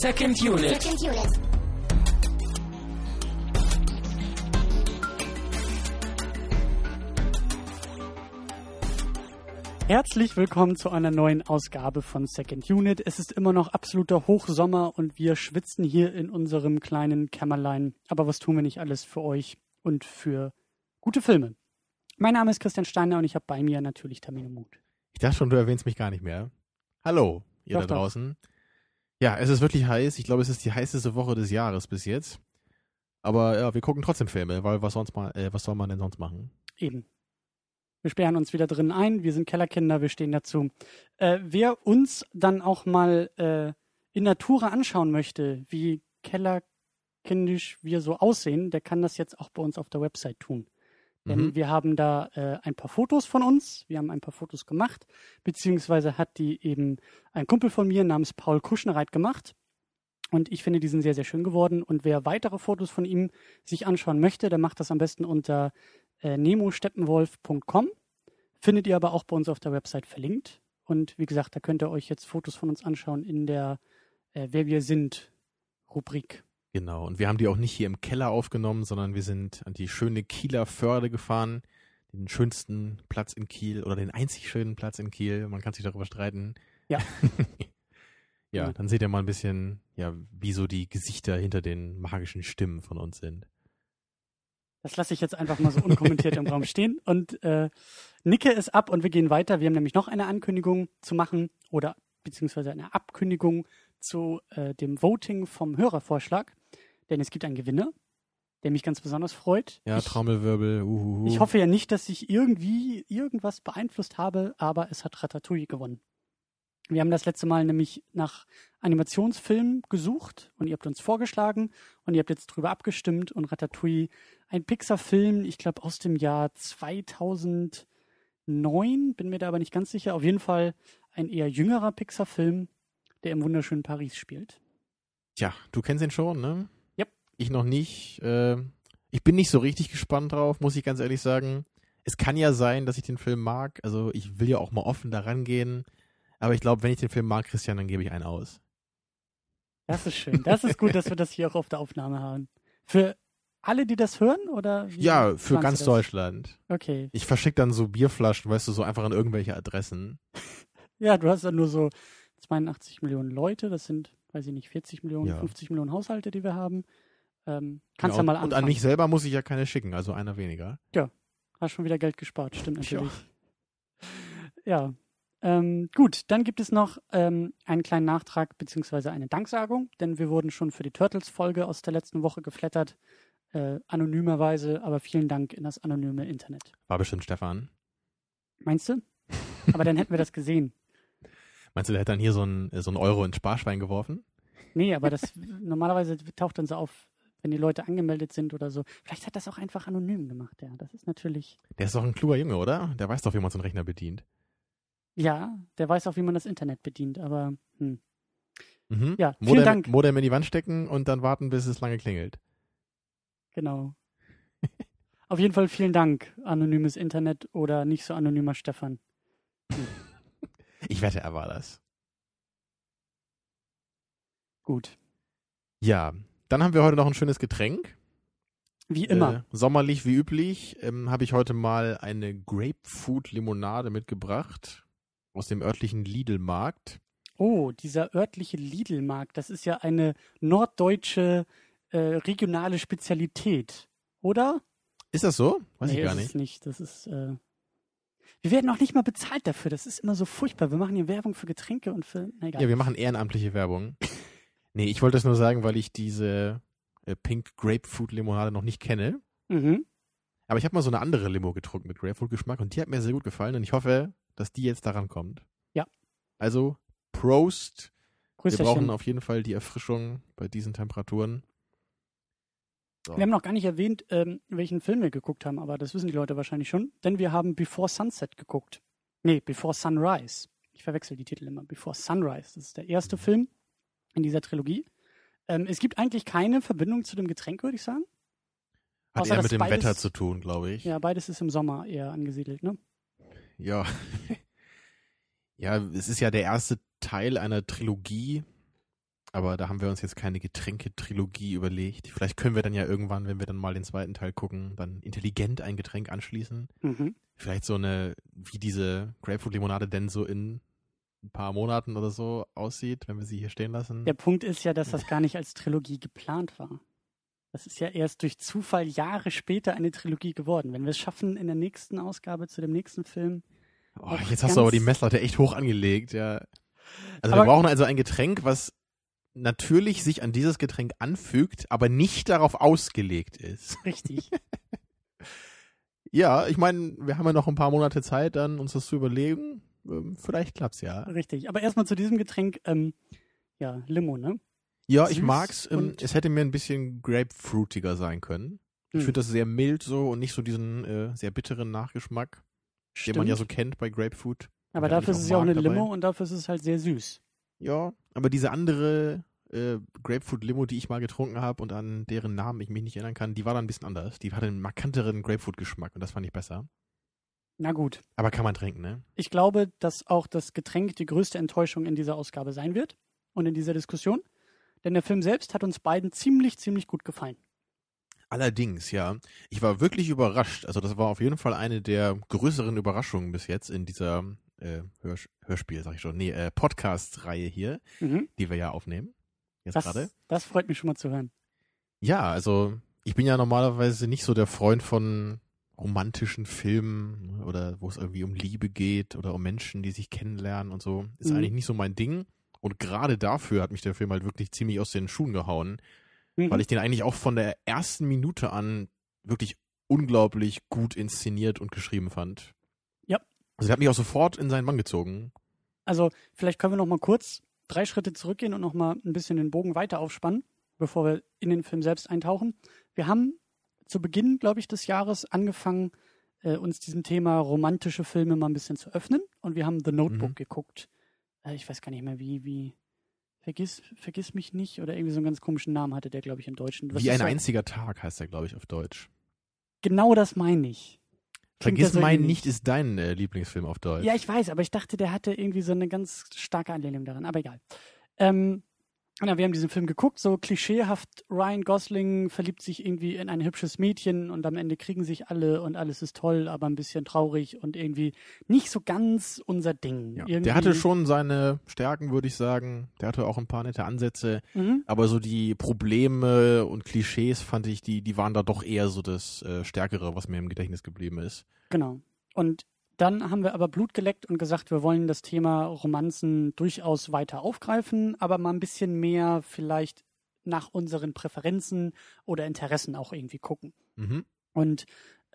Second Unit. Herzlich willkommen zu einer neuen Ausgabe von Second Unit. Es ist immer noch absoluter Hochsommer und wir schwitzen hier in unserem kleinen Kämmerlein. Aber was tun wir nicht alles für euch und für gute Filme? Mein Name ist Christian Steiner und ich habe bei mir natürlich Tamino Mut. Ich dachte schon, du erwähnst mich gar nicht mehr. Hallo, ihr da draußen. Ja, es ist wirklich heiß. Ich glaube, es ist die heißeste Woche des Jahres bis jetzt. Aber ja, wir gucken trotzdem Filme, weil was soll man denn sonst machen? Eben. Wir sperren uns wieder drin ein. Wir sind Kellerkinder, wir stehen dazu. Wer uns dann auch mal in Natura anschauen möchte, wie kellerkindisch wir so aussehen, der kann das jetzt auch bei uns auf der Website tun. Denn wir haben da ein paar Fotos von uns. Wir haben ein paar Fotos gemacht, beziehungsweise hat die eben ein Kumpel von mir namens Paul Kuschnereit gemacht. Und ich finde, die sind sehr, sehr schön geworden. Und wer weitere Fotos von ihm sich anschauen möchte, der macht das am besten unter nemosteppenwolf.com. Findet ihr aber auch bei uns auf der Website verlinkt. Und wie gesagt, da könnt ihr euch jetzt Fotos von uns anschauen in der Wer wir sind Rubrik. Genau, und wir haben die auch nicht hier im Keller aufgenommen, sondern wir sind an die schöne Kieler Förde gefahren, den schönsten Platz in Kiel oder den einzig schönen Platz in Kiel. Man kann sich darüber streiten. Ja. Ja, dann seht ihr mal ein bisschen, ja, wie so die Gesichter hinter den magischen Stimmen von uns sind. Das lasse ich jetzt einfach mal so unkommentiert im Raum stehen und nicke es ab und wir gehen weiter. Wir haben nämlich noch eine Ankündigung zu machen oder beziehungsweise eine Abkündigung zu dem Voting vom Hörervorschlag. Denn es gibt einen Gewinner, der mich ganz besonders freut. Ja, Trommelwirbel. Ich hoffe ja nicht, dass ich irgendwie irgendwas beeinflusst habe, aber es hat Ratatouille gewonnen. Wir haben das letzte Mal nämlich nach Animationsfilmen gesucht und ihr habt uns vorgeschlagen und ihr habt jetzt drüber abgestimmt und Ratatouille, ein Pixar-Film, ich glaube aus dem Jahr 2009, bin mir da aber nicht ganz sicher. Auf jeden Fall ein eher jüngerer Pixar-Film, der im wunderschönen Paris spielt. Tja, du kennst ihn schon, ne? Yep. Ich noch nicht. Ich bin nicht so richtig gespannt drauf, muss ich ganz ehrlich sagen. Es kann ja sein, dass ich den Film mag. Also ich will ja auch mal offen da rangehen. Aber ich glaube, wenn ich den Film mag, Christian, dann gebe ich einen aus. Das ist schön. Das ist gut, dass wir das hier auch auf der Aufnahme haben. Für alle, die das hören? Oder ja, für ganz Deutschland. Okay. Ich verschicke dann so Bierflaschen, weißt du, so einfach an irgendwelche Adressen. Ja, du hast dann nur so 82 Millionen Leute. Das sind, weiß ich nicht, 40 Millionen, ja. 50 Millionen Haushalte, die wir haben. Kannst ja, ja mal anfangen. Und an mich selber muss ich ja keine schicken, also einer weniger. Ja, hast schon wieder Geld gespart, stimmt natürlich. Ja. Gut, dann gibt es noch einen kleinen Nachtrag beziehungsweise eine Danksagung, denn wir wurden schon für die Turtles-Folge aus der letzten Woche geflattert, anonymerweise, aber vielen Dank in das anonyme Internet. War bestimmt Stefan. Meinst du? Aber dann hätten wir das gesehen. Meinst du, der hätte dann hier so einen Euro ins Sparschwein geworfen? Nee, aber das normalerweise taucht dann so auf, wenn die Leute angemeldet sind oder so. Vielleicht hat das auch einfach anonym gemacht, ja. Das ist natürlich... Der ist doch ein kluger Junge, oder? Der weiß doch, wie man so einen Rechner bedient. Ja, der weiß auch, wie man das Internet bedient, aber Ja, vielen Dank. Modem in die Wand stecken und dann warten, bis es lange klingelt. Genau. Auf jeden Fall vielen Dank, anonymes Internet oder nicht so anonymer Stefan. Ich wette, er war das. Gut. Ja, dann haben wir heute noch ein schönes Getränk. Wie immer. Sommerlich wie üblich habe ich heute mal eine Grapefruit-Limonade mitgebracht aus dem örtlichen Lidl-Markt. Oh, dieser örtliche Lidl-Markt, das ist ja eine norddeutsche regionale Spezialität, oder? Ist das so? Weiß ich gar ist nicht. Es nicht. Das ist, wir werden auch nicht mal bezahlt dafür, das ist immer so furchtbar. Wir machen hier Werbung für Getränke und für, na egal. Ja, wir machen ehrenamtliche Werbung. Nee, ich wollte das nur sagen, weil ich diese Pink Grapefruit Limonade noch nicht kenne. Mhm. Aber ich habe mal so eine andere Limo getrunken mit Grapefruit-Geschmack und die hat mir sehr gut gefallen und ich hoffe, dass die jetzt daran kommt. Ja. Also, Prost. Grüßerchen. Wir brauchen auf jeden Fall die Erfrischung bei diesen Temperaturen. So. Wir haben noch gar nicht erwähnt, welchen Film wir geguckt haben, aber das wissen die Leute wahrscheinlich schon, denn wir haben Before Sunset geguckt. Nee, Before Sunrise. Ich verwechsel die Titel immer. Before Sunrise. Das ist der erste Film in dieser Trilogie. Es gibt eigentlich keine Verbindung zu dem Getränk, würde ich sagen. Hat Außer, eher mit dem beides, Wetter zu tun, glaube ich. Ja, beides ist im Sommer eher angesiedelt, ne? Ja. Ja, es ist ja der erste Teil einer Trilogie. Aber da haben wir uns jetzt keine Getränketrilogie überlegt. Vielleicht können wir dann ja irgendwann, wenn wir dann mal den zweiten Teil gucken, dann intelligent ein Getränk anschließen. Vielleicht so wie diese Grapefruit-Limonade denn so in ein paar Monaten oder so aussieht, wenn wir sie hier stehen lassen. Der Punkt ist ja, dass das gar nicht als Trilogie geplant war. Das ist ja erst durch Zufall Jahre später eine Trilogie geworden. Wenn wir es schaffen, in der nächsten Ausgabe zu dem nächsten Film. Jetzt hast du aber die Messlatte echt hoch angelegt, ja. Also wir brauchen also ein Getränk, was natürlich sich an dieses Getränk anfügt, aber nicht darauf ausgelegt ist. Richtig. Ja, ich meine, wir haben ja noch ein paar Monate Zeit, dann uns das zu überlegen. Vielleicht klappt's ja. Richtig. Aber erstmal zu diesem Getränk, Limo, ne? Ja, ich mag's. Es hätte mir ein bisschen grapefruitiger sein können. Ich finde das sehr mild so und nicht so diesen sehr bitteren Nachgeschmack, den man ja so kennt bei Grapefruit. Aber dafür ist es ja auch eine Limo und dafür ist es halt sehr süß. Ja, aber diese andere Grapefruit-Limo, die ich mal getrunken habe und an deren Namen ich mich nicht erinnern kann, die war dann ein bisschen anders. Die hatte einen markanteren Grapefruit-Geschmack und das fand ich besser. Na gut. Aber kann man trinken, ne? Ich glaube, dass auch das Getränk die größte Enttäuschung in dieser Ausgabe sein wird und in dieser Diskussion. Denn der Film selbst hat uns beiden ziemlich, ziemlich gut gefallen. Allerdings, ja. Ich war wirklich überrascht. Also das war auf jeden Fall eine der größeren Überraschungen bis jetzt in dieser Hörspiel, sag ich schon. Nee, Podcast-Reihe hier, die wir ja aufnehmen. Jetzt gerade. Das freut mich schon mal zu hören. Ja, also ich bin ja normalerweise nicht so der Freund von romantischen Filmen oder wo es irgendwie um Liebe geht oder um Menschen, die sich kennenlernen und so. Ist eigentlich nicht so mein Ding. Und gerade dafür hat mich der Film halt wirklich ziemlich aus den Schuhen gehauen, weil ich den eigentlich auch von der ersten Minute an wirklich unglaublich gut inszeniert und geschrieben fand. Ja. Also der hat mich auch sofort in seinen Bann gezogen. Also vielleicht können wir noch mal kurz 3 Schritte zurückgehen und noch mal ein bisschen den Bogen weiter aufspannen, bevor wir in den Film selbst eintauchen. Wir haben zu Beginn, glaube ich, des Jahres angefangen, uns diesem Thema romantische Filme mal ein bisschen zu öffnen. Und wir haben The Notebook geguckt. Ich weiß gar nicht mehr, wie Vergiss mich nicht oder irgendwie so einen ganz komischen Namen hatte der, glaube ich, im Deutschen. Wie ein einziger Tag heißt der, glaube ich, auf Deutsch. Genau das meine ich. Vergiss meinen nicht ist dein Lieblingsfilm auf Deutsch. Ja, ich weiß, aber ich dachte, der hatte irgendwie so eine ganz starke Anlehnung daran, aber egal. Wir haben diesen Film geguckt, so klischeehaft, Ryan Gosling verliebt sich irgendwie in ein hübsches Mädchen und am Ende kriegen sich alle und alles ist toll, aber ein bisschen traurig und irgendwie nicht so ganz unser Ding. Ja, der hatte schon seine Stärken, würde ich sagen. Der hatte auch ein paar nette Ansätze, aber so die Probleme und Klischees fand ich, die waren da doch eher so das Stärkere, was mir im Gedächtnis geblieben ist. Genau. Und dann haben wir aber Blut geleckt und gesagt, wir wollen das Thema Romanzen durchaus weiter aufgreifen, aber mal ein bisschen mehr vielleicht nach unseren Präferenzen oder Interessen auch irgendwie gucken. Und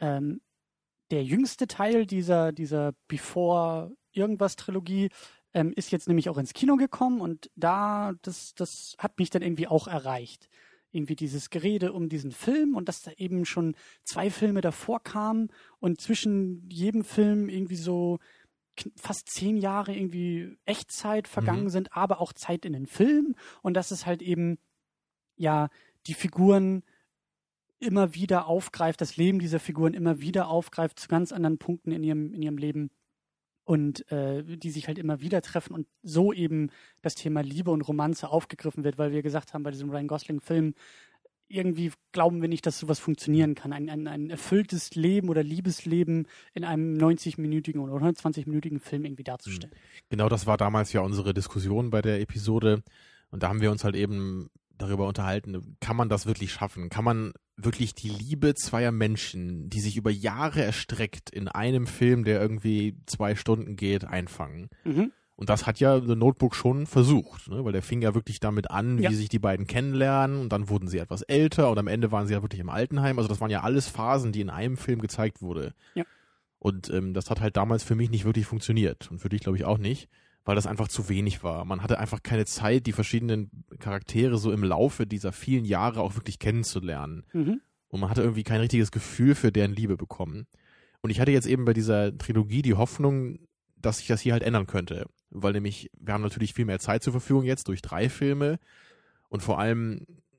der jüngste Teil dieser Before irgendwas Trilogie ist jetzt nämlich auch ins Kino gekommen und das hat mich dann irgendwie auch erreicht. Irgendwie dieses Gerede um diesen Film und dass da eben schon 2 Filme davor kamen und zwischen jedem Film irgendwie so fast 10 Jahre irgendwie Echtzeit vergangen sind, aber auch Zeit in den Film und dass es halt eben ja die Figuren immer wieder aufgreift, das Leben dieser Figuren immer wieder aufgreift zu ganz anderen Punkten in ihrem Leben. Und die sich halt immer wieder treffen und so eben das Thema Liebe und Romanze aufgegriffen wird, weil wir gesagt haben, bei diesem Ryan Gosling-Film, irgendwie glauben wir nicht, dass sowas funktionieren kann. Ein erfülltes Leben oder Liebesleben in einem 90-minütigen oder 120-minütigen Film irgendwie darzustellen. Genau, das war damals ja unsere Diskussion bei der Episode und da haben wir uns halt eben darüber unterhalten, kann man das wirklich schaffen? Kann man wirklich die Liebe zweier Menschen, die sich über Jahre erstreckt, in einem Film, der irgendwie 2 Stunden geht, einfangen? Und das hat ja The Notebook schon versucht, ne? Weil der fing ja wirklich damit an, wie sich die beiden kennenlernen und dann wurden sie etwas älter und am Ende waren sie ja wirklich im Altenheim. Also das waren ja alles Phasen, die in einem Film gezeigt wurde. Ja. Und das hat halt damals für mich nicht wirklich funktioniert und für dich glaube ich auch nicht, weil das einfach zu wenig war. Man hatte einfach keine Zeit, die verschiedenen Charaktere so im Laufe dieser vielen Jahre auch wirklich kennenzulernen. Und man hatte irgendwie kein richtiges Gefühl für deren Liebe bekommen. Und ich hatte jetzt eben bei dieser Trilogie die Hoffnung, dass sich das hier halt ändern könnte. Weil nämlich, wir haben natürlich viel mehr Zeit zur Verfügung jetzt durch 3 Filme. Und vor allem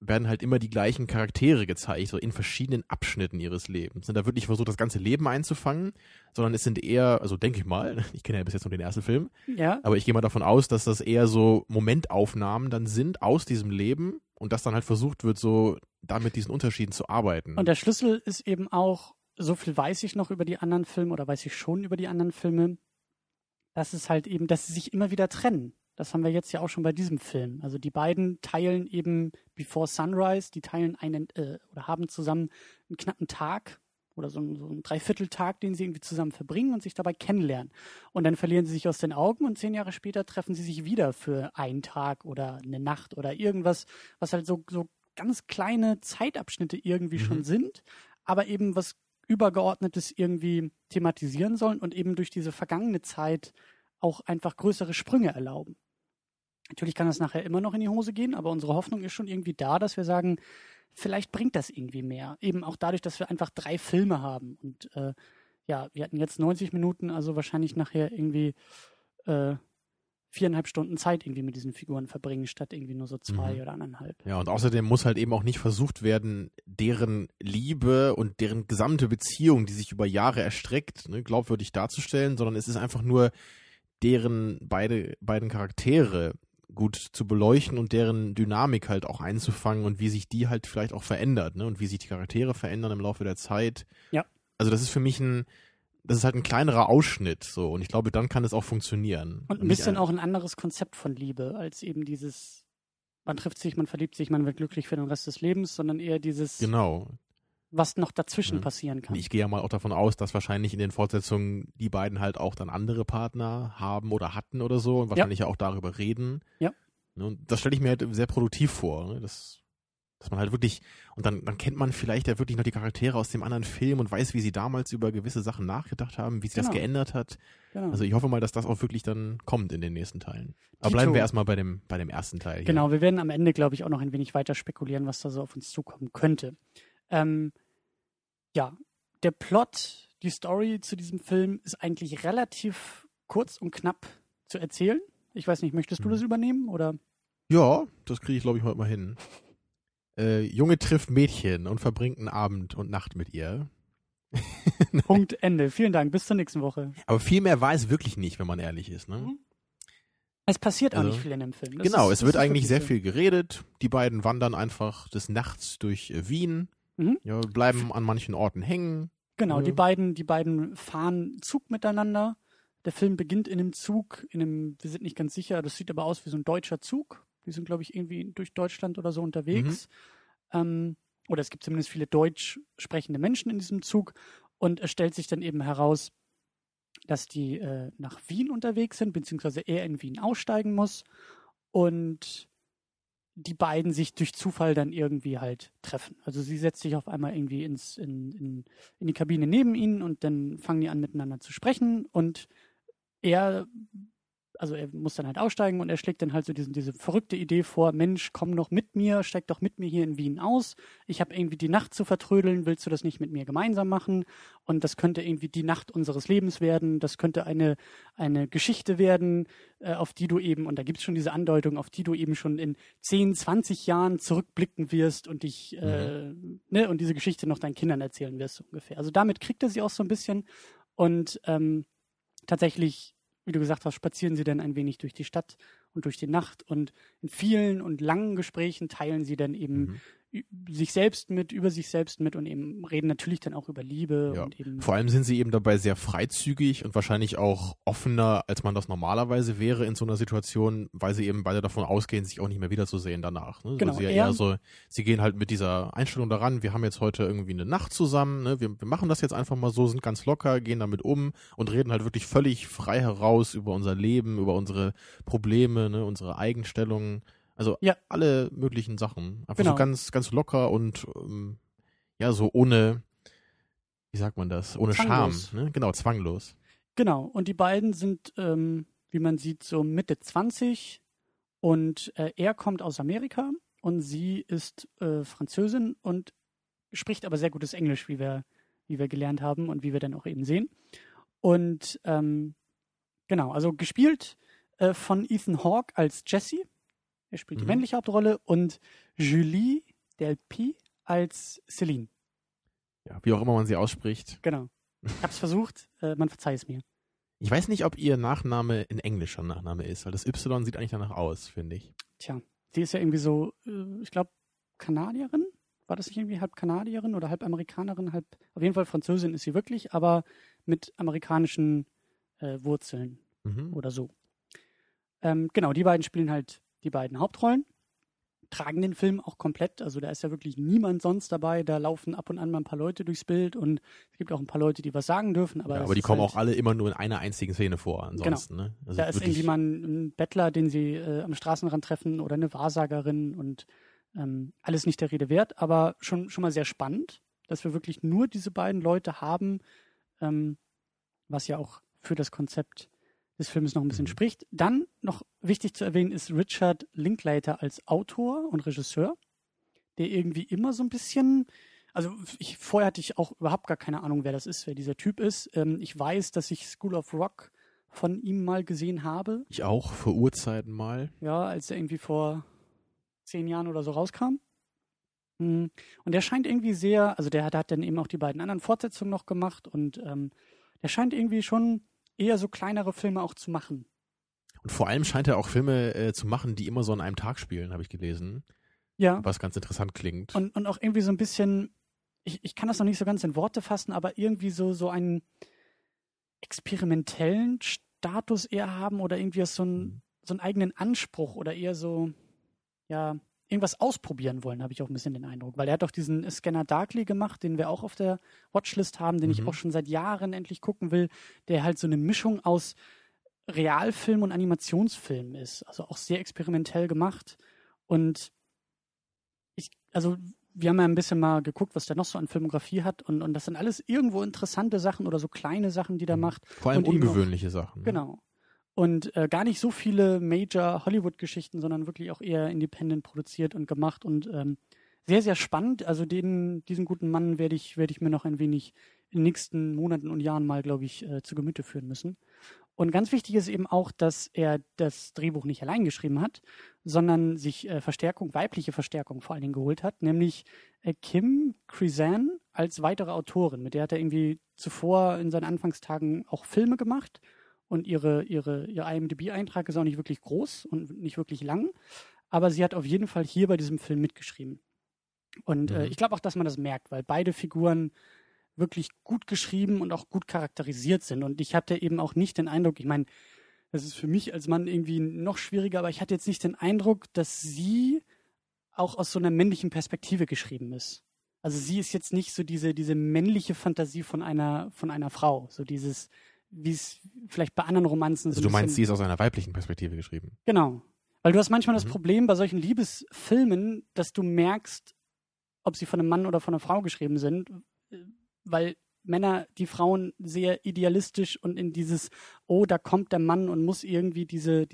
werden halt immer die gleichen Charaktere gezeigt, so in verschiedenen Abschnitten ihres Lebens. Da wird nicht versucht, das ganze Leben einzufangen, sondern es sind eher, also denke ich mal, ich kenne ja bis jetzt nur den ersten Film, Ja. aber ich gehe mal davon aus, dass das eher so Momentaufnahmen dann sind aus diesem Leben und dass dann halt versucht wird, so da mit diesen Unterschieden zu arbeiten. Und der Schlüssel ist eben auch, so viel weiß ich noch über die anderen Filme oder weiß ich schon über die anderen Filme, dass es halt eben, dass sie sich immer wieder trennen. Das haben wir jetzt ja auch schon bei diesem Film. Also die beiden teilen eben Before Sunrise, die teilen oder haben zusammen einen knappen Tag oder so einen Dreivierteltag, den sie irgendwie zusammen verbringen und sich dabei kennenlernen. Und dann verlieren sie sich aus den Augen und 10 Jahre später treffen sie sich wieder für einen Tag oder eine Nacht oder irgendwas, was halt so ganz kleine Zeitabschnitte irgendwie schon sind, aber eben was Übergeordnetes irgendwie thematisieren sollen und eben durch diese vergangene Zeit auch einfach größere Sprünge erlauben. Natürlich kann das nachher immer noch in die Hose gehen, aber unsere Hoffnung ist schon irgendwie da, dass wir sagen, vielleicht bringt das irgendwie mehr. Eben auch dadurch, dass wir einfach 3 Filme haben. Und wir hatten jetzt 90 Minuten, also wahrscheinlich nachher irgendwie 4,5 Stunden Zeit irgendwie mit diesen Figuren verbringen, statt irgendwie nur so 2 oder 1,5. Ja, und außerdem muss halt eben auch nicht versucht werden, deren Liebe und deren gesamte Beziehung, die sich über Jahre erstreckt, glaubwürdig darzustellen, sondern es ist einfach nur deren beiden Charaktere gut zu beleuchten und deren Dynamik halt auch einzufangen und wie sich die halt vielleicht auch verändert, und wie sich die Charaktere verändern im Laufe der Zeit. Ja. Also das ist für mich das ist halt ein kleinerer Ausschnitt, so, und ich glaube, dann kann es auch funktionieren. Und ein bisschen auch ein anderes Konzept von Liebe, als eben dieses, man trifft sich, man verliebt sich, man wird glücklich für den Rest des Lebens, sondern eher dieses, genau, was noch dazwischen passieren kann. Ich gehe ja mal auch davon aus, dass wahrscheinlich in den Fortsetzungen die beiden halt auch dann andere Partner haben oder hatten oder so und wahrscheinlich ja auch darüber reden. Ja. Und das stelle ich mir halt sehr produktiv vor, dass man halt wirklich, und dann kennt man vielleicht ja wirklich noch die Charaktere aus dem anderen Film und weiß, wie sie damals über gewisse Sachen nachgedacht haben, wie sich das geändert hat. Genau. Also ich hoffe mal, dass das auch wirklich dann kommt in den nächsten Teilen. Aber bleiben wir erstmal bei dem ersten Teil hier. Genau, wir werden am Ende, glaube ich, auch noch ein wenig weiter spekulieren, was da so auf uns zukommen könnte. Der Plot, die Story zu diesem Film ist eigentlich relativ kurz und knapp zu erzählen. Ich weiß nicht, möchtest du das übernehmen, oder? Ja, das kriege ich, glaube ich, heute mal hin. Junge trifft Mädchen und verbringt einen Abend und Nacht mit ihr. Punkt, Ende. Vielen Dank, bis zur nächsten Woche. Aber viel mehr war es wirklich nicht, wenn man ehrlich ist, ne? Es passiert auch nicht viel in dem Film. Es wird eigentlich sehr viel geredet. Die beiden wandern einfach des Nachts durch Wien, bleiben an manchen Orten hängen. Genau, die beiden fahren Zug miteinander. Der Film beginnt in einem Zug, wir sind nicht ganz sicher, das sieht aber aus wie so ein deutscher Zug. Die sind, glaube ich, irgendwie durch Deutschland oder so unterwegs. Oder es gibt zumindest viele deutsch sprechende Menschen in diesem Zug. Und es stellt sich dann eben heraus, dass die nach Wien unterwegs sind, beziehungsweise er in Wien aussteigen muss. Und die beiden sich durch Zufall dann irgendwie halt treffen. Also sie setzt sich auf einmal irgendwie in die Kabine neben ihnen und dann fangen die an miteinander zu sprechen und er muss dann halt aussteigen und er schlägt dann halt so diese verrückte Idee vor, Mensch, komm doch mit mir, steig doch mit mir hier in Wien aus. Ich habe irgendwie die Nacht zu vertrödeln, willst du das nicht mit mir gemeinsam machen? Und das könnte irgendwie die Nacht unseres Lebens werden, das könnte eine Geschichte werden, auf die du eben, und da gibt es schon diese Andeutung, auf die du eben schon in 10, 20 Jahren zurückblicken wirst und dich, und diese Geschichte noch deinen Kindern erzählen wirst, so ungefähr. Also damit kriegt er sie auch so ein bisschen und tatsächlich, wie du gesagt hast, spazieren sie dann ein wenig durch die Stadt und durch die Nacht und in vielen und langen Gesprächen teilen sie dann eben über sich selbst mit und eben reden natürlich dann auch über Liebe. Ja. Und eben vor allem sind sie eben dabei sehr freizügig und wahrscheinlich auch offener, als man das normalerweise wäre in so einer Situation, weil sie eben beide davon ausgehen, sich auch nicht mehr wiederzusehen danach. Ne? Genau, Sie gehen halt mit dieser Einstellung daran, wir haben jetzt heute irgendwie eine Nacht zusammen, ne? Wir machen das jetzt einfach mal so, sind ganz locker, gehen damit um und reden halt wirklich völlig frei heraus über unser Leben, über unsere Probleme, ne? Unsere Eigenstellungen. Also alle möglichen Sachen. Einfach so ganz, ganz locker und so ohne, wie sagt man das, ohne zwanglos. Scham. Ne? Genau, zwanglos. Genau, und die beiden sind, wie man sieht, so Mitte 20 und er kommt aus Amerika und sie ist Französin und spricht aber sehr gutes Englisch, wie wir gelernt haben und wie wir dann auch eben sehen. Und genau, also gespielt von Ethan Hawke als Jesse. Er spielt die männliche Hauptrolle und Julie Delpy als Celine. Ja, wie auch immer man sie ausspricht. Genau. Ich hab's versucht, man verzeiht es mir. Ich weiß nicht, ob ihr Nachname ein englischer Nachname ist, weil das Y sieht eigentlich danach aus, finde ich. Tja, sie ist ja irgendwie so, ich glaube, Kanadierin? War das nicht irgendwie halb Kanadierin oder halb Amerikanerin? Auf jeden Fall Französin ist sie wirklich, aber mit amerikanischen Wurzeln oder so. Genau, die beiden spielen halt die beiden Hauptrollen, tragen den Film auch komplett. Also da ist ja wirklich niemand sonst dabei. Da laufen ab und an mal ein paar Leute durchs Bild und es gibt auch ein paar Leute, die was sagen dürfen. Aber die kommen halt auch alle immer nur in einer einzigen Szene vor. Ansonsten, genau. Ne? Also da ist irgendwie mal ein Bettler, den sie am Straßenrand treffen oder eine Wahrsagerin und alles nicht der Rede wert, aber schon mal sehr spannend, dass wir wirklich nur diese beiden Leute haben, was ja auch für das Konzept des Films noch ein bisschen spricht. Dann noch wichtig zu erwähnen ist Richard Linklater als Autor und Regisseur, der irgendwie immer so ein bisschen, also vorher hatte ich auch überhaupt gar keine Ahnung, wer das ist, wer dieser Typ ist. Ich weiß, dass ich School of Rock von ihm mal gesehen habe. Ich auch, vor Urzeiten mal. Ja, als er irgendwie vor 10 Jahren oder so rauskam. Und der scheint irgendwie sehr, also der hat dann eben auch die beiden anderen Fortsetzungen noch gemacht und der scheint irgendwie schon eher so kleinere Filme auch zu machen. Und vor allem scheint er auch Filme zu machen, die immer so an einem Tag spielen, habe ich gelesen. Ja. Was ganz interessant klingt. Und auch irgendwie so ein bisschen, ich kann das noch nicht so ganz in Worte fassen, aber irgendwie so einen experimentellen Status eher haben oder irgendwie so einen eigenen Anspruch oder eher so, ja, irgendwas ausprobieren wollen, habe ich auch ein bisschen den Eindruck. Weil er hat doch diesen Scanner Darkly gemacht, den wir auch auf der Watchlist haben, den ich auch schon seit Jahren endlich gucken will, der halt so eine Mischung aus Realfilm und Animationsfilm ist. Also auch sehr experimentell gemacht. Und wir haben ja ein bisschen mal geguckt, was der noch so an Filmografie hat und das sind alles irgendwo interessante Sachen oder so kleine Sachen, die der macht. Vor allem und ungewöhnliche Sachen. Ne? Genau. Und gar nicht so viele Major-Hollywood-Geschichten, sondern wirklich auch eher independent produziert und gemacht und sehr, sehr spannend. Also diesen guten Mann werde ich mir noch ein wenig in den nächsten Monaten und Jahren mal, glaube ich, zu Gemüte führen müssen. Und ganz wichtig ist eben auch, dass er das Drehbuch nicht allein geschrieben hat, sondern sich weibliche Verstärkung vor allen Dingen geholt hat, nämlich Kim Krizan als weitere Autorin. Mit der hat er irgendwie zuvor in seinen Anfangstagen auch Filme gemacht. Und ihr IMDb-Eintrag ist auch nicht wirklich groß und nicht wirklich lang. Aber sie hat auf jeden Fall hier bei diesem Film mitgeschrieben. Und ich glaube auch, dass man das merkt, weil beide Figuren wirklich gut geschrieben und auch gut charakterisiert sind. Und ich hatte eben auch nicht den Eindruck, ich meine, das ist für mich als Mann irgendwie noch schwieriger, aber ich hatte jetzt nicht den Eindruck, dass sie auch aus so einer männlichen Perspektive geschrieben ist. Also sie ist jetzt nicht so diese männliche Fantasie von einer Frau. So dieses, wie es vielleicht bei anderen Romanzen so also du meinst, sie ist aus einer weiblichen Perspektive geschrieben? Genau. Weil du hast manchmal das Problem bei solchen Liebesfilmen, dass du merkst, ob sie von einem Mann oder von einer Frau geschrieben sind, weil Männer die Frauen sehr idealistisch und in dieses, oh, da kommt der Mann und muss irgendwie diese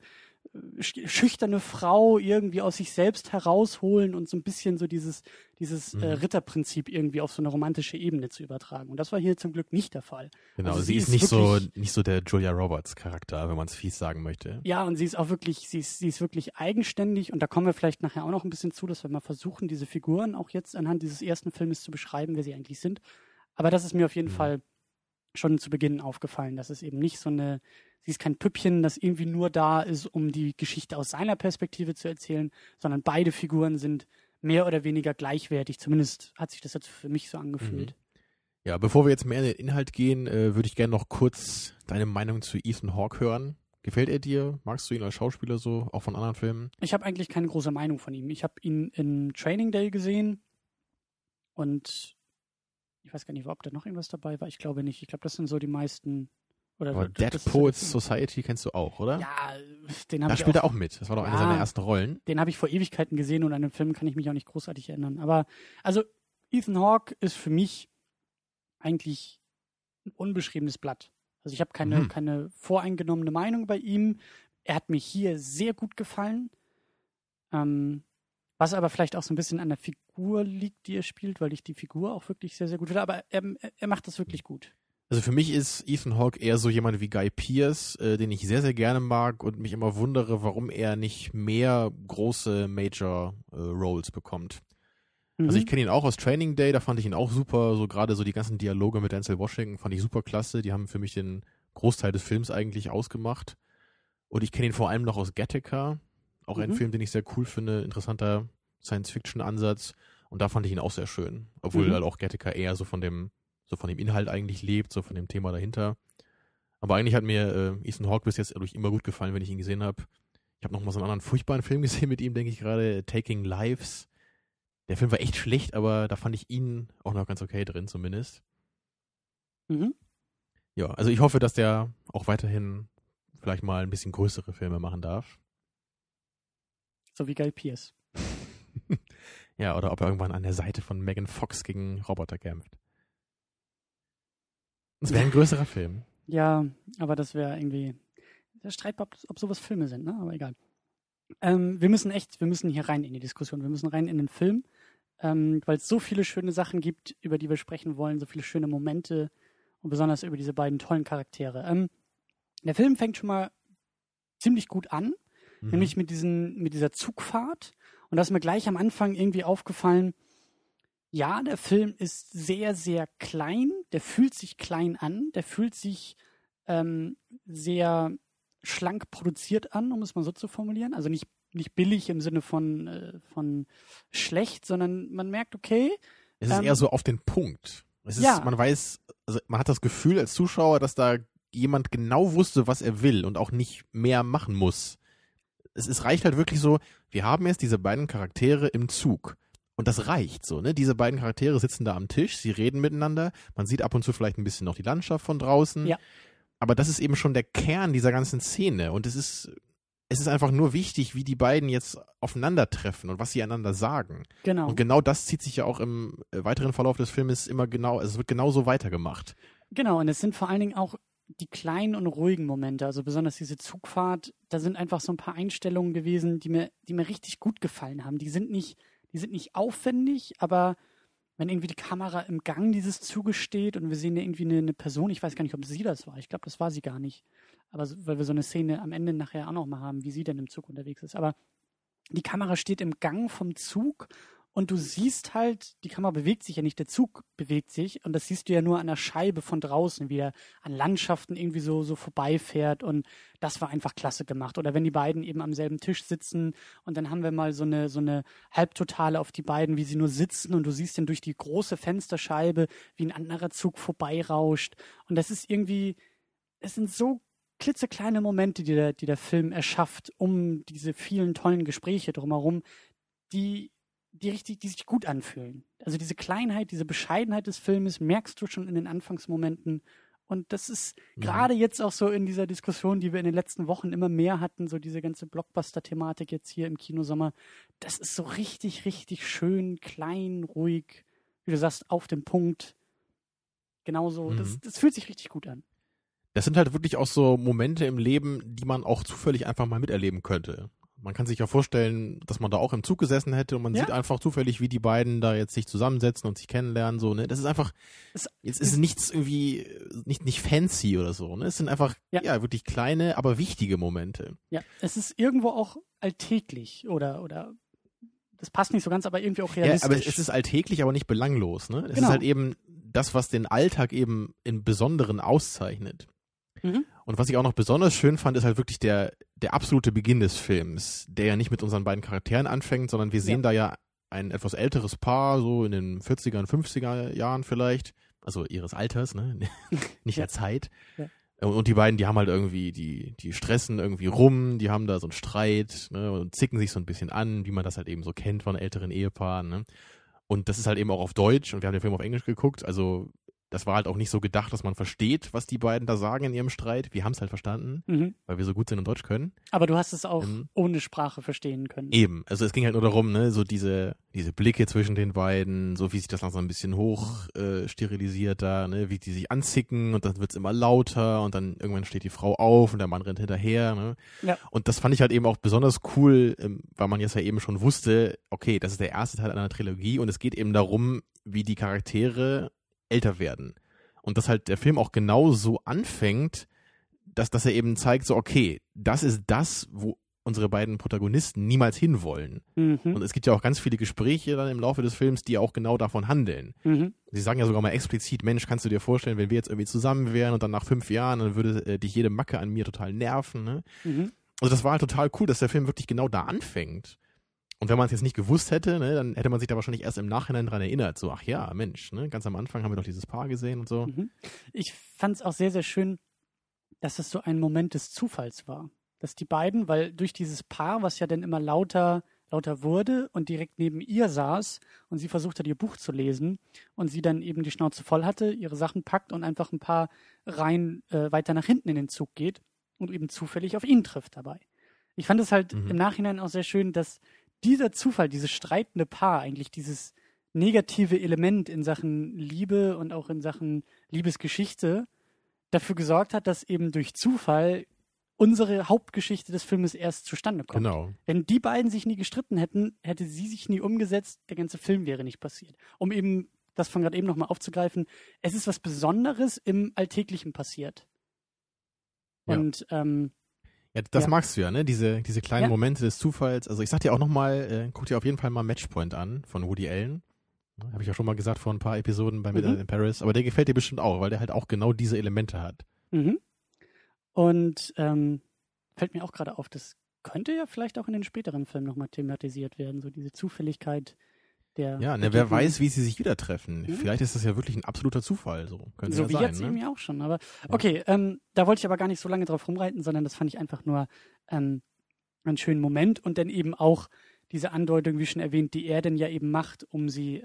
schüchterne Frau irgendwie aus sich selbst herausholen und so ein bisschen so dieses Ritterprinzip irgendwie auf so eine romantische Ebene zu übertragen. Und das war hier zum Glück nicht der Fall. Genau, also sie ist nicht so der Julia Roberts Charakter, wenn man es fies sagen möchte. Ja, und sie ist auch wirklich, sie ist wirklich eigenständig und da kommen wir vielleicht nachher auch noch ein bisschen zu, dass wir mal versuchen, diese Figuren auch jetzt anhand dieses ersten Filmes zu beschreiben, wer sie eigentlich sind. Aber das ist mir auf jeden Fall schon zu Beginn aufgefallen, dass es eben nicht sie ist kein Püppchen, das irgendwie nur da ist, um die Geschichte aus seiner Perspektive zu erzählen, sondern beide Figuren sind mehr oder weniger gleichwertig. Zumindest hat sich das jetzt für mich so angefühlt. Ja, bevor wir jetzt mehr in den Inhalt gehen, würde ich gerne noch kurz deine Meinung zu Ethan Hawke hören. Gefällt er dir? Magst du ihn als Schauspieler so, auch von anderen Filmen? Ich habe eigentlich keine große Meinung von ihm. Ich habe ihn in Training Day gesehen und ich weiß gar nicht, ob da noch irgendwas dabei war. Ich glaube nicht. Ich glaube, das sind so die meisten. Aber Dead Poets Society kennst du auch, oder? Ja, den habe ich. Da spielt er auch mit. Das war doch eine seiner ersten Rollen. Den habe ich vor Ewigkeiten gesehen und an den Film kann ich mich auch nicht großartig erinnern. Aber, also, Ethan Hawke ist für mich eigentlich ein unbeschriebenes Blatt. Also, ich habe keine voreingenommene Meinung bei ihm. Er hat mir hier sehr gut gefallen. Was aber vielleicht auch so ein bisschen an der Figur liegt, die er spielt, weil ich die Figur auch wirklich sehr, sehr gut finde. Aber er macht das wirklich gut. Also für mich ist Ethan Hawke eher so jemand wie Guy Pearce, den ich sehr, sehr gerne mag und mich immer wundere, warum er nicht mehr große Major Roles bekommt. Also ich kenne ihn auch aus Training Day, da fand ich ihn auch super, so gerade so die ganzen Dialoge mit Denzel Washington fand ich super klasse, die haben für mich den Großteil des Films eigentlich ausgemacht. Und ich kenne ihn vor allem noch aus Gattaca, auch ein Film, den ich sehr cool finde, interessanter Science-Fiction-Ansatz. Und da fand ich ihn auch sehr schön, obwohl halt auch Gattaca eher so von dem Inhalt eigentlich lebt, so von dem Thema dahinter. Aber eigentlich hat mir Ethan Hawke bis jetzt dadurch immer gut gefallen, wenn ich ihn gesehen habe. Ich habe noch mal so einen anderen furchtbaren Film gesehen mit ihm, denke ich gerade, Taking Lives. Der Film war echt schlecht, aber da fand ich ihn auch noch ganz okay drin zumindest. Ja, also ich hoffe, dass der auch weiterhin vielleicht mal ein bisschen größere Filme machen darf. So wie Guy Pearce. Ja, oder ob er irgendwann an der Seite von Megan Fox gegen Roboter kämpft. Das wäre ein größerer Film. Ja, aber das wäre irgendwie streitbar, ob sowas Filme sind, ne? Aber egal. Wir müssen hier rein in die Diskussion. Wir müssen rein in den Film, weil es so viele schöne Sachen gibt, über die wir sprechen wollen, so viele schöne Momente und besonders über diese beiden tollen Charaktere. Der Film fängt schon mal ziemlich gut an, nämlich mit dieser Zugfahrt. Und da ist mir gleich am Anfang irgendwie aufgefallen, ja, der Film ist sehr, sehr klein, der fühlt sich klein an, der fühlt sich sehr schlank produziert an, um es mal so zu formulieren. Also nicht billig im Sinne von schlecht, sondern man merkt, okay. Es ist eher so auf den Punkt. Man weiß, also man hat das Gefühl als Zuschauer, dass da jemand genau wusste, was er will und auch nicht mehr machen muss. Es reicht halt wirklich so, wir haben jetzt diese beiden Charaktere im Zug. Und das reicht so, ne? Diese beiden Charaktere sitzen da am Tisch, sie reden miteinander, man sieht ab und zu vielleicht ein bisschen noch die Landschaft von draußen. Ja. Aber das ist eben schon der Kern dieser ganzen Szene. Und es ist einfach nur wichtig, wie die beiden jetzt aufeinandertreffen und was sie einander sagen. Genau. Und genau das zieht sich ja auch im weiteren Verlauf des Filmes immer genau, also es wird genauso weitergemacht. Genau, und es sind vor allen Dingen auch die kleinen und ruhigen Momente, also besonders diese Zugfahrt, da sind einfach so ein paar Einstellungen gewesen, die mir richtig gut gefallen haben. Die sind nicht aufwendig, aber wenn irgendwie die Kamera im Gang dieses Zuges steht und wir sehen ja irgendwie eine Person, ich weiß gar nicht, ob sie das war, ich glaube, das war sie gar nicht, aber weil wir so eine Szene am Ende nachher auch noch mal haben, wie sie denn im Zug unterwegs ist, aber die Kamera steht im Gang vom Zug und du siehst halt, die Kamera bewegt sich ja nicht, der Zug bewegt sich und das siehst du ja nur an der Scheibe von draußen, wie er an Landschaften irgendwie so vorbeifährt und das war einfach klasse gemacht. Oder wenn die beiden eben am selben Tisch sitzen und dann haben wir mal so eine Halbtotale auf die beiden, wie sie nur sitzen und du siehst dann durch die große Fensterscheibe, wie ein anderer Zug vorbeirauscht und das ist irgendwie, es sind so klitzekleine Momente, die der Film erschafft, um diese vielen tollen Gespräche drumherum, die sich gut anfühlen. Also diese Kleinheit, diese Bescheidenheit des Filmes merkst du schon in den Anfangsmomenten. Und das ist gerade jetzt auch so in dieser Diskussion, die wir in den letzten Wochen immer mehr hatten, so diese ganze Blockbuster-Thematik jetzt hier im Kinosommer. Das ist so richtig, richtig schön, klein, ruhig, wie du sagst, auf den Punkt. Genauso. Das fühlt sich richtig gut an. Das sind halt wirklich auch so Momente im Leben, die man auch zufällig einfach mal miterleben könnte. Man kann sich ja vorstellen, dass man da auch im Zug gesessen hätte und man sieht einfach zufällig, wie die beiden da jetzt sich zusammensetzen und sich kennenlernen, so, ne? Das ist einfach, jetzt ist nichts irgendwie, nicht fancy oder so, ne? Es sind einfach, wirklich kleine, aber wichtige Momente. Ja, es ist irgendwo auch alltäglich oder das passt nicht so ganz, aber irgendwie auch realistisch. Ja, aber es ist alltäglich, aber nicht belanglos, ne? Es ist halt eben das, was den Alltag eben im Besonderen auszeichnet. Und was ich auch noch besonders schön fand, ist halt wirklich der absolute Beginn des Films, der ja nicht mit unseren beiden Charakteren anfängt, sondern wir sehen da ja ein etwas älteres Paar, so in den 40er und 50er Jahren vielleicht, also ihres Alters, ne? Nicht der Zeit. Ja. Und die beiden, die haben halt irgendwie, die stressen irgendwie rum, die haben da so einen Streit, ne? Und zicken sich so ein bisschen an, wie man das halt eben so kennt von älteren Ehepaaren, ne? Und das ist halt eben auch auf Deutsch und wir haben den Film auf Englisch geguckt, also das war halt auch nicht so gedacht, dass man versteht, was die beiden da sagen in ihrem Streit. Wir haben es halt verstanden, weil wir so gut sind und Deutsch können. Aber du hast es auch ohne Sprache verstehen können. Eben, also es ging halt nur darum, ne, so diese Blicke zwischen den beiden, so wie sich das langsam ein bisschen hoch sterilisiert da, ne, wie die sich anzicken und dann wird's immer lauter und dann irgendwann steht die Frau auf und der Mann rennt hinterher. Ne? Ja. Und das fand ich halt eben auch besonders cool, weil man jetzt ja eben schon wusste, okay, das ist der erste Teil einer Trilogie und es geht eben darum, wie die Charaktere älter werden. Und dass halt der Film auch genau so anfängt, dass er eben zeigt, so okay, das ist das, unsere beiden Protagonisten niemals hinwollen. Mhm. Und es gibt ja auch ganz viele Gespräche dann im Laufe des Films, die auch genau davon handeln. Mhm. Sie sagen ja sogar mal explizit, Mensch, kannst du dir vorstellen, wenn wir jetzt irgendwie zusammen wären und dann nach 5 Jahren, dann würde dich jede Macke an mir total nerven. Ne? Mhm. Also das war halt total cool, dass der Film wirklich genau da anfängt. Und wenn man es jetzt nicht gewusst hätte, ne, dann hätte man sich da wahrscheinlich erst im Nachhinein dran erinnert. So, ach ja, Mensch, ne, ganz am Anfang haben wir doch dieses Paar gesehen und so. Mhm. Ich fand es auch sehr, sehr schön, dass es so ein Moment des Zufalls war. Dass die beiden, weil durch dieses Paar, was ja dann immer lauter wurde und direkt neben ihr saß und sie versucht hat, ihr Buch zu lesen und sie dann eben die Schnauze voll hatte, ihre Sachen packt und einfach ein paar Reihen weiter nach hinten in den Zug geht und eben zufällig auf ihn trifft dabei. Ich fand es halt im Nachhinein auch sehr schön, dass dieser Zufall, dieses streitende Paar, eigentlich dieses negative Element in Sachen Liebe und auch in Sachen Liebesgeschichte dafür gesorgt hat, dass eben durch Zufall unsere Hauptgeschichte des Filmes erst zustande kommt. Genau. Wenn die beiden sich nie gestritten hätten, hätte sie sich nie umgesetzt, der ganze Film wäre nicht passiert. Um eben das von gerade eben nochmal aufzugreifen, es ist was Besonderes im Alltäglichen passiert. Ja. Und ja, das magst du ja, ne? Diese kleinen Momente des Zufalls. Also ich sag dir auch nochmal, guck dir auf jeden Fall mal Matchpoint an von Woody Allen. Habe ich ja schon mal gesagt vor ein paar Episoden bei Midnight in Paris. Aber der gefällt dir bestimmt auch, weil der halt auch genau diese Elemente hat. Mhm. Und fällt mir auch gerade auf, das könnte ja vielleicht auch in den späteren Filmen nochmal thematisiert werden, so diese Zufälligkeit der... Ja, ne, wer weiß, wie sie sich wieder treffen. Vielleicht ist das ja wirklich ein absoluter Zufall. So könnte so ja wie sein, jetzt ne? eben ja auch schon. Aber okay, da wollte ich aber gar nicht so lange drauf rumreiten, sondern das fand ich einfach nur einen schönen Moment und dann eben auch diese Andeutung, wie schon erwähnt, die er denn ja eben macht, um sie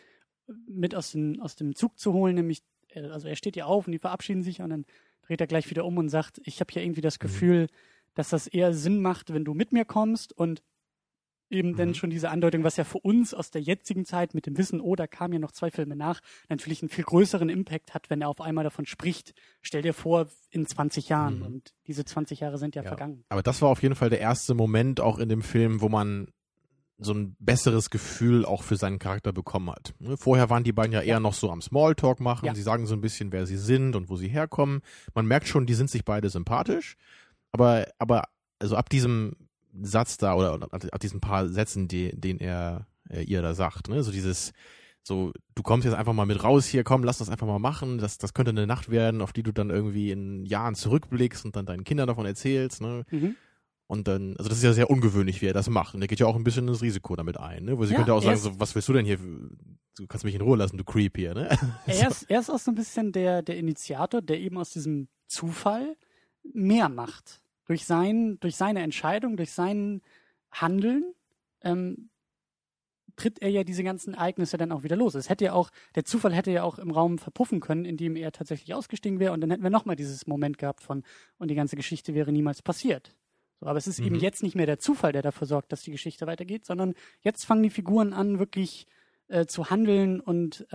mit aus dem Zug zu holen, nämlich, also er steht ja auf und die verabschieden sich und dann dreht er gleich wieder um und sagt, ich habe hier irgendwie das Gefühl, dass das eher Sinn macht, wenn du mit mir kommst und eben dann schon diese Andeutung, was ja für uns aus der jetzigen Zeit mit dem Wissen, da kamen ja noch 2 Filme nach, natürlich einen viel größeren Impact hat, wenn er auf einmal davon spricht. Stell dir vor, in 20 Jahren und diese 20 Jahre sind ja vergangen. Aber das war auf jeden Fall der erste Moment auch in dem Film, wo man so ein besseres Gefühl auch für seinen Charakter bekommen hat. Vorher waren die beiden ja eher noch so am Smalltalk machen. Ja. Sie sagen so ein bisschen, wer sie sind und wo sie herkommen. Man merkt schon, die sind sich beide sympathisch. Aber also ab diesem Satz da oder ab diesen paar Sätzen, den er ihr da sagt, ne, so dieses, so, du kommst jetzt einfach mal mit raus hier, komm, lass das einfach mal machen. Das könnte eine Nacht werden, auf die du dann irgendwie in Jahren zurückblickst und dann deinen Kindern davon erzählst, ne? Und dann, also das ist ja sehr ungewöhnlich, wie er das macht. Und er geht ja auch ein bisschen ins Risiko damit ein, ne? Wo sie könnte auch sagen, so, was willst du denn hier? Du kannst mich in Ruhe lassen, du Creep hier, ne? Er ist auch so ein bisschen der Initiator, der eben aus diesem Zufall mehr macht. Durch seine Entscheidung, durch sein Handeln tritt er ja diese ganzen Ereignisse dann auch wieder los. Der Zufall hätte ja auch im Raum verpuffen können, indem er tatsächlich ausgestiegen wäre und dann hätten wir nochmal dieses Moment gehabt und die ganze Geschichte wäre niemals passiert. So, aber es ist eben jetzt nicht mehr der Zufall, der dafür sorgt, dass die Geschichte weitergeht, sondern jetzt fangen die Figuren an, wirklich zu handeln und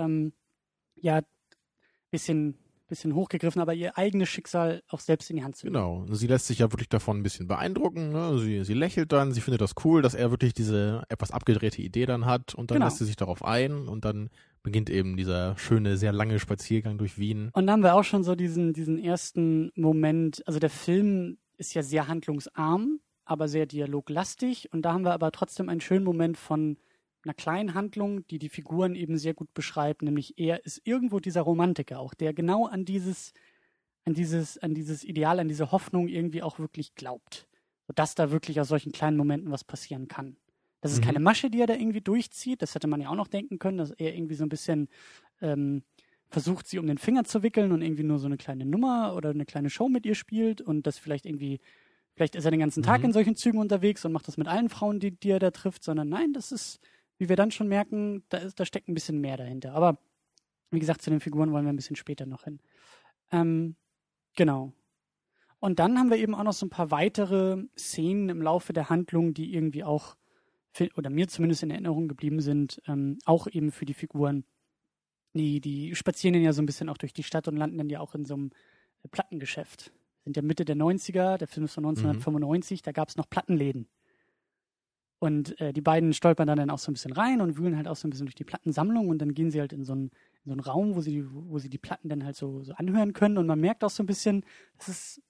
bisschen hochgegriffen, aber ihr eigenes Schicksal auch selbst in die Hand zu nehmen. Genau. Sie lässt sich ja wirklich davon ein bisschen beeindrucken. Ne? Sie lächelt dann, sie findet das cool, dass er wirklich diese etwas abgedrehte Idee dann hat und dann lässt sie sich darauf ein und dann beginnt eben dieser schöne, sehr lange Spaziergang durch Wien. Und dann haben wir auch schon so diesen ersten Moment, also der Film ist ja sehr handlungsarm, aber sehr dialoglastig und da haben wir aber trotzdem einen schönen Moment von einer kleinen Handlung, die Figuren eben sehr gut beschreibt, nämlich er ist irgendwo dieser Romantiker auch, der genau an dieses Ideal, an diese Hoffnung irgendwie auch wirklich glaubt. Dass da wirklich aus solchen kleinen Momenten was passieren kann. Das ist keine Masche, die er da irgendwie durchzieht, das hätte man ja auch noch denken können, dass er irgendwie so ein bisschen versucht, sie um den Finger zu wickeln und irgendwie nur so eine kleine Nummer oder eine kleine Show mit ihr spielt und das vielleicht ist er den ganzen Tag in solchen Zügen unterwegs und macht das mit allen Frauen, die er da trifft, sondern nein, das ist, wie wir dann schon merken, da steckt ein bisschen mehr dahinter. Aber wie gesagt, zu den Figuren wollen wir ein bisschen später noch hin. Genau. Und dann haben wir eben auch noch so ein paar weitere Szenen im Laufe der Handlung, die irgendwie auch, oder mir zumindest in Erinnerung geblieben sind, auch eben für die Figuren. Die spazieren dann ja so ein bisschen auch durch die Stadt und landen dann ja auch in so einem Plattengeschäft. Sind ja Mitte der 90er, der Film ist von 1995, da gab es noch Plattenläden. Und die beiden stolpern dann auch so ein bisschen rein und wühlen halt auch so ein bisschen durch die Plattensammlung und dann gehen sie halt in so einen Raum, wo sie die Platten dann halt so anhören können und man merkt auch so ein bisschen, das ist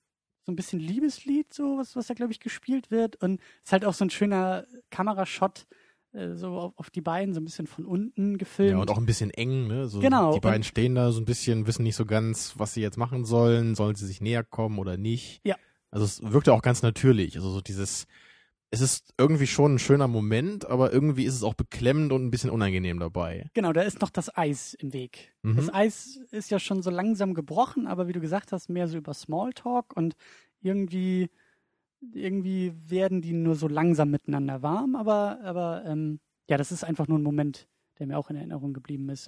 so ein bisschen Liebeslied, so was da, glaube ich, gespielt wird. Und es ist halt auch so ein schöner Kamerashot, so auf die beiden, so ein bisschen von unten gefilmt. Ja, und auch ein bisschen eng, ne? So, genau. Die beiden stehen da so ein bisschen, wissen nicht so ganz, was sie jetzt machen sollen. Sollen sie sich näher kommen oder nicht? Ja. Also es wirkt ja auch ganz natürlich. Also so es ist irgendwie schon ein schöner Moment, aber irgendwie ist es auch beklemmend und ein bisschen unangenehm dabei. Genau, da ist noch das Eis im Weg. Mhm. Das Eis ist ja schon so langsam gebrochen, aber wie du gesagt hast, mehr so über Smalltalk und irgendwie werden die nur so langsam miteinander warm, aber ja, das ist einfach nur ein Moment, der mir auch in Erinnerung geblieben ist.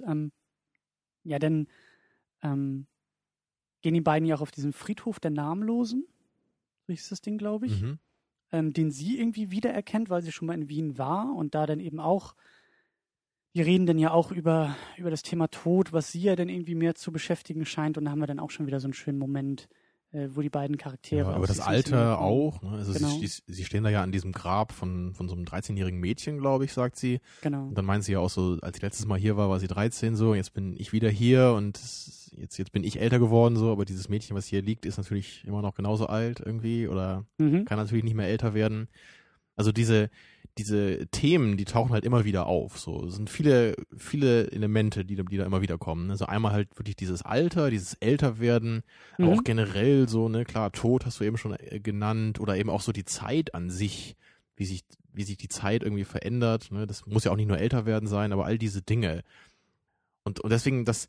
Ja, denn gehen die beiden ja auch auf diesen Friedhof der Namenlosen, so hieß das Ding, glaube ich, den sie irgendwie wiedererkennt, weil sie schon mal in Wien war und da dann eben auch, die reden dann ja auch über das Thema Tod, was sie ja dann irgendwie mehr zu beschäftigen scheint, und da haben wir dann auch schon wieder so einen schönen Moment, wo die beiden Charaktere ja, über das Alter auch. Ne? Also genau. sie stehen da ja an diesem Grab von so einem 13-jährigen Mädchen, glaube ich, sagt sie. Genau. Und dann meint sie ja auch so, als sie letztes Mal hier war sie 13 so, jetzt bin ich wieder hier und jetzt bin ich älter geworden so, aber dieses Mädchen, was hier liegt, ist natürlich immer noch genauso alt irgendwie oder kann natürlich nicht mehr älter werden. Also diese Themen, die tauchen halt immer wieder auf. So, es sind viele Elemente, die da immer wieder kommen. Also einmal halt wirklich dieses Alter, dieses Älterwerden, aber auch generell so, ne, klar, Tod hast du eben schon genannt, oder eben auch so die Zeit an sich, wie sich die Zeit irgendwie verändert. Ne? Das muss ja auch nicht nur älter werden sein, aber all diese Dinge. Und deswegen, dass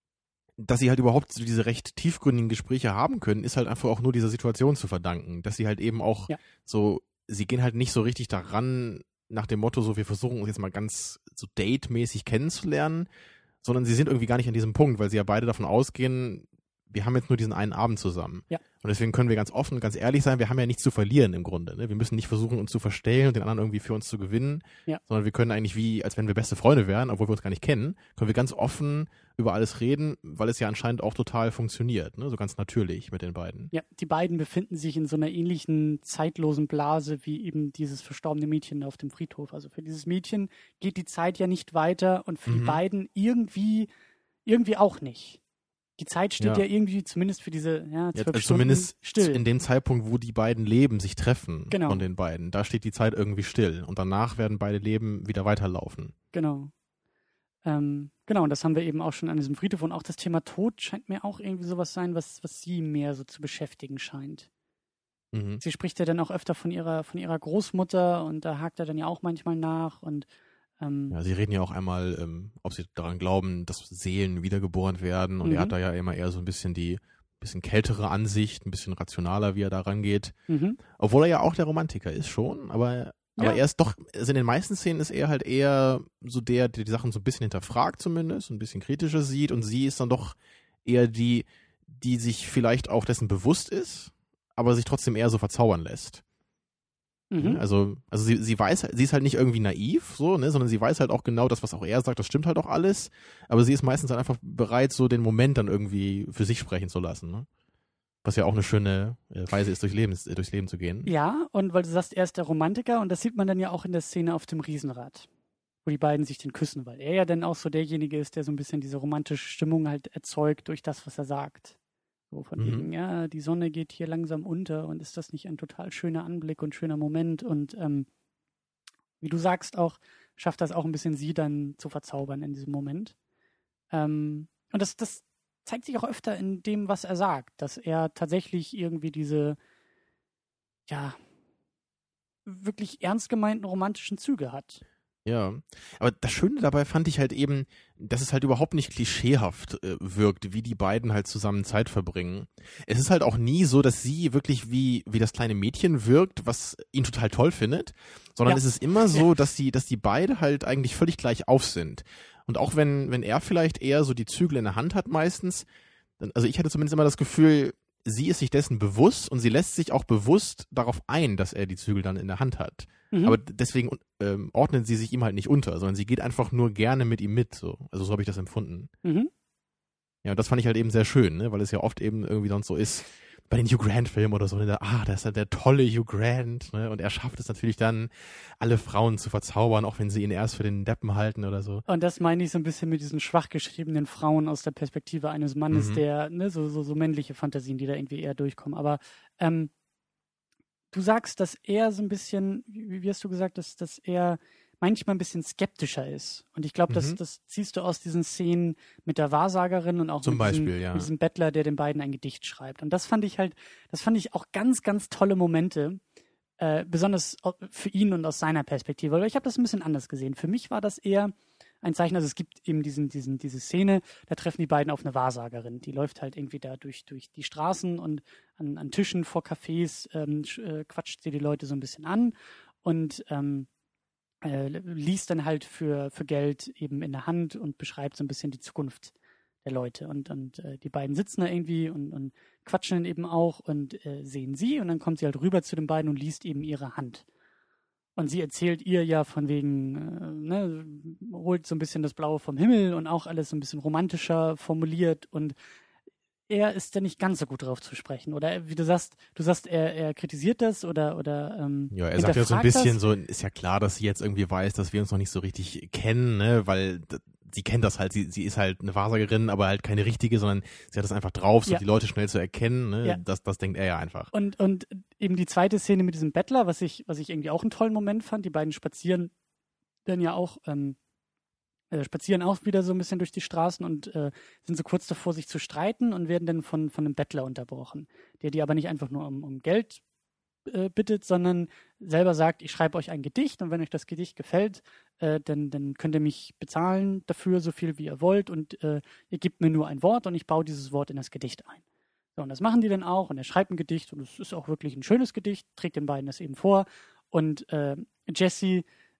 sie halt überhaupt so diese recht tiefgründigen Gespräche haben können, ist halt einfach auch nur dieser Situation zu verdanken. Dass sie halt eben auch so, sie gehen halt nicht so richtig daran nach dem Motto, so wir versuchen uns jetzt mal ganz so datemäßig kennenzulernen, sondern sie sind irgendwie gar nicht an diesem Punkt, weil sie ja beide davon ausgehen, wir haben jetzt nur diesen einen Abend zusammen. Ja. Und deswegen können wir ganz offen, ganz ehrlich sein, wir haben ja nichts zu verlieren im Grunde. Ne? Wir müssen nicht versuchen, uns zu verstellen und den anderen irgendwie für uns zu gewinnen, sondern wir können eigentlich wie, als wenn wir beste Freunde wären, obwohl wir uns gar nicht kennen, können wir ganz offen über alles reden, weil es ja anscheinend auch total funktioniert, ne? So ganz natürlich mit den beiden. Ja, die beiden befinden sich in so einer ähnlichen zeitlosen Blase wie eben dieses verstorbene Mädchen auf dem Friedhof. Also für dieses Mädchen geht die Zeit ja nicht weiter und für die beiden irgendwie auch nicht. Die Zeit steht ja irgendwie, zumindest für diese 12 Stunden, zumindest still. In dem Zeitpunkt, wo die beiden Leben sich treffen Genau. von den beiden, da steht die Zeit irgendwie still und danach werden beide Leben wieder weiterlaufen. Genau. Genau, und das haben wir eben auch schon an diesem Friedhof, und auch das Thema Tod scheint mir auch irgendwie sowas sein, was sie mehr so zu beschäftigen scheint. Sie spricht ja dann auch öfter von ihrer Großmutter, und da hakt er dann ja auch manchmal nach, und ja, sie reden ja auch einmal, ob sie daran glauben, dass Seelen wiedergeboren werden, und er hat da ja immer eher so ein bisschen bisschen kältere Ansicht, ein bisschen rationaler, wie er da rangeht. Obwohl er ja auch der Romantiker ist schon, aber er ist doch, also in den meisten Szenen ist er halt eher so der die Sachen so ein bisschen hinterfragt zumindest, ein bisschen kritischer sieht, und sie ist dann doch eher die sich vielleicht auch dessen bewusst ist, aber sich trotzdem eher so verzaubern lässt. Also sie weiß, sie ist halt nicht irgendwie naiv, so, ne, sondern sie weiß halt auch genau, das, was auch er sagt, das stimmt halt auch alles, aber sie ist meistens halt einfach bereit, so den Moment dann irgendwie für sich sprechen zu lassen, ne? Was ja auch eine schöne Weise ist, durchs Leben zu gehen. Ja, und weil du sagst, er ist der Romantiker, und das sieht man dann ja auch in der Szene auf dem Riesenrad, wo die beiden sich dann küssen, weil er ja dann auch so derjenige ist, der so ein bisschen diese romantische Stimmung halt erzeugt durch das, was er sagt. So von wegen, ja, die Sonne geht hier langsam unter, und ist das nicht ein total schöner Anblick und schöner Moment? Und wie du sagst auch, schafft das auch ein bisschen sie dann zu verzaubern in diesem Moment. Und das zeigt sich auch öfter in dem, was er sagt, dass er tatsächlich irgendwie diese, ja, wirklich ernst gemeinten romantischen Züge hat. Ja, aber das Schöne dabei fand ich halt eben, dass es halt überhaupt nicht klischeehaft wirkt, wie die beiden halt zusammen Zeit verbringen. Es ist halt auch nie so, dass sie wirklich wie das kleine Mädchen wirkt, was ihn total toll findet, sondern es ist immer so, dass die beide halt eigentlich völlig gleich auf sind. Und auch wenn er vielleicht eher so die Zügel in der Hand hat meistens, also ich hatte zumindest immer das Gefühl, sie ist sich dessen bewusst, und sie lässt sich auch bewusst darauf ein, dass er die Zügel dann in der Hand hat. Aber deswegen ordnet sie sich ihm halt nicht unter, sondern sie geht einfach nur gerne mit ihm mit. So. Also so habe ich das empfunden. Ja, und das fand ich halt eben sehr schön, ne? Weil es ja oft eben irgendwie sonst so ist, bei den Hugh Grant-Filmen oder so, da ist ja der tolle Hugh Grant, ne? Und er schafft es natürlich dann, alle Frauen zu verzaubern, auch wenn sie ihn erst für den Deppen halten oder so. Und das meine ich so ein bisschen mit diesen schwach geschriebenen Frauen aus der Perspektive eines Mannes, der, ne, so männliche Fantasien, die da irgendwie eher durchkommen. Aber du sagst, dass er so ein bisschen, wie hast du gesagt, dass er manchmal ein bisschen skeptischer ist. Und ich glaube, das ziehst du aus diesen Szenen mit der Wahrsagerin und auch Zum Beispiel, mit diesem Bettler, der den beiden ein Gedicht schreibt. Und das fand ich auch ganz, ganz tolle Momente, besonders für ihn und aus seiner Perspektive. Weil ich habe das ein bisschen anders gesehen. Für mich war das eher ein Zeichen, also es gibt eben diese Szene, da treffen die beiden auf eine Wahrsagerin. Die läuft halt irgendwie da durch die Straßen und an Tischen vor Cafés quatscht sie die Leute so ein bisschen an und liest dann halt für Geld eben in der Hand und beschreibt so ein bisschen die Zukunft der Leute. Und die beiden sitzen da irgendwie und quatschen dann eben auch und sehen sie. Und dann kommt sie halt rüber zu den beiden und liest eben ihre Hand. Und sie erzählt ihr ja von wegen, holt so ein bisschen das Blaue vom Himmel und auch alles so ein bisschen romantischer formuliert. Und er ist da nicht ganz so gut drauf zu sprechen. Oder wie du sagst, er kritisiert das oder ja, er sagt ja so ein bisschen das. so, ist ja klar, dass sie jetzt irgendwie weiß, dass wir uns noch nicht so richtig kennen, ne, weil sie kennt das halt, sie ist halt eine Wahrsagerin, aber halt keine richtige, sondern sie hat das einfach drauf, so die Leute schnell zu erkennen, ne, ja. das denkt er ja einfach. Und eben die zweite Szene mit diesem Bettler, was ich irgendwie auch einen tollen Moment fand, die beiden spazieren dann ja auch, spazieren auch wieder so ein bisschen durch die Straßen und sind so kurz davor, sich zu streiten und werden dann von einem Bettler unterbrochen, der die aber nicht einfach nur um Geld bittet, sondern selber sagt, ich schreibe euch ein Gedicht und wenn euch das Gedicht gefällt, dann könnt ihr mich bezahlen dafür, so viel wie ihr wollt und ihr gebt mir nur ein Wort und ich baue dieses Wort in das Gedicht ein. So, und das machen die dann auch und er schreibt ein Gedicht und es ist auch wirklich ein schönes Gedicht, trägt den beiden das eben vor und Jesse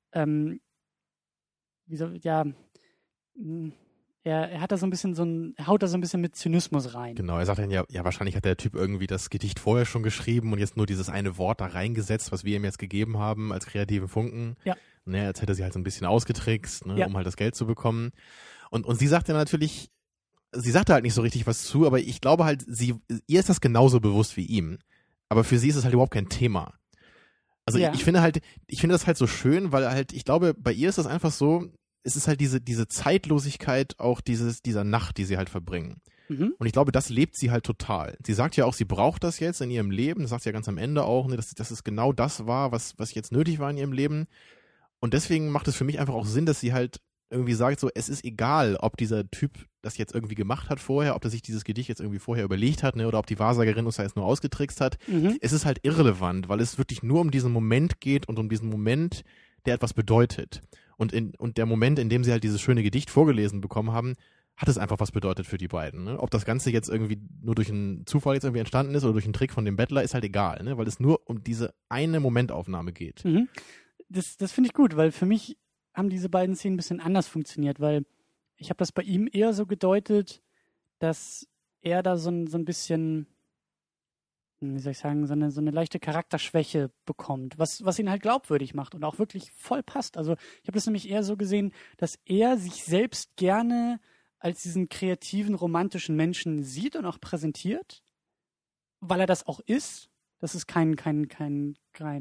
er hat da so ein bisschen er haut da so ein bisschen mit Zynismus rein. Genau, er sagt dann ja, wahrscheinlich hat der Typ irgendwie das Gedicht vorher schon geschrieben und jetzt nur dieses eine Wort da reingesetzt, was wir ihm jetzt gegeben haben als kreativen Funken. Ja. Ne, jetzt hätte er sie halt so ein bisschen ausgetrickst, ne, Ja. um halt das Geld zu bekommen. Und sie sagt ja natürlich, sie sagte halt nicht so richtig was zu, aber ich glaube halt, ihr ist das genauso bewusst wie ihm. Aber für sie ist es halt überhaupt kein Thema. Also Ja. ich finde das halt so schön, weil halt, ich glaube, bei ihr ist das einfach so, es ist halt diese Zeitlosigkeit auch dieser Nacht, die sie halt verbringen. Mhm. Und ich glaube, das lebt sie halt total. Sie sagt ja auch, sie braucht das jetzt in ihrem Leben, das sagt sie ja ganz am Ende auch, ne, dass es genau das war, was jetzt nötig war in ihrem Leben. Und deswegen macht es für mich einfach auch Sinn, dass sie halt irgendwie sagt, so, es ist egal, ob dieser Typ das jetzt irgendwie gemacht hat vorher, ob er sich dieses Gedicht jetzt irgendwie vorher überlegt hat, ne, oder ob die Wahrsagerin uns da jetzt nur ausgetrickst hat. Mhm. Es ist halt irrelevant, weil es wirklich nur um diesen Moment geht und um diesen Moment, der etwas bedeutet. Und der Moment, in dem sie halt dieses schöne Gedicht vorgelesen bekommen haben, hat es einfach was bedeutet für die beiden. Ne? Ob das Ganze jetzt irgendwie nur durch einen Zufall jetzt irgendwie entstanden ist oder durch einen Trick von dem Bettler, ist halt egal, ne? Weil es nur um diese eine Momentaufnahme geht. Mhm. Das finde ich gut, weil für mich haben diese beiden Szenen ein bisschen anders funktioniert, weil ich habe das bei ihm eher so gedeutet, dass er da so ein bisschen, wie soll ich sagen, so eine leichte Charakterschwäche bekommt, was ihn halt glaubwürdig macht und auch wirklich voll passt. Also ich habe das nämlich eher so gesehen, dass er sich selbst gerne als diesen kreativen, romantischen Menschen sieht und auch präsentiert, weil er das auch ist. Das ist keine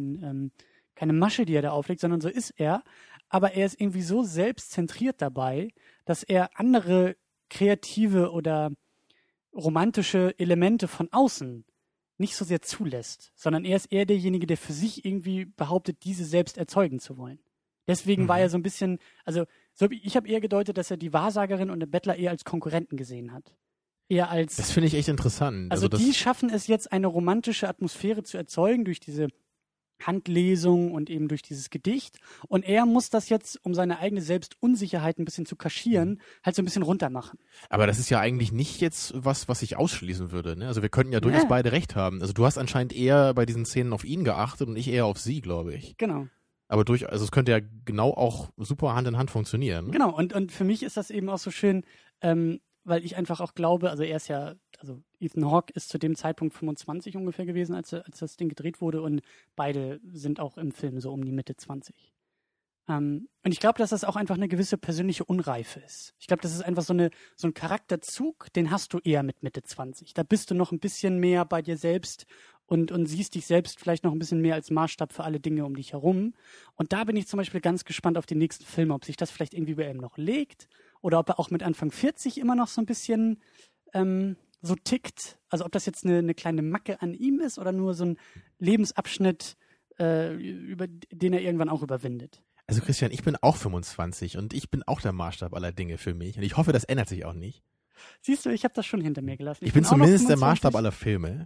Masche, die er da auflegt, sondern so ist er. Aber er ist irgendwie so selbstzentriert dabei, dass er andere kreative oder romantische Elemente von außen nicht so sehr zulässt, sondern er ist eher derjenige, der für sich irgendwie behauptet, diese selbst erzeugen zu wollen. Deswegen war er so ein bisschen, also ich habe eher gedeutet, dass er die Wahrsagerin und den Bettler eher als Konkurrenten gesehen hat. Eher als. Das finde ich echt interessant. Also die schaffen es jetzt, eine romantische Atmosphäre zu erzeugen durch diese Handlesung und eben durch dieses Gedicht. Und er muss das jetzt, um seine eigene Selbstunsicherheit ein bisschen zu kaschieren, halt so ein bisschen runtermachen. Aber das ist ja eigentlich nicht jetzt was ich ausschließen würde. Ne? Also wir könnten ja durchaus beide recht haben. Also du hast anscheinend eher bei diesen Szenen auf ihn geachtet und ich eher auf sie, glaube ich. Genau. Aber also es könnte ja genau auch super Hand in Hand funktionieren. Ne? Genau, und für mich ist das eben auch so schön, weil ich einfach auch glaube, also Ethan Hawke ist zu dem Zeitpunkt 25 ungefähr gewesen, als das Ding gedreht wurde und beide sind auch im Film so um die Mitte 20. Und ich glaube, dass das auch einfach eine gewisse persönliche Unreife ist. Ich glaube, das ist einfach so ein Charakterzug, den hast du eher mit Mitte 20. Da bist du noch ein bisschen mehr bei dir selbst und siehst dich selbst vielleicht noch ein bisschen mehr als Maßstab für alle Dinge um dich herum. Und da bin ich zum Beispiel ganz gespannt auf die nächsten Filme, ob sich das vielleicht irgendwie bei ihm noch legt oder ob er auch mit Anfang 40 immer noch so ein bisschen so tickt. Also ob das jetzt eine kleine Macke an ihm ist oder nur so ein Lebensabschnitt, über den er irgendwann auch überwindet. Also Christian, ich bin auch 25 und ich bin auch der Maßstab aller Dinge für mich. Und ich hoffe, das ändert sich auch nicht. Siehst du, ich habe das schon hinter mir gelassen. Ich bin zumindest der Maßstab aller Filme.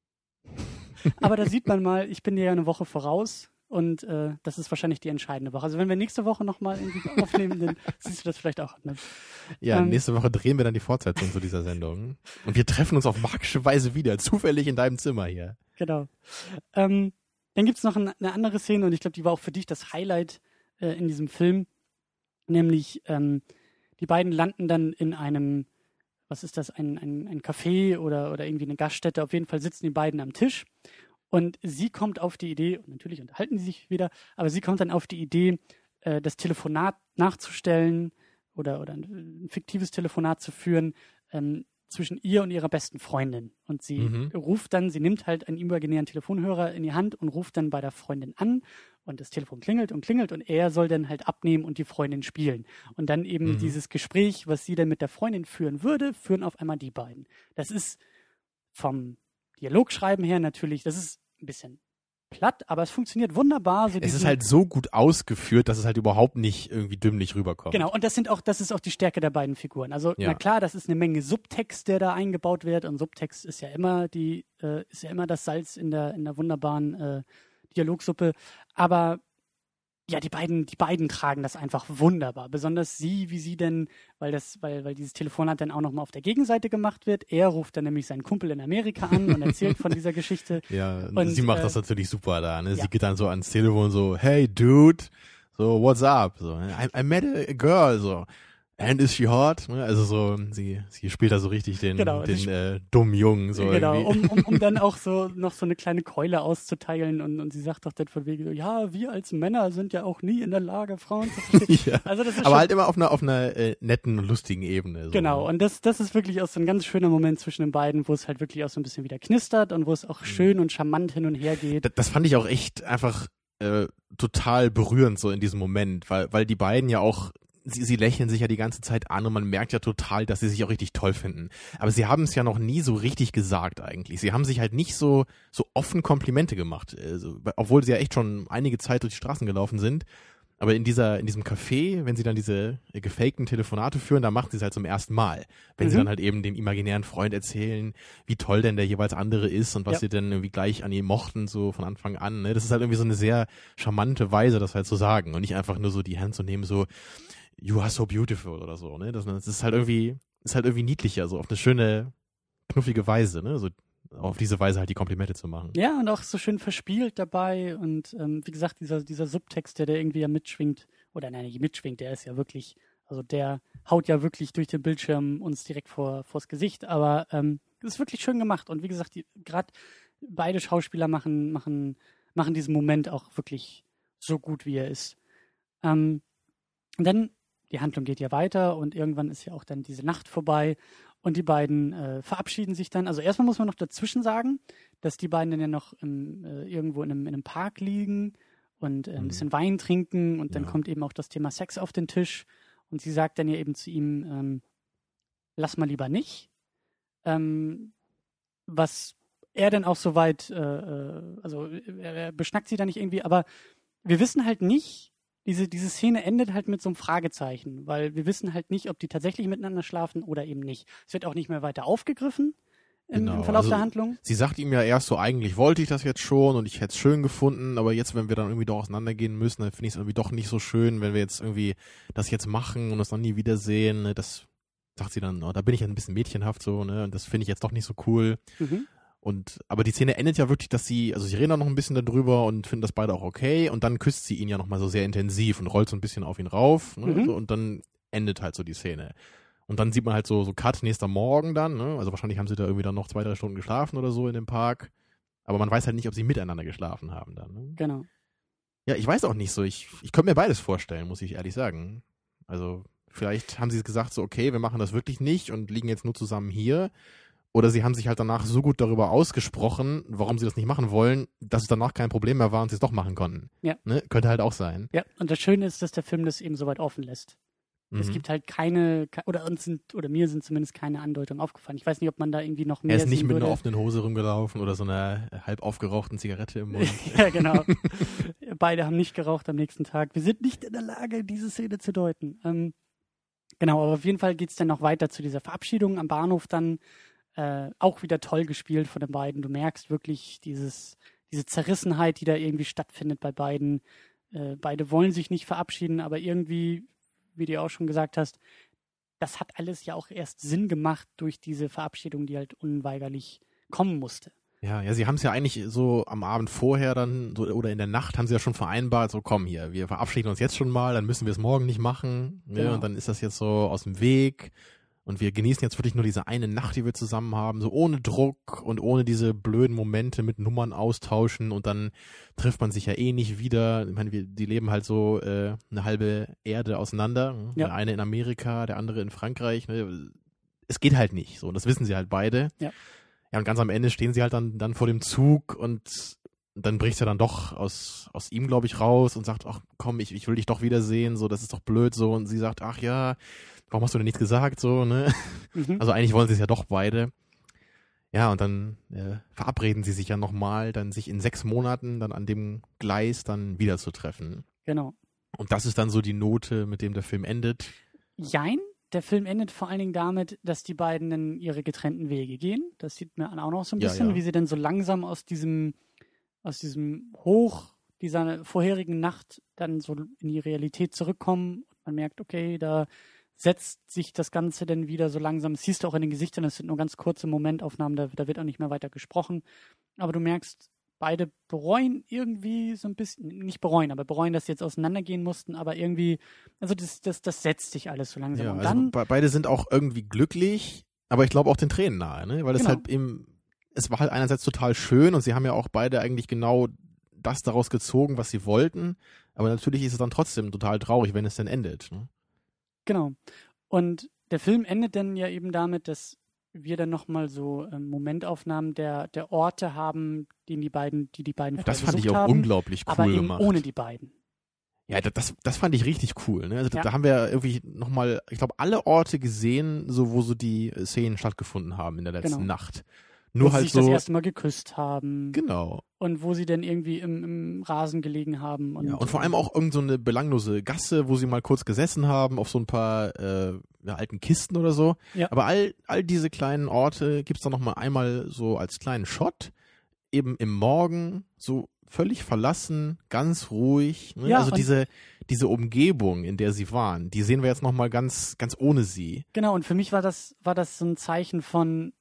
Aber da sieht man mal, ich bin dir ja eine Woche voraus und das ist wahrscheinlich die entscheidende Woche. Also wenn wir nächste Woche nochmal irgendwie aufnehmen, dann siehst du das vielleicht auch anders. Ja, nächste Woche drehen wir dann die Fortsetzung zu dieser Sendung. Und wir treffen uns auf magische Weise wieder, zufällig in deinem Zimmer hier. Genau. Dann gibt es noch eine andere Szene und ich glaube, die war auch für dich das Highlight in diesem Film, nämlich die beiden landen dann in einem, was ist das, ein Café oder irgendwie eine Gaststätte, auf jeden Fall sitzen die beiden am Tisch und sie kommt auf die Idee, und natürlich unterhalten sie sich wieder, aber sie kommt dann auf die Idee, das Telefonat nachzustellen oder ein fiktives Telefonat zu führen zwischen ihr und ihrer besten Freundin. Und sie sie nimmt halt einen imaginären Telefonhörer in die Hand und ruft dann bei der Freundin an und das Telefon klingelt und er soll dann halt abnehmen und die Freundin spielen. Und dann eben dieses Gespräch, was sie dann mit der Freundin führen würde, führen auf einmal die beiden. Das ist vom Dialogschreiben her natürlich, das ist ein bisschen platt, aber es funktioniert wunderbar. Es ist halt so gut ausgeführt, dass es halt überhaupt nicht irgendwie dümmlich rüberkommt. Genau, und das ist auch die Stärke der beiden Figuren. Also na klar, das ist eine Menge Subtext, der da eingebaut wird, und Subtext ist ja immer das Salz in der wunderbaren Dialogsuppe. Aber ja, die beiden tragen das einfach wunderbar. Besonders sie, wie sie denn, weil dieses Telefonat dann auch nochmal auf der Gegenseite gemacht wird. Er ruft dann nämlich seinen Kumpel in Amerika an und erzählt von dieser Geschichte. Ja, und sie macht das natürlich super da. Ne? Ja. Sie geht dann so ans Telefon so, hey dude, so what's up? So, I met a girl, so. And is she hot? Also so, sie spielt da so richtig den dummen Jungen. So genau, um dann auch so noch so eine kleine Keule auszuteilen und sie sagt doch dann von wegen so, ja, wir als Männer sind ja auch nie in der Lage, Frauen zu verstehen. Ja, also das ist aber halt immer auf einer netten und lustigen Ebene. So. Genau, und das ist wirklich auch so ein ganz schöner Moment zwischen den beiden, wo es halt wirklich auch so ein bisschen wieder knistert und wo es auch schön und charmant hin und her geht. Das fand ich auch echt einfach total berührend so in diesem Moment, weil die beiden ja auch Sie lächeln sich ja die ganze Zeit an und man merkt ja total, dass sie sich auch richtig toll finden. Aber sie haben es ja noch nie so richtig gesagt eigentlich. Sie haben sich halt nicht so offen Komplimente gemacht, obwohl sie ja echt schon einige Zeit durch die Straßen gelaufen sind. Aber in diesem Café, wenn sie dann diese gefakten Telefonate führen, da machen sie es halt zum ersten Mal. Wenn sie dann halt eben dem imaginären Freund erzählen, wie toll denn der jeweils andere ist und was sie denn irgendwie gleich an ihm mochten, so von Anfang an. Ne? Das ist halt irgendwie so eine sehr charmante Weise, das halt zu sagen und nicht einfach nur so die Hand zu nehmen, so you are so beautiful oder so, ne? Das ist halt irgendwie niedlicher, so auf eine schöne, knuffige Weise, ne? So auf diese Weise halt die Komplimente zu machen. Ja, und auch so schön verspielt dabei und wie gesagt, dieser Subtext, der irgendwie ja mitschwingt, oder nein, nicht mitschwingt, der ist ja wirklich, also der haut ja wirklich durch den Bildschirm uns direkt vors Gesicht, aber das ist wirklich schön gemacht und wie gesagt, gerade beide Schauspieler machen diesen Moment auch wirklich so gut, wie er ist. Und dann die Handlung geht ja weiter und irgendwann ist ja auch dann diese Nacht vorbei und die beiden verabschieden sich dann. Also erstmal muss man noch dazwischen sagen, dass die beiden dann ja noch irgendwo in einem Park liegen und ein bisschen Wein trinken und dann kommt eben auch das Thema Sex auf den Tisch und sie sagt dann ja eben zu ihm, lass mal lieber nicht. Was er dann auch soweit, also er beschnackt sie da nicht irgendwie, aber wir wissen halt nicht, diese Szene endet halt mit so einem Fragezeichen, weil wir wissen halt nicht, ob die tatsächlich miteinander schlafen oder eben nicht. Es wird auch nicht mehr weiter aufgegriffen im Verlauf der Handlung. Sie sagt ihm ja erst so, eigentlich wollte ich das jetzt schon und ich hätte es schön gefunden, aber jetzt, wenn wir dann irgendwie doch auseinandergehen müssen, dann finde ich es irgendwie doch nicht so schön, wenn wir jetzt irgendwie das jetzt machen und uns dann nie wiedersehen. Ne? Das sagt sie dann, da bin ich ja ein bisschen mädchenhaft so, ne? Und das finde ich jetzt doch nicht so cool. Aber die Szene endet ja wirklich, dass sie reden dann noch ein bisschen darüber und finden das beide auch okay und dann küsst sie ihn ja nochmal so sehr intensiv und rollt so ein bisschen auf ihn rauf, ne, so, und dann endet halt so die Szene. Und dann sieht man halt so Cut nächster Morgen dann, ne, also wahrscheinlich haben sie da irgendwie dann noch 2-3 Stunden geschlafen oder so in dem Park, aber man weiß halt nicht, ob sie miteinander geschlafen haben dann. Ne? Genau. Ja, ich weiß auch nicht so. Ich könnte mir beides vorstellen, muss ich ehrlich sagen. Also vielleicht haben sie gesagt so, okay, wir machen das wirklich nicht und liegen jetzt nur zusammen hier. Oder sie haben sich halt danach so gut darüber ausgesprochen, warum sie das nicht machen wollen, dass es danach kein Problem mehr war und sie es doch machen konnten. Ja. Ne? Könnte halt auch sein. Ja, und das Schöne ist, dass der Film das eben so weit offen lässt. Es gibt halt oder mir sind zumindest keine Andeutungen aufgefallen. Ich weiß nicht, ob man da irgendwie noch mehr Er ist nicht sehen mit einer würde. offenen Hose rumgelaufen oder so einer halb aufgerauchten Zigarette im Mund. Ja, genau. Beide haben nicht geraucht am nächsten Tag. Wir sind nicht in der Lage, diese Szene zu deuten. Genau, aber auf jeden Fall geht es dann noch weiter zu dieser Verabschiedung am Bahnhof dann. Auch wieder toll gespielt von den beiden. Du merkst wirklich diese Zerrissenheit, die da irgendwie stattfindet bei beiden. Beide wollen sich nicht verabschieden, aber irgendwie, wie du auch schon gesagt hast, das hat alles ja auch erst Sinn gemacht durch diese Verabschiedung, die halt unweigerlich kommen musste. Ja, sie haben es ja eigentlich so am Abend vorher dann so, oder in der Nacht haben sie ja schon vereinbart, so komm hier, wir verabschieden uns jetzt schon mal, dann müssen wir es morgen nicht machen. Ne? Genau. Und dann ist das jetzt so aus dem Weg. Und wir genießen jetzt wirklich nur diese eine Nacht, die wir zusammen haben, so ohne Druck und ohne diese blöden Momente mit Nummern austauschen und dann trifft man sich ja eh nicht wieder. Ich meine, die leben halt so eine halbe Erde auseinander. Ja. Der eine in Amerika, der andere in Frankreich. Ne? Es geht halt nicht so und das wissen sie halt beide. Ja. Ja, und ganz am Ende stehen sie halt dann vor dem Zug und dann bricht er dann doch aus ihm, glaube ich, raus und sagt, ach komm, ich will dich doch wiedersehen, so, das ist doch blöd so. Und sie sagt, ach ja, warum hast du denn nichts gesagt, so, ne? Mhm. Also eigentlich wollen sie es ja doch beide. Ja, und dann verabreden sie sich ja nochmal, dann sich in 6 Monaten dann an dem Gleis dann wiederzutreffen. Genau. Und das ist dann so die Note, mit dem der Film endet. Jein, der Film endet vor allen Dingen damit, dass die beiden dann ihre getrennten Wege gehen. Das sieht man auch noch so ein Ja, bisschen, ja. wie sie dann so langsam aus diesem Hoch dieser vorherigen Nacht dann so in die Realität zurückkommen. Man merkt, okay, da setzt sich das Ganze dann wieder so langsam. Das siehst du auch in den Gesichtern, das sind nur ganz kurze Momentaufnahmen, da wird auch nicht mehr weiter gesprochen. Aber du merkst, beide bereuen irgendwie so ein bisschen, nicht bereuen, aber bereuen, dass sie jetzt auseinandergehen mussten, aber irgendwie, also das setzt sich alles so langsam. Ja, Und also dann, beide sind auch irgendwie glücklich, aber ich glaube auch den Tränen nahe, ne? Weil es Genau. halt eben, es war halt einerseits total schön und sie haben ja auch beide eigentlich genau das daraus gezogen, was sie wollten, aber natürlich ist es dann trotzdem total traurig, wenn es denn endet. Ne? genau. Und der Film endet dann ja eben damit, dass wir dann nochmal so Momentaufnahmen der Orte haben, die die beiden Ja, vorher das fand ich besucht auch haben, unglaublich aber cool eben gemacht. ohne die beiden. Ja, das fand ich richtig cool. Ne? Also Ja. da haben wir irgendwie nochmal, ich glaube, alle Orte gesehen, so wo so die Szenen stattgefunden haben in der letzten Genau. Nacht. Wo Nur sie halt sich so, das erste Mal geküsst haben genau. und wo sie dann irgendwie im Rasen gelegen haben. Und vor allem auch irgend so eine belanglose Gasse, wo sie mal kurz gesessen haben, auf so ein paar alten Kisten oder so. Ja. Aber all diese kleinen Orte gibt's dann nochmal einmal so als kleinen Shot, eben im Morgen, so völlig verlassen, ganz ruhig. Ne? Ja, Also und- diese Umgebung, in der sie waren, die sehen wir jetzt nochmal ganz, ganz ohne sie. Genau, und für mich war das so ein Zeichen von,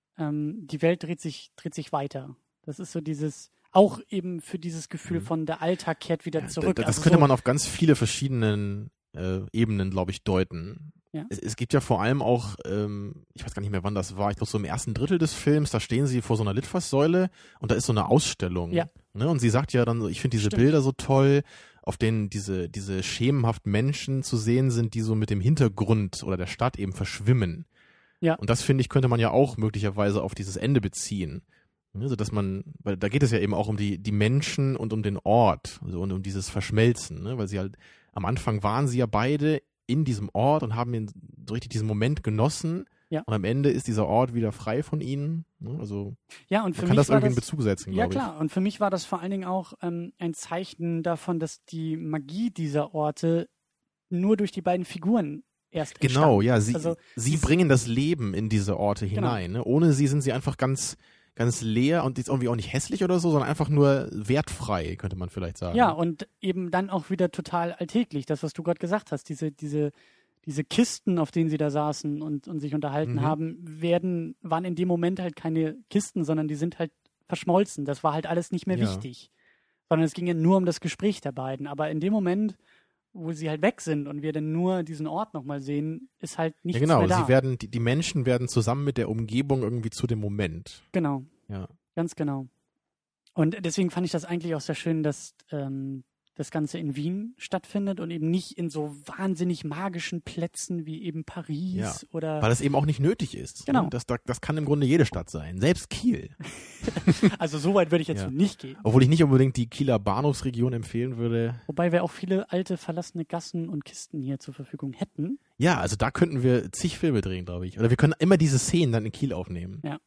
die Welt dreht sich weiter. Das ist so dieses, auch eben für dieses Gefühl von der Alltag kehrt wieder Ja, zurück. das Also könnte so, man auf ganz viele verschiedenen Ebenen, glaube ich, deuten. Ja. Es gibt ja vor allem auch, ich weiß gar nicht mehr, wann das war, ich glaube so im ersten Drittel des Films, da stehen sie vor so einer Litfaßsäule und da ist so eine Ausstellung. Ja. Ne? Und sie sagt ja dann so, ich finde diese Stimmt. Bilder so toll, auf denen diese schemenhaften Menschen zu sehen sind, die so mit dem Hintergrund oder der Stadt eben verschwimmen. Ja. Und das, finde ich, könnte man ja auch möglicherweise auf dieses Ende beziehen. Also dass man, weil da geht es ja eben auch um die Menschen und um den Ort, also und um dieses Verschmelzen, ne? Weil sie halt, am Anfang waren sie ja beide in diesem Ort und haben so richtig diesen Moment genossen. Ja. Und am Ende ist dieser Ort wieder frei von ihnen. Ne? Also ja, und für man kann mich das war irgendwie in das, Bezug setzen, ja glaube ich. klar, und für mich war das vor allen Dingen auch ein Zeichen davon, dass die Magie dieser Orte nur durch die beiden Figuren erst Genau, entstand. ja, Also, sie bringen das Leben in diese Orte hinein. Ne? Ohne sie sind sie einfach ganz, ganz leer und jetzt irgendwie auch nicht hässlich oder so, sondern einfach nur wertfrei, könnte man vielleicht sagen. Ja, und eben dann auch wieder total alltäglich, das, was du gerade gesagt hast, diese Kisten, auf denen sie da saßen und sich unterhalten haben, waren in dem Moment halt keine Kisten, sondern die sind halt verschmolzen. Das war halt alles nicht mehr Ja. wichtig. Sondern es ging ja nur um das Gespräch der beiden. Aber in dem Moment, wo sie halt weg sind und wir dann nur diesen Ort nochmal sehen, ist halt nichts Ja, genau, mehr da. die Menschen werden zusammen mit der Umgebung irgendwie zu dem Moment. Genau, Ja. ganz genau. Und deswegen fand ich das eigentlich auch sehr schön, dass das Ganze in Wien stattfindet und eben nicht in so wahnsinnig magischen Plätzen wie eben Paris oder... Weil es eben auch nicht nötig ist. Genau. Ne? Das kann im Grunde jede Stadt sein, selbst Kiel. Also so weit würde ich jetzt nicht gehen. Obwohl ich nicht unbedingt die Kieler Bahnhofsregion empfehlen würde. Wobei wir auch viele alte, verlassene Gassen und Kisten hier zur Verfügung hätten. Ja, also da könnten wir zig Filme drehen, glaube ich. Oder wir können immer diese Szenen dann in Kiel aufnehmen. Ja.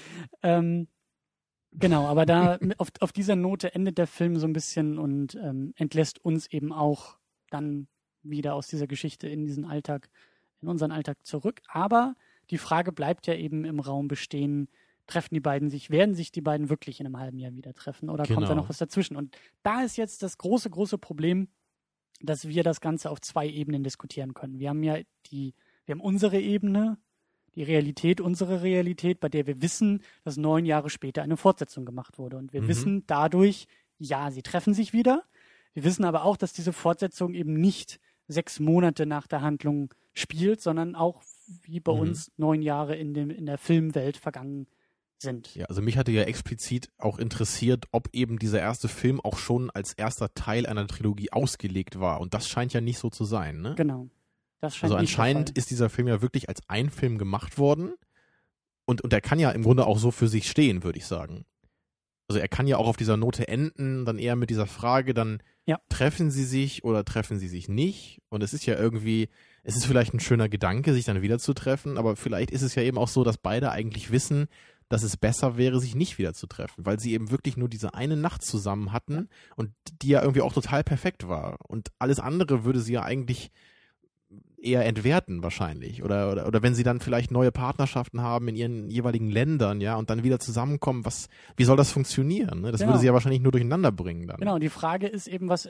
Genau, aber da auf dieser Note endet der Film so ein bisschen und entlässt uns eben auch dann wieder aus dieser Geschichte in unseren Alltag zurück. Aber die Frage bleibt ja eben im Raum bestehen, werden sich die beiden wirklich in einem halben Jahr wieder treffen oder kommt da noch was dazwischen? Und da ist jetzt das große, große Problem, dass wir das Ganze auf 2 Ebenen diskutieren können. Wir haben unsere Ebene, die Realität, unsere Realität, bei der wir wissen, dass 9 Jahre später eine Fortsetzung gemacht wurde. Und wir wissen dadurch, ja, sie treffen sich wieder. Wir wissen aber auch, dass diese Fortsetzung eben nicht 6 Monate nach der Handlung spielt, sondern auch wie bei uns 9 Jahre in der Filmwelt vergangen sind. Ja, also mich hatte ja explizit auch interessiert, ob eben dieser erste Film auch schon als erster Teil einer Trilogie ausgelegt war. Und das scheint ja nicht so zu sein, ne? Genau. Also anscheinend ist dieser Film ja wirklich als ein Film gemacht worden und er kann ja im Grunde auch so für sich stehen, würde ich sagen. Also er kann ja auch auf dieser Note enden, dann eher mit dieser Frage, dann treffen sie sich oder treffen sie sich nicht? Und es ist ja irgendwie, es ist vielleicht ein schöner Gedanke, sich dann wieder zu treffen, aber vielleicht ist es ja eben auch so, dass beide eigentlich wissen, dass es besser wäre, sich nicht wieder zu treffen, weil sie eben wirklich nur diese eine Nacht zusammen hatten und die ja irgendwie auch total perfekt war. Und alles andere würde sie ja eigentlich eher entwerten wahrscheinlich oder wenn sie dann vielleicht neue Partnerschaften haben in ihren jeweiligen Ländern, ja, und dann wieder zusammenkommen, wie soll das funktionieren? Ne? Das würde sie ja wahrscheinlich nur durcheinander bringen dann. Genau, die Frage ist eben, was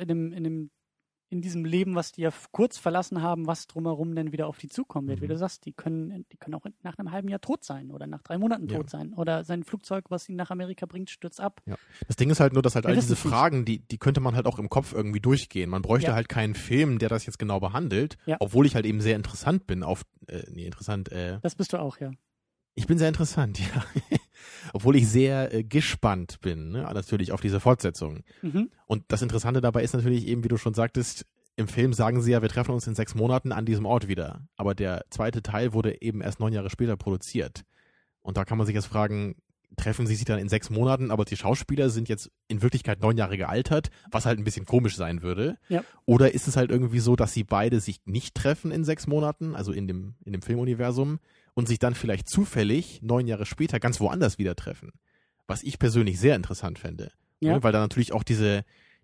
in diesem Leben, was die ja kurz verlassen haben, was drumherum denn wieder auf die zukommen wird. Wie du sagst, die können auch nach einem halben Jahr tot sein oder nach 3 Monaten tot sein. Oder sein Flugzeug, was ihn nach Amerika bringt, stürzt ab. Ja. Das Ding ist halt nur, dass halt all diese Fragen, die könnte man halt auch im Kopf irgendwie durchgehen. Man bräuchte halt keinen Film, der das jetzt genau behandelt, obwohl ich halt eben sehr interessant bin Das bist du auch, ja. Ich bin sehr interessant, ja. Obwohl ich sehr gespannt bin, ne? Natürlich auf diese Fortsetzung. Und das Interessante dabei ist natürlich eben, wie du schon sagtest, im Film sagen sie ja, wir treffen uns in 6 Monaten an diesem Ort wieder. Aber der zweite Teil wurde eben erst 9 Jahre später produziert. Und da kann man sich jetzt fragen, treffen sie sich dann in 6 Monaten, aber die Schauspieler sind jetzt in Wirklichkeit 9 Jahre gealtert, was halt ein bisschen komisch sein würde. Ja. Oder ist es halt irgendwie so, dass sie beide sich nicht treffen in 6 Monaten, also in dem Filmuniversum, und sich dann vielleicht zufällig 9 Jahre später ganz woanders wieder treffen. Was ich persönlich sehr interessant fände. Ja. Ne? Weil da natürlich auch diese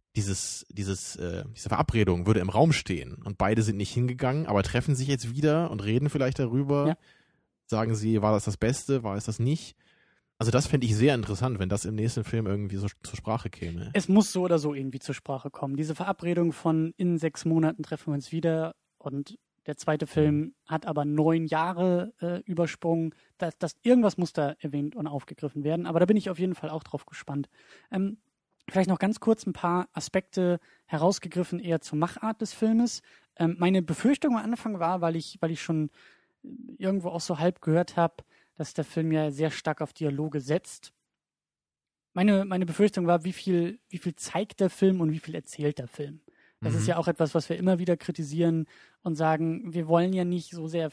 Verabredung würde im Raum stehen und beide sind nicht hingegangen, aber treffen sich jetzt wieder und reden vielleicht darüber. Ja. Sagen sie, war das Beste, war es das nicht? Also das fände ich sehr interessant, wenn das im nächsten Film irgendwie so zur Sprache käme. Es muss so oder so irgendwie zur Sprache kommen. Diese Verabredung von in 6 Monaten treffen wir uns wieder und der zweite Film hat aber 9 Jahre übersprungen. Irgendwas muss da erwähnt und aufgegriffen werden. Aber da bin ich auf jeden Fall auch drauf gespannt. Vielleicht noch ganz kurz ein paar Aspekte herausgegriffen, eher zur Machart des Filmes. Meine Befürchtung am Anfang war, weil ich schon irgendwo auch so halb gehört habe, dass der Film ja sehr stark auf Dialoge setzt. Meine Befürchtung war, wie viel zeigt der Film und wie viel erzählt der Film. Das ist ja auch etwas, was wir immer wieder kritisieren und sagen, wir wollen ja nicht so sehr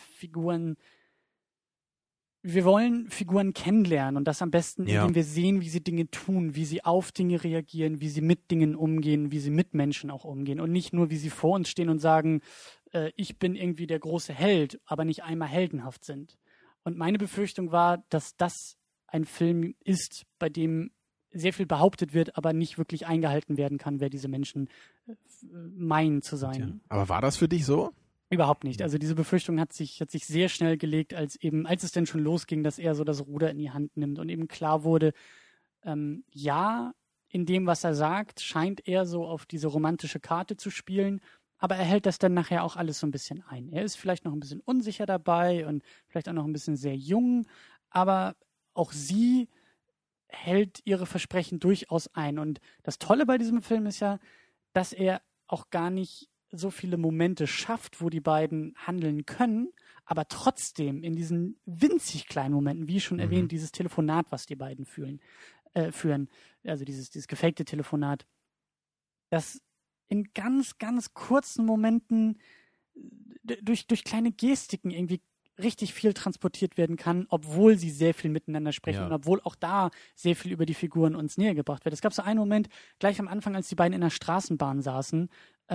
wir wollen Figuren kennenlernen und das am besten, indem wir sehen, wie sie Dinge tun, wie sie auf Dinge reagieren, wie sie mit Dingen umgehen, wie sie mit Menschen auch umgehen und nicht nur, wie sie vor uns stehen und sagen, ich bin irgendwie der große Held, aber nicht einmal heldenhaft sind. Und meine Befürchtung war, dass das ein Film ist, bei dem sehr viel behauptet wird, aber nicht wirklich eingehalten werden kann, wer diese Menschen meinen zu sein. Ja. Aber war das für dich so? Überhaupt nicht. Also diese Befürchtung hat sich sehr schnell gelegt, als es denn schon losging, dass er so das Ruder in die Hand nimmt und eben klar wurde, in dem, was er sagt, scheint er so auf diese romantische Karte zu spielen, aber er hält das dann nachher auch alles so ein bisschen ein. Er ist vielleicht noch ein bisschen unsicher dabei und vielleicht auch noch ein bisschen sehr jung, aber auch sie hält ihre Versprechen durchaus ein. Und das Tolle bei diesem Film ist ja, dass er auch gar nicht so viele Momente schafft, wo die beiden handeln können, aber trotzdem in diesen winzig kleinen Momenten, wie schon erwähnt, dieses Telefonat, was die beiden führen, also dieses gefakte Telefonat, das in ganz, ganz kurzen Momenten durch kleine Gestiken irgendwie richtig viel transportiert werden kann, obwohl sie sehr viel miteinander sprechen und obwohl auch da sehr viel über die Figuren uns näher gebracht wird. Es gab so einen Moment, gleich am Anfang, als die beiden in der Straßenbahn saßen,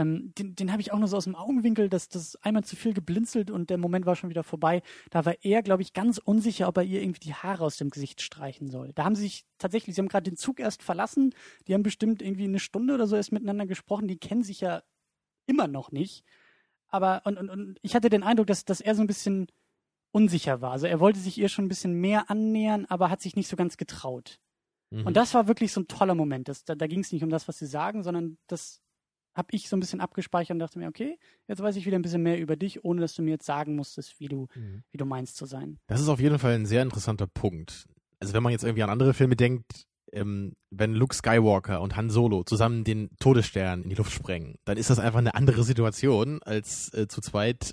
den habe ich auch nur so aus dem Augenwinkel, das einmal zu viel geblinzelt und der Moment war schon wieder vorbei. Da war er, glaube ich, ganz unsicher, ob er ihr irgendwie die Haare aus dem Gesicht streichen soll. Da haben sie sich tatsächlich, sie haben gerade den Zug erst verlassen, die haben bestimmt irgendwie eine Stunde oder so erst miteinander gesprochen, die kennen sich ja immer noch nicht. Aber und ich hatte den Eindruck, dass er so ein bisschen unsicher war. Also er wollte sich ihr schon ein bisschen mehr annähern, aber hat sich nicht so ganz getraut. Und das war wirklich so ein toller Moment. Da ging es nicht um das, was sie sagen, sondern das habe ich so ein bisschen abgespeichert und dachte mir, okay, jetzt weiß ich wieder ein bisschen mehr über dich, ohne dass du mir jetzt sagen musstest, wie du meinst zu sein. Das ist auf jeden Fall ein sehr interessanter Punkt. Also wenn man jetzt irgendwie an andere Filme denkt, wenn Luke Skywalker und Han Solo zusammen den Todesstern in die Luft sprengen, dann ist das einfach eine andere Situation als zu zweit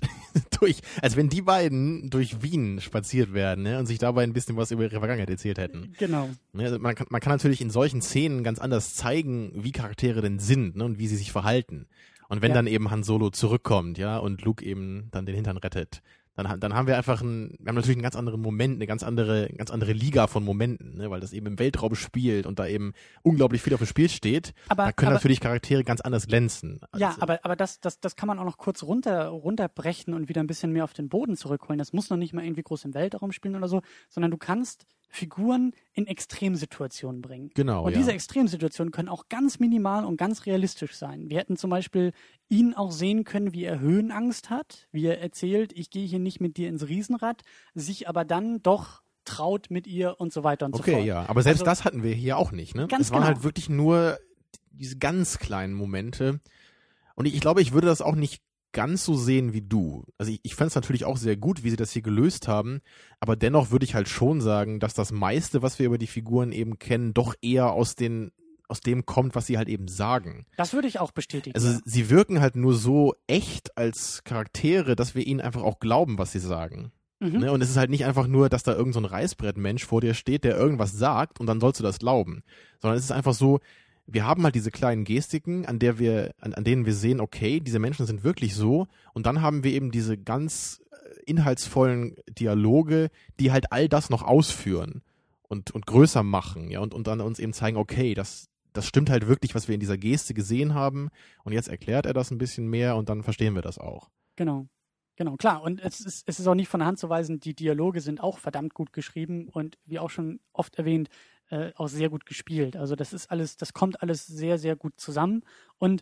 als wenn die beiden durch Wien spaziert werden, ne, und sich dabei ein bisschen was über ihre Vergangenheit erzählt hätten. Genau. Ne, also man kann natürlich in solchen Szenen ganz anders zeigen, wie Charaktere denn sind, ne, und wie sie sich verhalten. Und wenn dann eben Han Solo zurückkommt, ja, und Luke eben dann den Hintern rettet, dann haben wir einfach wir haben natürlich einen ganz anderen Moment, eine ganz andere Liga von Momenten, ne, weil das eben im Weltraum spielt und da eben unglaublich viel auf dem Spiel steht. Da können natürlich Charaktere ganz anders glänzen. Ja, aber das kann man auch noch kurz runterbrechen und wieder ein bisschen mehr auf den Boden zurückholen. Das muss noch nicht mal irgendwie groß im Weltraum spielen oder so, sondern du kannst Figuren in Extremsituationen bringen. Genau, und diese Extremsituationen können auch ganz minimal und ganz realistisch sein. Wir hätten zum Beispiel ihn auch sehen können, wie er Höhenangst hat, wie er erzählt, ich gehe hier nicht mit dir ins Riesenrad, sich aber dann doch traut mit ihr und so weiter und so fort. Okay, ja, aber selbst das hatten wir hier auch nicht, ne? Ganz es waren halt wirklich nur diese ganz kleinen Momente und ich glaube, ich würde das auch nicht ganz so sehen wie du. Also ich fand es natürlich auch sehr gut, wie sie das hier gelöst haben, aber dennoch würde ich halt schon sagen, dass das meiste, was wir über die Figuren eben kennen, doch eher aus dem kommt, was sie halt eben sagen. Das würde ich auch bestätigen. Also sie wirken halt nur so echt als Charaktere, dass wir ihnen einfach auch glauben, was sie sagen. Ne? Und es ist halt nicht einfach nur, dass da irgend so ein Reißbrettmensch vor dir steht, der irgendwas sagt und dann sollst du das glauben. Sondern es ist einfach so, wir haben halt diese kleinen Gestiken, an denen wir sehen, okay, diese Menschen sind wirklich so. Und dann haben wir eben diese ganz inhaltsvollen Dialoge, die halt all das noch ausführen und größer machen, ja, und dann uns eben zeigen, okay, das stimmt halt wirklich, was wir in dieser Geste gesehen haben. Und jetzt erklärt er das ein bisschen mehr und dann verstehen wir das auch. Genau, klar. Und es ist auch nicht von der Hand zu weisen, die Dialoge sind auch verdammt gut geschrieben und wie auch schon oft erwähnt, auch sehr gut gespielt. Also das kommt alles sehr, sehr gut zusammen. Und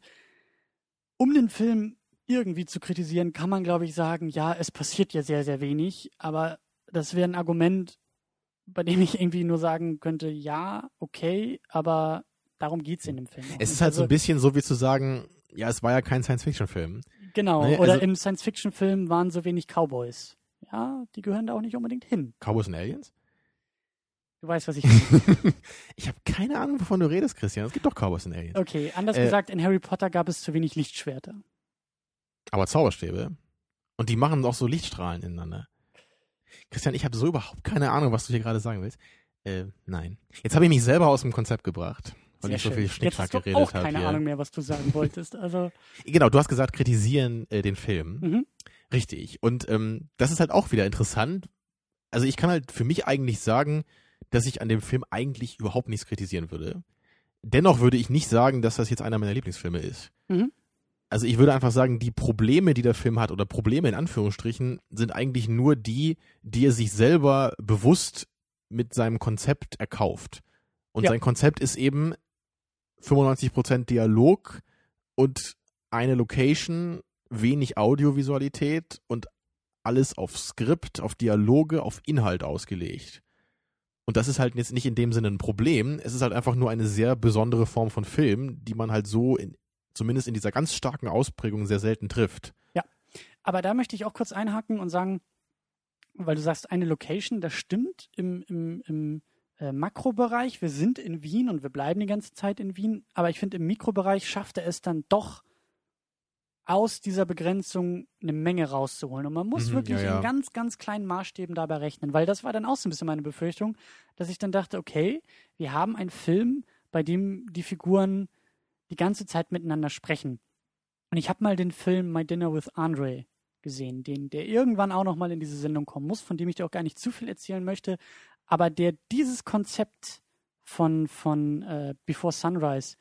um den Film irgendwie zu kritisieren, kann man, glaube ich, sagen, ja, es passiert ja sehr, sehr wenig, aber das wäre ein Argument, bei dem ich irgendwie nur sagen könnte, ja, okay, aber darum geht es in dem Film. Es ist halt so ein bisschen so, wie zu sagen, ja, es war ja kein Science-Fiction-Film. Genau, ne? Oder im Science-Fiction-Film waren so wenig Cowboys. Ja, die gehören da auch nicht unbedingt hin. Cowboys und Aliens? Du weißt, was ich meine. Ich habe keine Ahnung, wovon du redest, Christian. Es gibt doch Cowboys und Aliens. Okay, anders gesagt, in Harry Potter gab es zu wenig Lichtschwerter. Aber Zauberstäbe. Und die machen auch so Lichtstrahlen ineinander. Christian, ich habe so überhaupt keine Ahnung, was du hier gerade sagen willst. Nein. Jetzt habe ich mich selber aus dem Konzept gebracht, weil ich so viel Schnickschnack geredet habe. Jetzt hast du auch keine Ahnung mehr, was du sagen wolltest. Also genau, du hast gesagt, kritisieren den Film. Richtig. Und das ist halt auch wieder interessant. Also ich kann halt für mich eigentlich sagen, dass ich an dem Film eigentlich überhaupt nichts kritisieren würde. Dennoch würde ich nicht sagen, dass das jetzt einer meiner Lieblingsfilme ist. Also ich würde einfach sagen, die Probleme, die der Film hat, oder Probleme in Anführungsstrichen, sind eigentlich nur die er sich selber bewusst mit seinem Konzept erkauft. Und sein Konzept ist eben 95% Dialog und eine Location, wenig Audiovisualität und alles auf Skript, auf Dialoge, auf Inhalt ausgelegt. Und das ist halt jetzt nicht in dem Sinne ein Problem. Es ist halt einfach nur eine sehr besondere Form von Film, die man halt so zumindest in dieser ganz starken Ausprägung sehr selten trifft. Ja, aber da möchte ich auch kurz einhaken und sagen, weil du sagst, eine Location, das stimmt im Makrobereich. Wir sind in Wien und wir bleiben die ganze Zeit in Wien. Aber ich finde, im Mikrobereich schafft er es dann doch, aus dieser Begrenzung eine Menge rauszuholen. Und man muss wirklich in ganz, ganz kleinen Maßstäben dabei rechnen, weil das war dann auch so ein bisschen meine Befürchtung, dass ich dann dachte, okay, wir haben einen Film, bei dem die Figuren die ganze Zeit miteinander sprechen. Und ich habe mal den Film My Dinner with Andre gesehen, der irgendwann auch noch mal in diese Sendung kommen muss, von dem ich dir auch gar nicht zu viel erzählen möchte, aber der dieses Konzept von Before Sunrise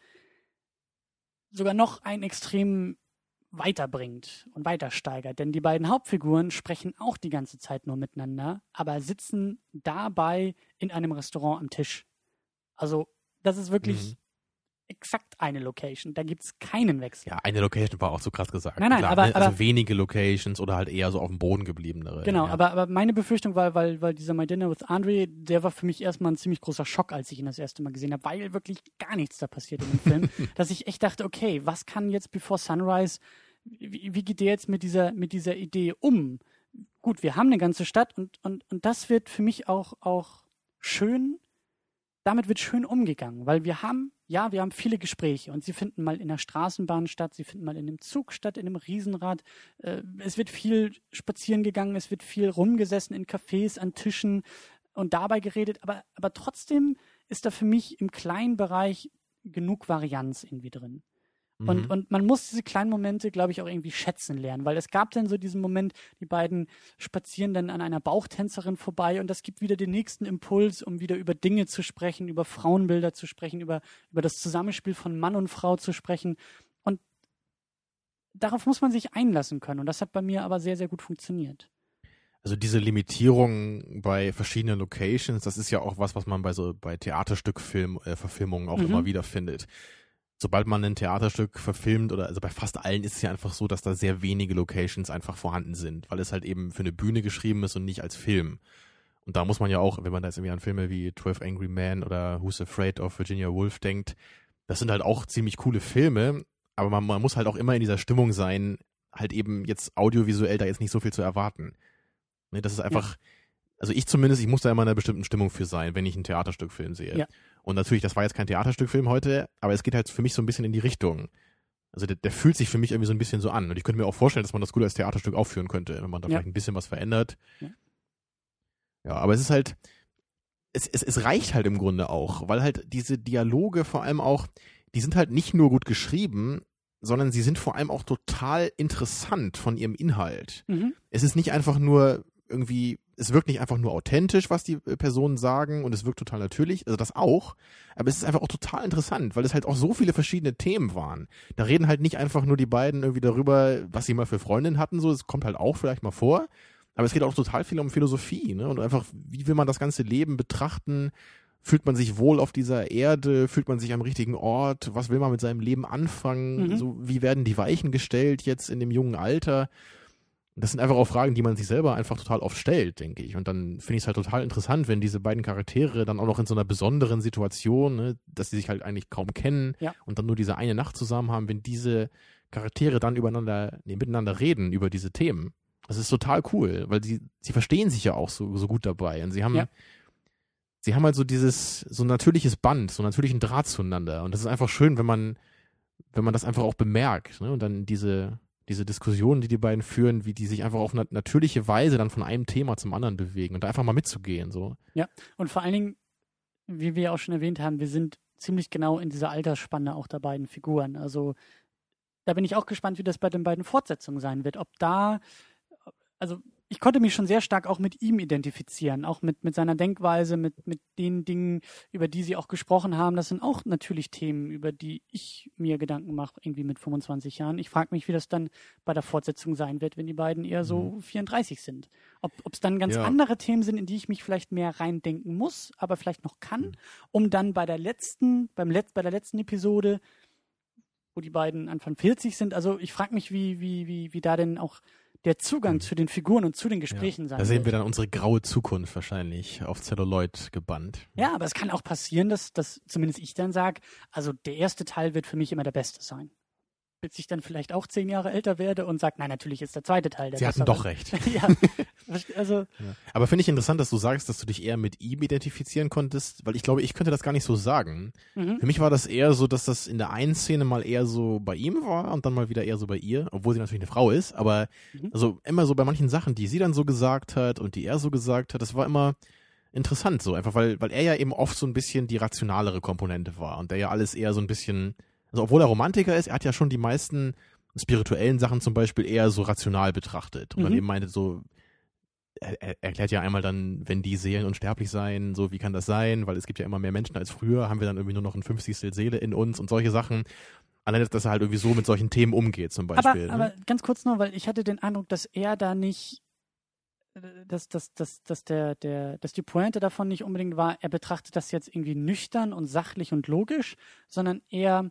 sogar noch ein Extrem weiterbringt und weiter steigert. Denn die beiden Hauptfiguren sprechen auch die ganze Zeit nur miteinander, aber sitzen dabei in einem Restaurant am Tisch. Also das ist wirklich exakt eine Location. Da gibt es keinen Wechsel. Ja, eine Location war auch so krass gesagt. Nein, klar, aber also wenige Locations oder halt eher so auf dem Boden gebliebenere. Genau, ja. aber meine Befürchtung war, weil dieser My Dinner with Andre, der war für mich erstmal ein ziemlich großer Schock, als ich ihn das erste Mal gesehen habe, weil wirklich gar nichts da passiert in dem Film, dass ich echt dachte, okay, was kann jetzt Before Sunrise, wie geht der jetzt mit dieser Idee um? Gut, wir haben eine ganze Stadt und das wird für mich auch schön, damit wird schön umgegangen, weil wir haben viele Gespräche und sie finden mal in der Straßenbahn statt, sie finden mal in einem Zug statt, in einem Riesenrad. Es wird viel spazieren gegangen, es wird viel rumgesessen in Cafés, an Tischen und dabei geredet, aber trotzdem ist da für mich im kleinen Bereich genug Varianz irgendwie drin. Und man muss diese kleinen Momente, glaube ich, auch irgendwie schätzen lernen, weil es gab dann so diesen Moment, die beiden spazieren dann an einer Bauchtänzerin vorbei und das gibt wieder den nächsten Impuls, um wieder über Dinge zu sprechen, über Frauenbilder zu sprechen, über das Zusammenspiel von Mann und Frau zu sprechen. Und darauf muss man sich einlassen können und das hat bei mir aber sehr, sehr gut funktioniert. Also diese Limitierung bei verschiedenen Locations, das ist ja auch was man bei Theaterstückverfilmungen auch immer wieder findet. Sobald man ein Theaterstück verfilmt oder also bei fast allen ist es ja einfach so, dass da sehr wenige Locations einfach vorhanden sind, weil es halt eben für eine Bühne geschrieben ist und nicht als Film. Und da muss man ja auch, wenn man da jetzt irgendwie an Filme wie 12 Angry Men oder Who's Afraid of Virginia Woolf denkt, das sind halt auch ziemlich coole Filme, aber man muss halt auch immer in dieser Stimmung sein, halt eben jetzt audiovisuell da jetzt nicht so viel zu erwarten. Ne, das ist einfach, also ich muss da immer in einer bestimmten Stimmung für sein, wenn ich ein Theaterstückfilm sehe. Ja. Und natürlich, das war jetzt kein Theaterstückfilm heute, aber es geht halt für mich so ein bisschen in die Richtung. Also der fühlt sich für mich irgendwie so ein bisschen so an. Und ich könnte mir auch vorstellen, dass man das gut als Theaterstück aufführen könnte, wenn man da vielleicht ein bisschen was verändert. Ja, aber es ist halt, es reicht halt im Grunde auch, weil halt diese Dialoge vor allem auch, die sind halt nicht nur gut geschrieben, sondern sie sind vor allem auch total interessant von ihrem Inhalt. Es ist nicht einfach nur irgendwie, es wirkt nicht einfach nur authentisch, was die Personen sagen und es wirkt total natürlich, also das auch, aber es ist einfach auch total interessant, weil es halt auch so viele verschiedene Themen waren. Da reden halt nicht einfach nur die beiden irgendwie darüber, was sie mal für Freundinnen hatten, so, es kommt halt auch vielleicht mal vor, aber es geht auch total viel um Philosophie, ne, und einfach, wie will man das ganze Leben betrachten, fühlt man sich wohl auf dieser Erde, fühlt man sich am richtigen Ort, was will man mit seinem Leben anfangen, so, wie werden die Weichen gestellt jetzt in dem jungen Alter. Das sind einfach auch Fragen, die man sich selber einfach total oft stellt, denke ich. Und dann finde ich es halt total interessant, wenn diese beiden Charaktere dann auch noch in so einer besonderen Situation, ne, dass sie sich halt eigentlich kaum kennen und dann nur diese eine Nacht zusammen haben, wenn diese Charaktere dann miteinander reden über diese Themen. Das ist total cool, weil sie verstehen sich ja auch so gut dabei. Und sie haben halt so so ein natürliches Band, so einen natürlichen Draht zueinander. Und das ist einfach schön, wenn man das einfach auch bemerkt, ne? Und dann diese Diskussionen, die beiden führen, wie die sich einfach auf eine natürliche Weise dann von einem Thema zum anderen bewegen und da einfach mal mitzugehen. So. Ja, und vor allen Dingen, wie wir auch schon erwähnt haben, wir sind ziemlich genau in dieser Altersspanne auch der beiden Figuren. Also da bin ich auch gespannt, wie das bei den beiden Fortsetzungen sein wird. Also ich konnte mich schon sehr stark auch mit ihm identifizieren, auch mit seiner Denkweise, mit den Dingen, über die sie auch gesprochen haben. Das sind auch natürlich Themen, über die ich mir Gedanken mache, irgendwie mit 25 Jahren. Ich frage mich, wie das dann bei der Fortsetzung sein wird, wenn die beiden eher so 34 sind. Ob es dann ganz andere Themen sind, in die ich mich vielleicht mehr reindenken muss, aber vielleicht noch kann, um dann bei der letzten Episode, wo die beiden Anfang 40 sind, also ich frage mich, wie da denn auch der Zugang zu den Figuren und zu den Gesprächen sein wird. Da sehen wir dann unsere graue Zukunft wahrscheinlich auf Celluloid gebannt. Ja, aber es kann auch passieren, dass zumindest ich dann sage, also der erste Teil wird für mich immer der beste sein. Bis ich dann vielleicht auch 10 Jahre älter werde und sage, nein, natürlich ist der zweite Teil der beste. Sie hatten doch recht. Ja, also. Ja. Aber finde ich interessant, dass du sagst, dass du dich eher mit ihm identifizieren konntest, weil ich glaube, ich könnte das gar nicht so sagen. Für mich war das eher so, dass das in der einen Szene mal eher so bei ihm war und dann mal wieder eher so bei ihr, obwohl sie natürlich eine Frau ist, aber also immer so bei manchen Sachen, die sie dann so gesagt hat und die er so gesagt hat, das war immer interessant so, einfach weil er ja eben oft so ein bisschen die rationalere Komponente war und der ja alles eher so ein bisschen, also obwohl er Romantiker ist, er hat ja schon die meisten spirituellen Sachen zum Beispiel eher so rational betrachtet. Und dann eben meinte so, er erklärt ja einmal dann, wenn die Seelen unsterblich seien, so wie kann das sein, weil es gibt ja immer mehr Menschen als früher, haben wir dann irgendwie nur noch ein 50. Seele in uns und solche Sachen. Allein, dass er halt irgendwie so mit solchen Themen umgeht zum Beispiel. Aber ganz kurz nur, weil ich hatte den Eindruck, dass er da nicht, dass die Pointe davon nicht unbedingt war, er betrachtet das jetzt irgendwie nüchtern und sachlich und logisch, sondern er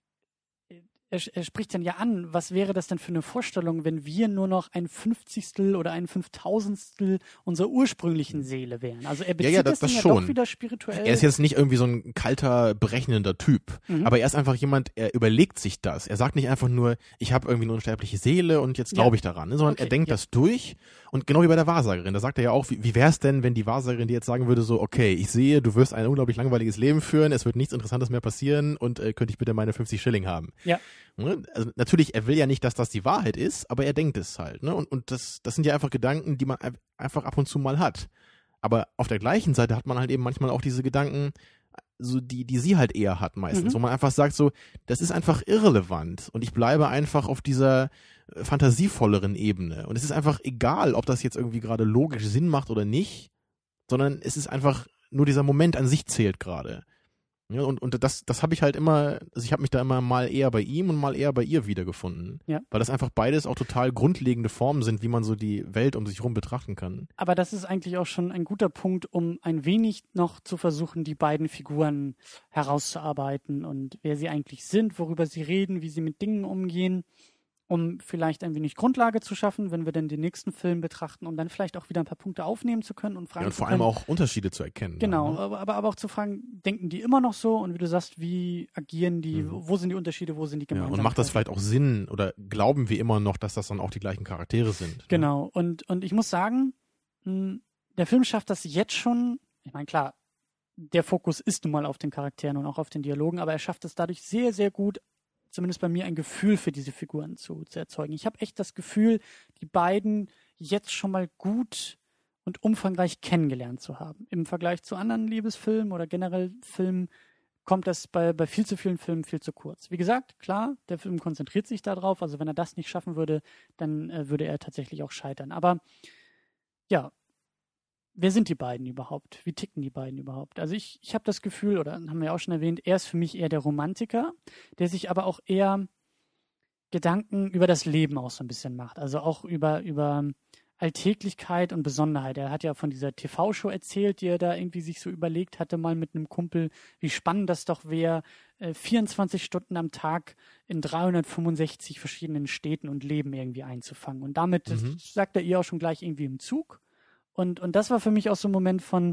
spricht dann ja an, was wäre das denn für eine Vorstellung, wenn wir nur noch ein 50. oder ein 5000. unserer ursprünglichen Seele wären. Also er bezieht das dann ja doch wieder spirituell. Er ist jetzt nicht irgendwie so ein kalter, berechnender Typ, aber er ist einfach jemand, er überlegt sich das. Er sagt nicht einfach nur, ich habe irgendwie eine unsterbliche Seele und jetzt glaube ich daran, ne? Sondern er denkt das durch und genau wie bei der Wahrsagerin. Da sagt er ja auch, wie wäre es denn, wenn die Wahrsagerin dir jetzt sagen würde, so, okay, ich sehe, du wirst ein unglaublich langweiliges Leben führen, es wird nichts Interessantes mehr passieren und könnte ich bitte meine 50 Schilling haben. Ja. Also natürlich, er will ja nicht, dass das die Wahrheit ist, aber er denkt es halt. Ne? Und das sind ja einfach Gedanken, die man einfach ab und zu mal hat. Aber auf der gleichen Seite hat man halt eben manchmal auch diese Gedanken, so die sie halt eher hat meistens, wo man einfach sagt so, das ist einfach irrelevant und ich bleibe einfach auf dieser fantasievolleren Ebene. Und es ist einfach egal, ob das jetzt irgendwie gerade logisch Sinn macht oder nicht, sondern es ist einfach nur dieser Moment an sich zählt gerade. Ja, und das habe ich halt immer, also ich habe mich da immer mal eher bei ihm und mal eher bei ihr wiedergefunden. Ja. Weil das einfach beides auch total grundlegende Formen sind, wie man so die Welt um sich herum betrachten kann. Aber das ist eigentlich auch schon ein guter Punkt, um ein wenig noch zu versuchen, die beiden Figuren herauszuarbeiten und wer sie eigentlich sind, worüber sie reden, wie sie mit Dingen umgehen, um vielleicht ein wenig Grundlage zu schaffen, wenn wir dann den nächsten Film betrachten, um dann vielleicht auch wieder ein paar Punkte aufnehmen zu können und fragen und vor allem auch Unterschiede zu erkennen. Genau, aber auch zu fragen, denken die immer noch so und wie du sagst, wie agieren die, wo sind die Unterschiede, wo sind die Gemeinsamkeiten? Und macht das vielleicht auch Sinn oder glauben wir immer noch, dass das dann auch die gleichen Charaktere sind? Genau, und ich muss sagen, der Film schafft das jetzt schon, ich meine klar, der Fokus ist nun mal auf den Charakteren und auch auf den Dialogen, aber er schafft es dadurch sehr, sehr gut, zumindest bei mir ein Gefühl für diese Figuren zu erzeugen. Ich habe echt das Gefühl, die beiden jetzt schon mal gut und umfangreich kennengelernt zu haben. Im Vergleich zu anderen Liebesfilmen oder generell Filmen kommt das bei viel zu vielen Filmen viel zu kurz. Wie gesagt, klar, der Film konzentriert sich darauf, also wenn er das nicht schaffen würde, dann würde er tatsächlich auch scheitern. Aber ja, wer sind die beiden überhaupt? Wie ticken die beiden überhaupt? Also ich habe das Gefühl, oder haben wir auch schon erwähnt, er ist für mich eher der Romantiker, der sich aber auch eher Gedanken über das Leben auch so ein bisschen macht. Also auch über Alltäglichkeit und Besonderheit. Er hat ja von dieser TV-Show erzählt, die er da irgendwie sich so überlegt hatte, mal mit einem Kumpel, wie spannend das doch wäre, 24 Stunden am Tag in 365 verschiedenen Städten und Leben irgendwie einzufangen. Und damit, das sagt er ihr auch schon gleich irgendwie im Zug. Und das war für mich auch so ein Moment von,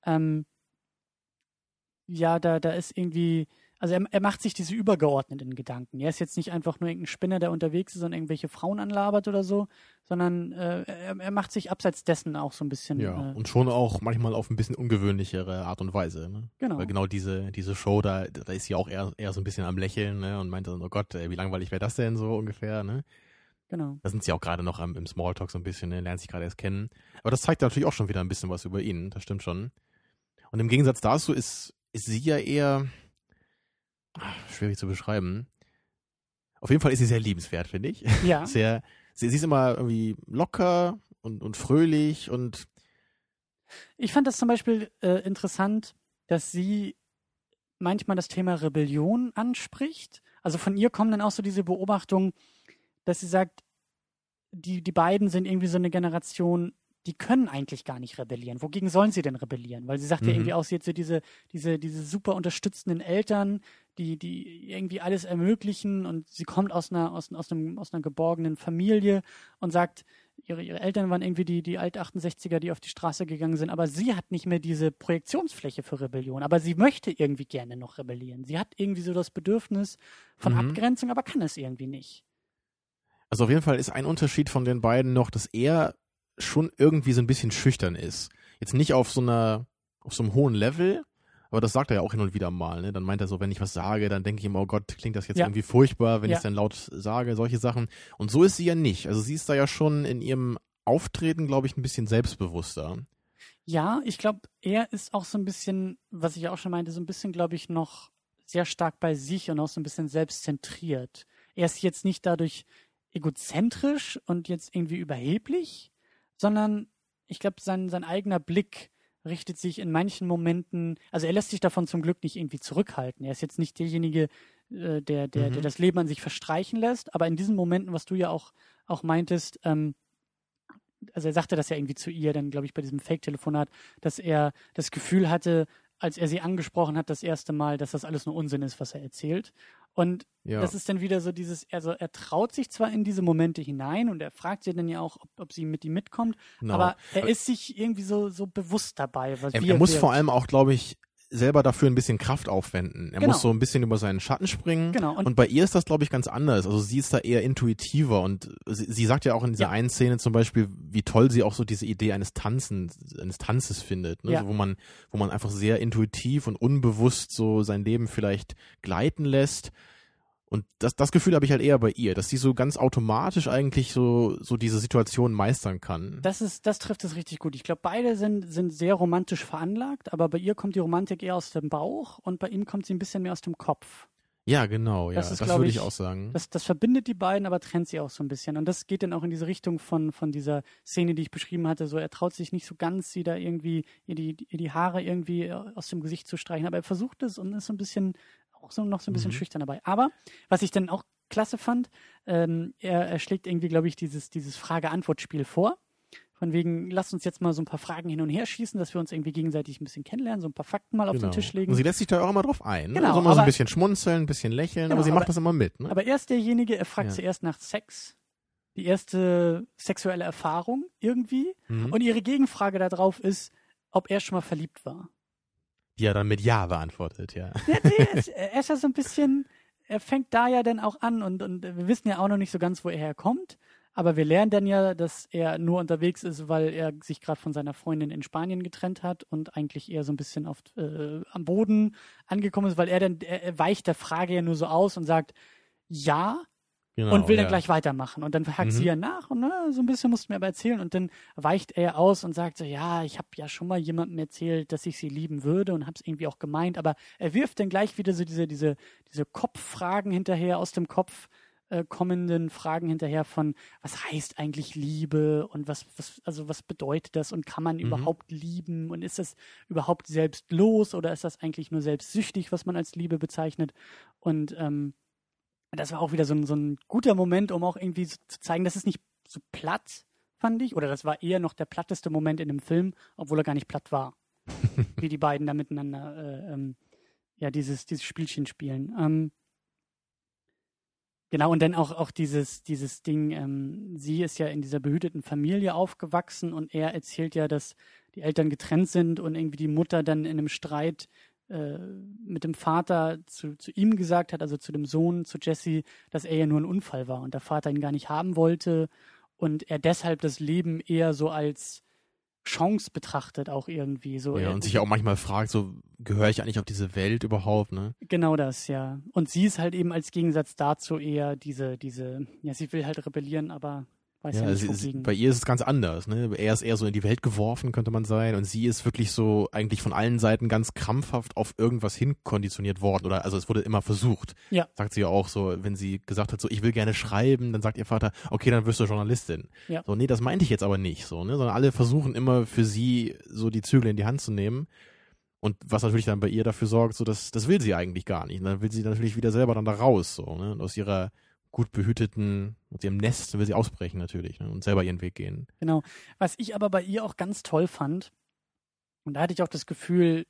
da ist irgendwie, also er macht sich diese übergeordneten Gedanken. Er ist jetzt nicht einfach nur irgendein Spinner, der unterwegs ist und irgendwelche Frauen anlabert oder so, sondern er macht sich abseits dessen auch so ein bisschen. Ja, und schon auch manchmal auf ein bisschen ungewöhnlichere Art und Weise. Ne? Genau. Weil genau diese Show, da ist sie auch eher so ein bisschen am Lächeln, ne? Und meint dann, oh Gott, wie langweilig wäre das denn so ungefähr, ne? Genau. Da sind sie auch gerade noch im Smalltalk so ein bisschen, ne? Lernt sich gerade erst kennen. Aber das zeigt natürlich auch schon wieder ein bisschen was über ihn, das stimmt schon. Und im Gegensatz dazu ist sie ja eher, schwierig zu beschreiben. Auf jeden Fall ist sie sehr liebenswert, finde ich. Ja. Sie ist immer irgendwie locker und fröhlich und ich fand das zum Beispiel interessant, dass sie manchmal das Thema Rebellion anspricht. Also von ihr kommen dann auch so diese Beobachtungen, dass sie sagt, die beiden sind irgendwie so eine Generation, die können eigentlich gar nicht rebellieren. Wogegen sollen sie denn rebellieren? Weil sie sagt ja irgendwie auch, sie hat so diese super unterstützenden Eltern, die irgendwie alles ermöglichen und sie kommt aus einer geborgenen Familie und sagt, ihre Eltern waren irgendwie die Alt-68er, die auf die Straße gegangen sind, aber sie hat nicht mehr diese Projektionsfläche für Rebellion, aber sie möchte irgendwie gerne noch rebellieren. Sie hat irgendwie so das Bedürfnis von Abgrenzung, aber kann es irgendwie nicht. Also auf jeden Fall ist ein Unterschied von den beiden noch, dass er schon irgendwie so ein bisschen schüchtern ist. Jetzt nicht auf so einem hohen Level, aber das sagt er ja auch hin und wieder mal. Ne? Dann meint er so, wenn ich was sage, dann denke ich immer, oh Gott, klingt das jetzt irgendwie furchtbar, wenn ich es dann laut sage, solche Sachen. Und so ist sie ja nicht. Also sie ist da ja schon in ihrem Auftreten, glaube ich, ein bisschen selbstbewusster. Ja, ich glaube, er ist auch so ein bisschen, was ich ja auch schon meinte, so ein bisschen, glaube ich, noch sehr stark bei sich und auch so ein bisschen selbstzentriert. er ist jetzt nicht dadurch egozentrisch und jetzt irgendwie überheblich, sondern ich glaube, sein eigener Blick richtet sich in manchen Momenten, also er lässt sich davon zum Glück nicht irgendwie zurückhalten. Er ist jetzt nicht derjenige, der das Leben an sich verstreichen lässt, aber in diesen Momenten, was du ja auch meintest, also er sagte das ja irgendwie zu ihr, dann glaube ich bei diesem Fake-Telefonat, dass er das Gefühl hatte, als er sie angesprochen hat das erste Mal, dass das alles nur Unsinn ist, was er erzählt. Und das ist dann wieder so dieses, also er traut sich zwar in diese Momente hinein und er fragt sie dann ja auch, ob sie mit ihm mitkommt, aber er ist sich irgendwie so bewusst dabei. Er muss vor allem auch, glaube ich, selber dafür ein bisschen Kraft aufwenden. Er muss so ein bisschen über seinen Schatten springen. Genau. Und bei ihr ist das, glaube ich, ganz anders. Also sie ist da eher intuitiver und sie sagt ja auch in dieser einen Szene zum Beispiel, wie toll sie auch so diese Idee eines Tanzes findet, ne? So, wo man einfach sehr intuitiv und unbewusst so sein Leben vielleicht gleiten lässt. Und das Gefühl habe ich halt eher bei ihr, dass sie so ganz automatisch eigentlich so diese Situation meistern kann. Das trifft es richtig gut. Ich glaube, beide sind sehr romantisch veranlagt, aber bei ihr kommt die Romantik eher aus dem Bauch und bei ihm kommt sie ein bisschen mehr aus dem Kopf. Ja, genau, ja. Das würde ich auch sagen. Das verbindet die beiden, aber trennt sie auch so ein bisschen. Und das geht dann auch in diese Richtung von dieser Szene, die ich beschrieben hatte. So, er traut sich nicht so ganz, sie da irgendwie, ihr die Haare irgendwie aus dem Gesicht zu streichen, aber er versucht es und ist so ein bisschen noch so ein bisschen schüchtern dabei. Aber was ich dann auch klasse fand, er schlägt irgendwie, glaube ich, dieses Frage-Antwort-Spiel vor. Von wegen, lasst uns jetzt mal so ein paar Fragen hin und her schießen, dass wir uns irgendwie gegenseitig ein bisschen kennenlernen, so ein paar Fakten mal auf den Tisch legen. Und sie lässt sich da auch immer drauf ein. Ne? Genau, also immer so ein bisschen schmunzeln, ein bisschen lächeln, aber sie macht das immer mit. Ne? Aber er ist derjenige, er fragt zuerst nach Sex, die erste sexuelle Erfahrung irgendwie. Und ihre Gegenfrage darauf ist, ob er schon mal verliebt war. Die er dann mit Ja beantwortet, ja. Er ist ja so ein bisschen, er fängt da ja dann auch an und wir wissen ja auch noch nicht so ganz, wo er herkommt, aber wir lernen dann ja, dass er nur unterwegs ist, weil er sich gerade von seiner Freundin in Spanien getrennt hat und eigentlich eher so ein bisschen am Boden angekommen ist, weil er weicht der Frage ja nur so aus und sagt ja. Genau, und will dann gleich weitermachen. Und dann hakt sie ja nach und so ein bisschen musst du mir aber erzählen. Und dann weicht er aus und sagt so, ja, ich habe ja schon mal jemandem erzählt, dass ich sie lieben würde und habe es irgendwie auch gemeint. Aber er wirft dann gleich wieder so diese Kopffragen hinterher, aus dem Kopf kommenden Fragen hinterher von, was heißt eigentlich Liebe und was bedeutet das und kann man überhaupt lieben und ist das überhaupt selbstlos oder ist das eigentlich nur selbstsüchtig, was man als Liebe bezeichnet? Und das war auch wieder so ein guter Moment, um auch irgendwie so zu zeigen, dass es nicht so platt, fand ich. Oder das war eher noch der platteste Moment in dem Film, obwohl er gar nicht platt war. Wie die beiden da miteinander dieses Spielchen spielen. Genau, und dann auch dieses Ding, sie ist ja in dieser behüteten Familie aufgewachsen und er erzählt ja, dass die Eltern getrennt sind und irgendwie die Mutter dann in einem Streit mit dem Vater zu ihm gesagt hat, also zu dem Sohn, zu Jesse, dass er ja nur ein Unfall war und der Vater ihn gar nicht haben wollte und er deshalb das Leben eher so als Chance betrachtet auch irgendwie. So. Ja, und sich auch manchmal fragt, so gehöre ich eigentlich auf diese Welt überhaupt, ne? Genau das, ja. Und sie ist halt eben als Gegensatz dazu eher diese, sie will halt rebellieren, aber weiß ja nicht, bei ihr ist es ganz anders, ne? Er ist eher so in die Welt geworfen, könnte man sein, und sie ist wirklich so eigentlich von allen Seiten ganz krampfhaft auf irgendwas hinkonditioniert worden, oder also es wurde immer versucht. Ja. Sagt sie ja auch so, wenn sie gesagt hat, so ich will gerne schreiben, dann sagt ihr Vater, okay, dann wirst du Journalistin. Ja. So, nee, das meinte ich jetzt aber nicht so, ne? Sondern alle versuchen immer für sie so die Zügel in die Hand zu nehmen. Und was natürlich dann bei ihr dafür sorgt, so das will sie eigentlich gar nicht. Und dann will sie natürlich wieder selber dann da raus, so, ne? Und aus ihrer gut behüteten, aus ihrem Nest will sie ausbrechen natürlich, ne? Und selber ihren Weg gehen. Genau. Was ich aber bei ihr auch ganz toll fand, und da hatte ich auch das Gefühl,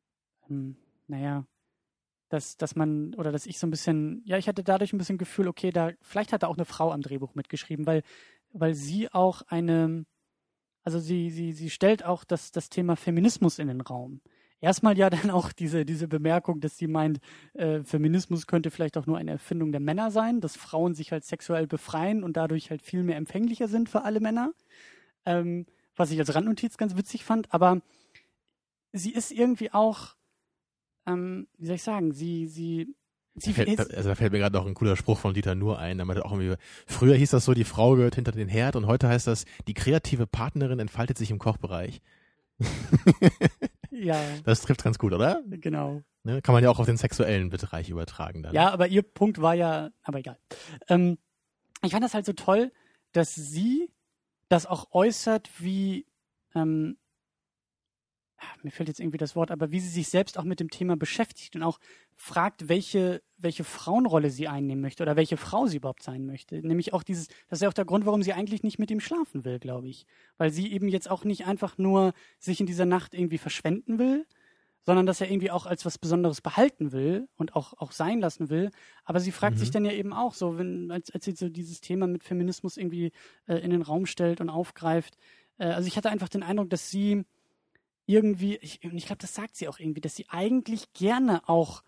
dass man, oder dass ich so ein bisschen, ja, ich hatte dadurch ein bisschen Gefühl, okay, vielleicht hat da auch eine Frau am Drehbuch mitgeschrieben, weil sie auch also sie stellt auch das Thema Feminismus in den Raum. Erstmal ja dann auch diese Bemerkung, dass sie meint, Feminismus könnte vielleicht auch nur eine Erfindung der Männer sein, dass Frauen sich halt sexuell befreien und dadurch halt viel mehr empfänglicher sind für alle Männer. Was ich als Randnotiz ganz witzig fand, aber sie ist irgendwie auch, wie soll ich sagen, da fällt mir gerade noch ein cooler Spruch von Dieter Nuhr ein. Da meinte auch irgendwie, früher hieß das so, die Frau gehört hinter den Herd und heute heißt das, die kreative Partnerin entfaltet sich im Kochbereich. Ja. Das trifft ganz gut, oder? Genau. Ne? Kann man ja auch auf den sexuellen Bereich übertragen dann. Ja, aber ihr Punkt war ja, aber egal. Ich fand das halt so toll, dass sie das auch äußert, wie, mir fällt jetzt irgendwie das Wort, aber wie sie sich selbst auch mit dem Thema beschäftigt und auch fragt, welche Frauenrolle sie einnehmen möchte oder welche Frau sie überhaupt sein möchte. Nämlich auch das ist ja auch der Grund, warum sie eigentlich nicht mit ihm schlafen will, glaube ich. Weil sie eben jetzt auch nicht einfach nur sich in dieser Nacht irgendwie verschwenden will, sondern das ja irgendwie auch als was Besonderes behalten will und auch sein lassen will. Aber sie fragt sich dann ja eben auch so, als sie so dieses Thema mit Feminismus irgendwie in den Raum stellt und aufgreift. Also ich hatte einfach den Eindruck, dass sie irgendwie, ich glaube, das sagt sie auch irgendwie, dass sie eigentlich gerne auch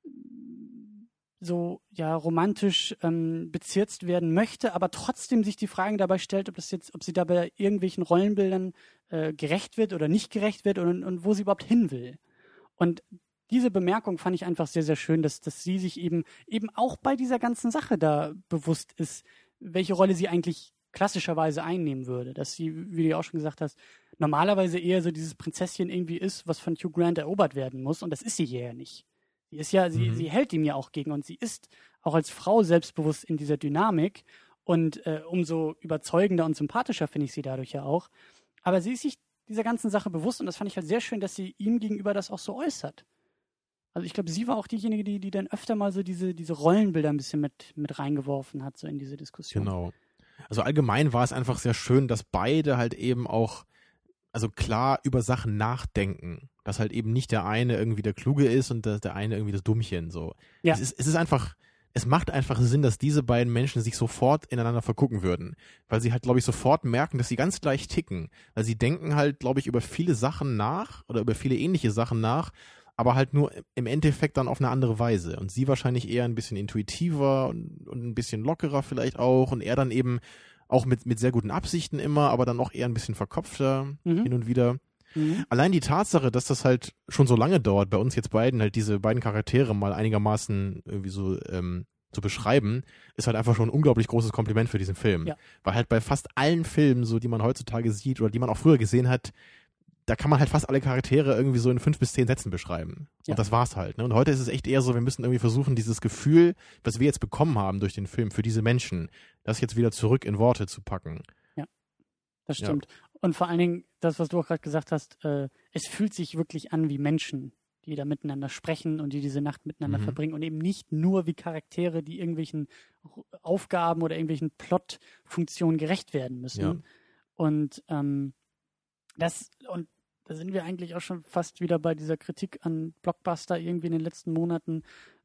so ja romantisch bezirzt werden möchte, aber trotzdem sich die Fragen dabei stellt, ob sie dabei irgendwelchen Rollenbildern gerecht wird oder nicht gerecht wird und wo sie überhaupt hin will. Und diese Bemerkung fand ich einfach sehr, sehr schön, dass sie sich eben auch bei dieser ganzen Sache da bewusst ist, welche Rolle sie eigentlich klassischerweise einnehmen würde. Dass sie, wie du ja auch schon gesagt hast, normalerweise eher so dieses Prinzesschen irgendwie ist, was von Hugh Grant erobert werden muss. Und das ist sie hier ja nicht. Sie ist ja, sie hält ihm ja auch gegen und sie ist auch als Frau selbstbewusst in dieser Dynamik. Und umso überzeugender und sympathischer finde ich sie dadurch ja auch. Aber sie ist sich dieser ganzen Sache bewusst und das fand ich halt sehr schön, dass sie ihm gegenüber das auch so äußert. Also ich glaube, sie war auch diejenige, die dann öfter mal so diese Rollenbilder ein bisschen mit reingeworfen hat, so in diese Diskussion. Genau. Also allgemein war es einfach sehr schön, dass beide halt eben auch, also klar über Sachen nachdenken. Dass halt eben nicht der eine irgendwie der Kluge ist und der eine irgendwie das Dummchen, so. Ja. Es ist einfach, es macht einfach Sinn, dass diese beiden Menschen sich sofort ineinander vergucken würden. Weil sie halt, glaube ich, sofort merken, dass sie ganz gleich ticken. Weil sie denken halt, glaube ich, über viele Sachen nach oder über viele ähnliche Sachen nach, aber halt nur im Endeffekt dann auf eine andere Weise. Und sie wahrscheinlich eher ein bisschen intuitiver und ein bisschen lockerer vielleicht auch und er dann eben auch mit sehr guten Absichten immer, aber dann auch eher ein bisschen verkopfter hin und wieder. Allein die Tatsache, dass das halt schon so lange dauert, bei uns jetzt beiden halt diese beiden Charaktere mal einigermaßen irgendwie so zu beschreiben, ist halt einfach schon ein unglaublich großes Kompliment für diesen Film. Ja. Weil halt bei fast allen Filmen, so die man heutzutage sieht oder die man auch früher gesehen hat, da kann man halt fast alle Charaktere irgendwie so in 5 bis 10 Sätzen beschreiben. Ja. Und das war's halt. Ne? Und heute ist es echt eher so, wir müssen irgendwie versuchen, dieses Gefühl, was wir jetzt bekommen haben durch den Film, für diese Menschen, das jetzt wieder zurück in Worte zu packen. Ja, das stimmt. Ja. Und vor allen Dingen, das, was du auch gerade gesagt hast, es fühlt sich wirklich an wie Menschen, die da miteinander sprechen und die diese Nacht miteinander verbringen und eben nicht nur wie Charaktere, die irgendwelchen Aufgaben oder irgendwelchen Plotfunktionen gerecht werden müssen. Ja. Und da sind wir eigentlich auch schon fast wieder bei dieser Kritik an Blockbuster irgendwie in den letzten Monaten.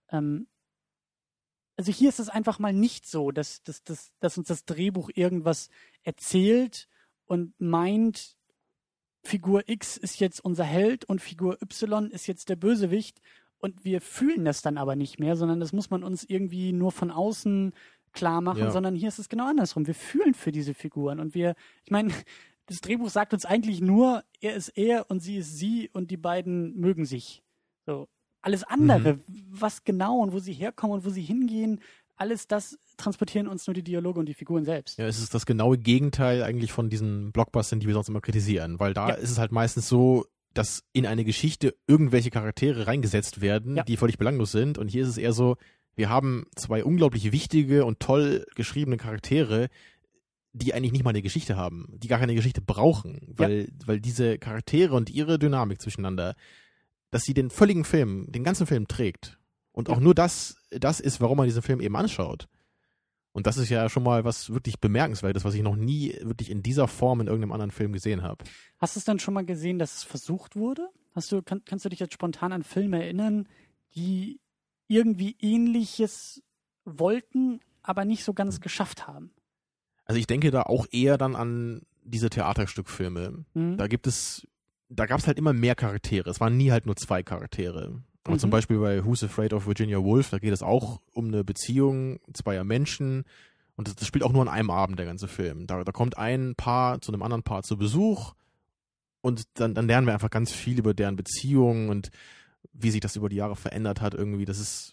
Also hier ist es einfach mal nicht so, dass uns das Drehbuch irgendwas erzählt und meint, Figur X ist jetzt unser Held und Figur Y ist jetzt der Bösewicht und wir fühlen das dann aber nicht mehr, sondern das muss man uns irgendwie nur von außen klar machen, sondern hier ist es genau andersrum. Wir fühlen für diese Figuren und ich meine, das Drehbuch sagt uns eigentlich nur, er ist er und sie ist sie und die beiden mögen sich. So. Alles andere, was genau und wo sie herkommen und wo sie hingehen, alles das transportieren uns nur die Dialoge und die Figuren selbst. Ja, es ist das genaue Gegenteil eigentlich von diesen Blockbustern, die wir sonst immer kritisieren, weil da ist es halt meistens so, dass in eine Geschichte irgendwelche Charaktere reingesetzt werden, die völlig belanglos sind und hier ist es eher so, wir haben 2 unglaublich wichtige und toll geschriebene Charaktere, die eigentlich nicht mal eine Geschichte haben, die gar keine Geschichte brauchen, weil diese Charaktere und ihre Dynamik zwischeneinander, dass sie den ganzen Film trägt. Und auch nur das ist, warum man diesen Film eben anschaut. Und das ist ja schon mal was wirklich Bemerkenswertes, was ich noch nie wirklich in dieser Form in irgendeinem anderen Film gesehen habe. Hast du es dann schon mal gesehen, dass es versucht wurde? Kannst du dich jetzt spontan an Filme erinnern, die irgendwie Ähnliches wollten, aber nicht so ganz geschafft haben? Also ich denke da auch eher dann an diese Theaterstückfilme. Da gab es halt immer mehr Charaktere. Es waren nie halt nur 2 Charaktere. Aber zum Beispiel bei Who's Afraid of Virginia Woolf, da geht es auch um eine Beziehung 2 Menschen und das spielt auch nur an einem Abend, der ganze Film. Da kommt ein Paar zu einem anderen Paar zu Besuch und dann lernen wir einfach ganz viel über deren Beziehung und wie sich das über die Jahre verändert hat irgendwie. Das ist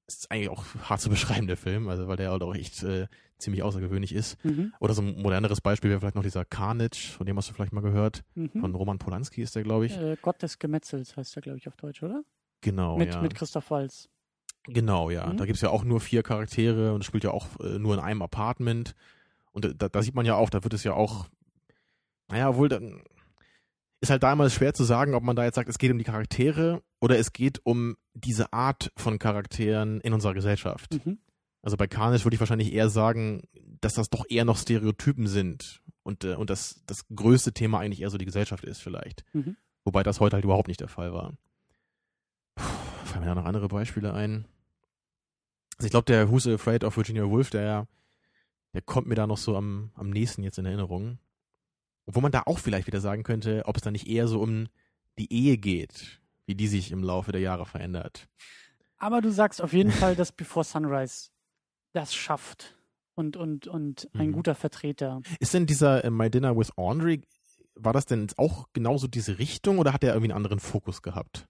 ist eigentlich auch hart zu beschreiben, der Film, also weil der halt auch echt ziemlich außergewöhnlich ist. Mhm. Oder so ein moderneres Beispiel wäre vielleicht noch dieser Carnage, von dem hast du vielleicht mal gehört. Von Roman Polanski ist der, glaube ich. Gott des Gemetzels heißt der, glaube ich, auf Deutsch, oder? Genau, Mit Christoph Waltz. Genau, ja. Da gibt es ja auch nur 4 Charaktere und es spielt ja auch nur in einem Apartment. Und da sieht man ja auch, da wird es ja auch, naja, wohl, dann ist halt damals schwer zu sagen, ob man da jetzt sagt, es geht um die Charaktere oder es geht um diese Art von Charakteren in unserer Gesellschaft. Mhm. Also bei Carnage würde ich wahrscheinlich eher sagen, dass das doch eher noch Stereotypen sind und das größte Thema eigentlich eher so die Gesellschaft ist vielleicht. Mhm. Wobei das heute halt überhaupt nicht der Fall war. Fallen mir da noch andere Beispiele ein? Also ich glaube, der Who's Afraid of Virginia Woolf, der kommt mir da noch so am nächsten jetzt in Erinnerung. Obwohl man da auch vielleicht wieder sagen könnte, ob es da nicht eher so um die Ehe geht, wie die sich im Laufe der Jahre verändert. Aber du sagst auf jeden Fall, dass Before Sunrise das schafft und ein guter Vertreter. Ist denn dieser My Dinner with Andre, war das denn auch genauso diese Richtung oder hat der irgendwie einen anderen Fokus gehabt?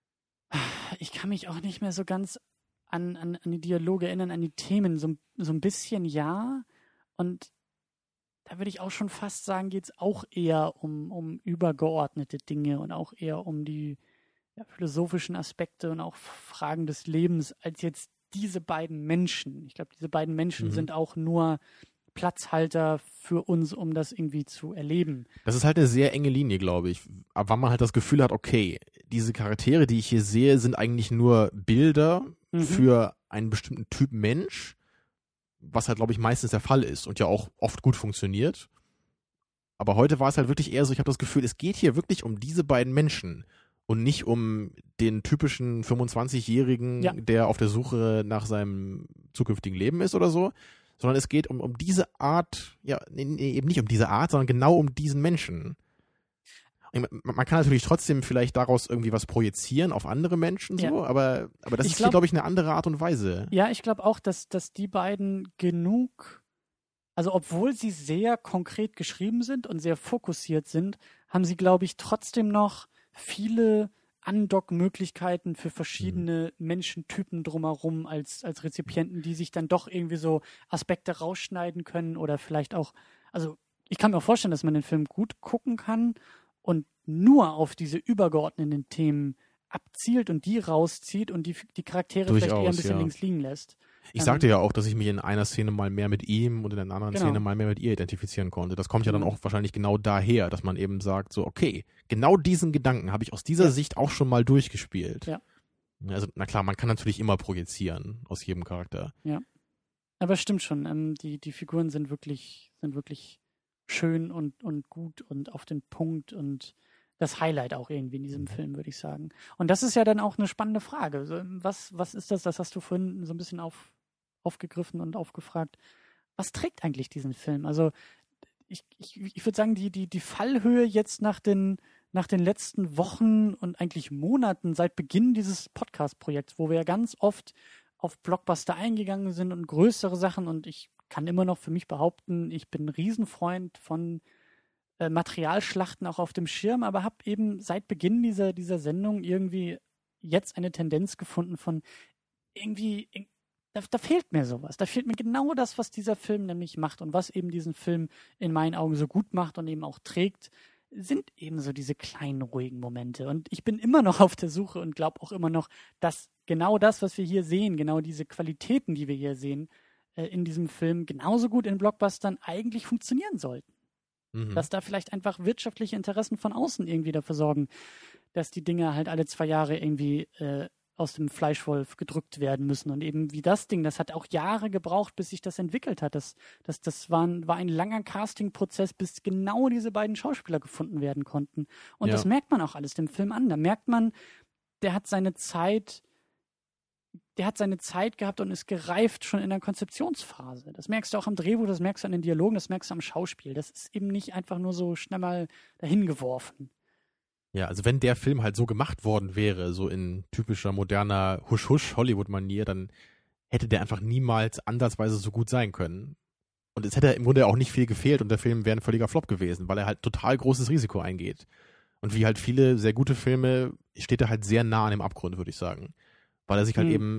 Ich kann mich auch nicht mehr so ganz an die Dialoge erinnern, an die Themen. So ein bisschen ja. Und da würde ich auch schon fast sagen, geht es auch eher um übergeordnete Dinge und auch eher um die philosophischen Aspekte und auch Fragen des Lebens als jetzt diese beiden Menschen. Ich glaube, diese beiden Menschen sind auch nur Platzhalter für uns, um das irgendwie zu erleben. Das ist halt eine sehr enge Linie, glaube ich. Ab wann man halt das Gefühl hat, okay, diese Charaktere, die ich hier sehe, sind eigentlich nur Bilder für einen bestimmten Typ Mensch, was halt, glaube ich, meistens der Fall ist und ja auch oft gut funktioniert. Aber heute war es halt wirklich eher so, ich habe das Gefühl, es geht hier wirklich um diese beiden Menschen und nicht um den typischen 25-Jährigen, der auf der Suche nach seinem zukünftigen Leben ist oder so, sondern es geht um diese Art, eben nicht um diese Art, sondern genau um diesen Menschen. Man kann natürlich trotzdem vielleicht daraus irgendwie was projizieren auf andere Menschen, so, aber das ist hier, glaube ich, eine andere Art und Weise. Ja, ich glaube auch, dass die beiden genug, also obwohl sie sehr konkret geschrieben sind und sehr fokussiert sind, haben sie, glaube ich, trotzdem noch viele Andock-Möglichkeiten für verschiedene Menschentypen drumherum als Rezipienten, die sich dann doch irgendwie so Aspekte rausschneiden können oder vielleicht auch, also ich kann mir auch vorstellen, dass man den Film gut gucken kann und nur auf diese übergeordneten Themen abzielt und die rauszieht und die Charaktere durchaus, vielleicht eher ein bisschen links liegen lässt. Ich sagte ja auch, dass ich mich in einer Szene mal mehr mit ihm und in einer anderen Szene mal mehr mit ihr identifizieren konnte. Das kommt ja dann auch wahrscheinlich genau daher, dass man eben sagt, so okay, genau diesen Gedanken habe ich aus dieser Sicht auch schon mal durchgespielt. Ja. Also na klar, man kann natürlich immer projizieren aus jedem Charakter. Ja, aber es stimmt schon, die Figuren sind wirklich schön und gut und auf den Punkt und das Highlight auch irgendwie in diesem Film, würde ich sagen. Und das ist ja dann auch eine spannende Frage. Was ist das? Das hast du vorhin so ein bisschen aufgegriffen und aufgefragt. Was trägt eigentlich diesen Film? Also ich würde sagen, die Fallhöhe jetzt nach den letzten Wochen und eigentlich Monaten seit Beginn dieses Podcast-Projekts, wo wir ja ganz oft auf Blockbuster eingegangen sind und größere Sachen und ich kann immer noch für mich behaupten, ich bin ein Riesenfreund von Materialschlachten auch auf dem Schirm, aber habe eben seit Beginn dieser Sendung irgendwie jetzt eine Tendenz gefunden von irgendwie, da fehlt mir sowas. Da fehlt mir genau das, was dieser Film nämlich macht und was eben diesen Film in meinen Augen so gut macht und eben auch trägt, sind eben so diese kleinen, ruhigen Momente. Und ich bin immer noch auf der Suche und glaube auch immer noch, dass genau das, was wir hier sehen, genau diese Qualitäten, die wir hier sehen, in diesem Film genauso gut in Blockbustern eigentlich funktionieren sollten. Dass da vielleicht einfach wirtschaftliche Interessen von außen irgendwie dafür sorgen, dass die Dinge halt alle 2 Jahre irgendwie aus dem Fleischwolf gedrückt werden müssen. Und eben wie das Ding, das hat auch Jahre gebraucht, bis sich das entwickelt hat. Das war ein langer Casting-Prozess, bis genau diese beiden Schauspieler gefunden werden konnten. Und das merkt man auch alles dem Film an. Da merkt man, der hat seine Zeit gehabt und ist gereift schon in der Konzeptionsphase. Das merkst du auch am Drehbuch, das merkst du an den Dialogen, das merkst du am Schauspiel. Das ist eben nicht einfach nur so schnell mal dahin geworfen. Ja, also wenn der Film halt so gemacht worden wäre, so in typischer moderner Husch-Husch-Hollywood-Manier, dann hätte der einfach niemals ansatzweise so gut sein können. Und es hätte im Grunde auch nicht viel gefehlt und der Film wäre ein völliger Flop gewesen, weil er halt total großes Risiko eingeht. Und wie halt viele sehr gute Filme steht er halt sehr nah an dem Abgrund, würde ich sagen. Weil er sich halt eben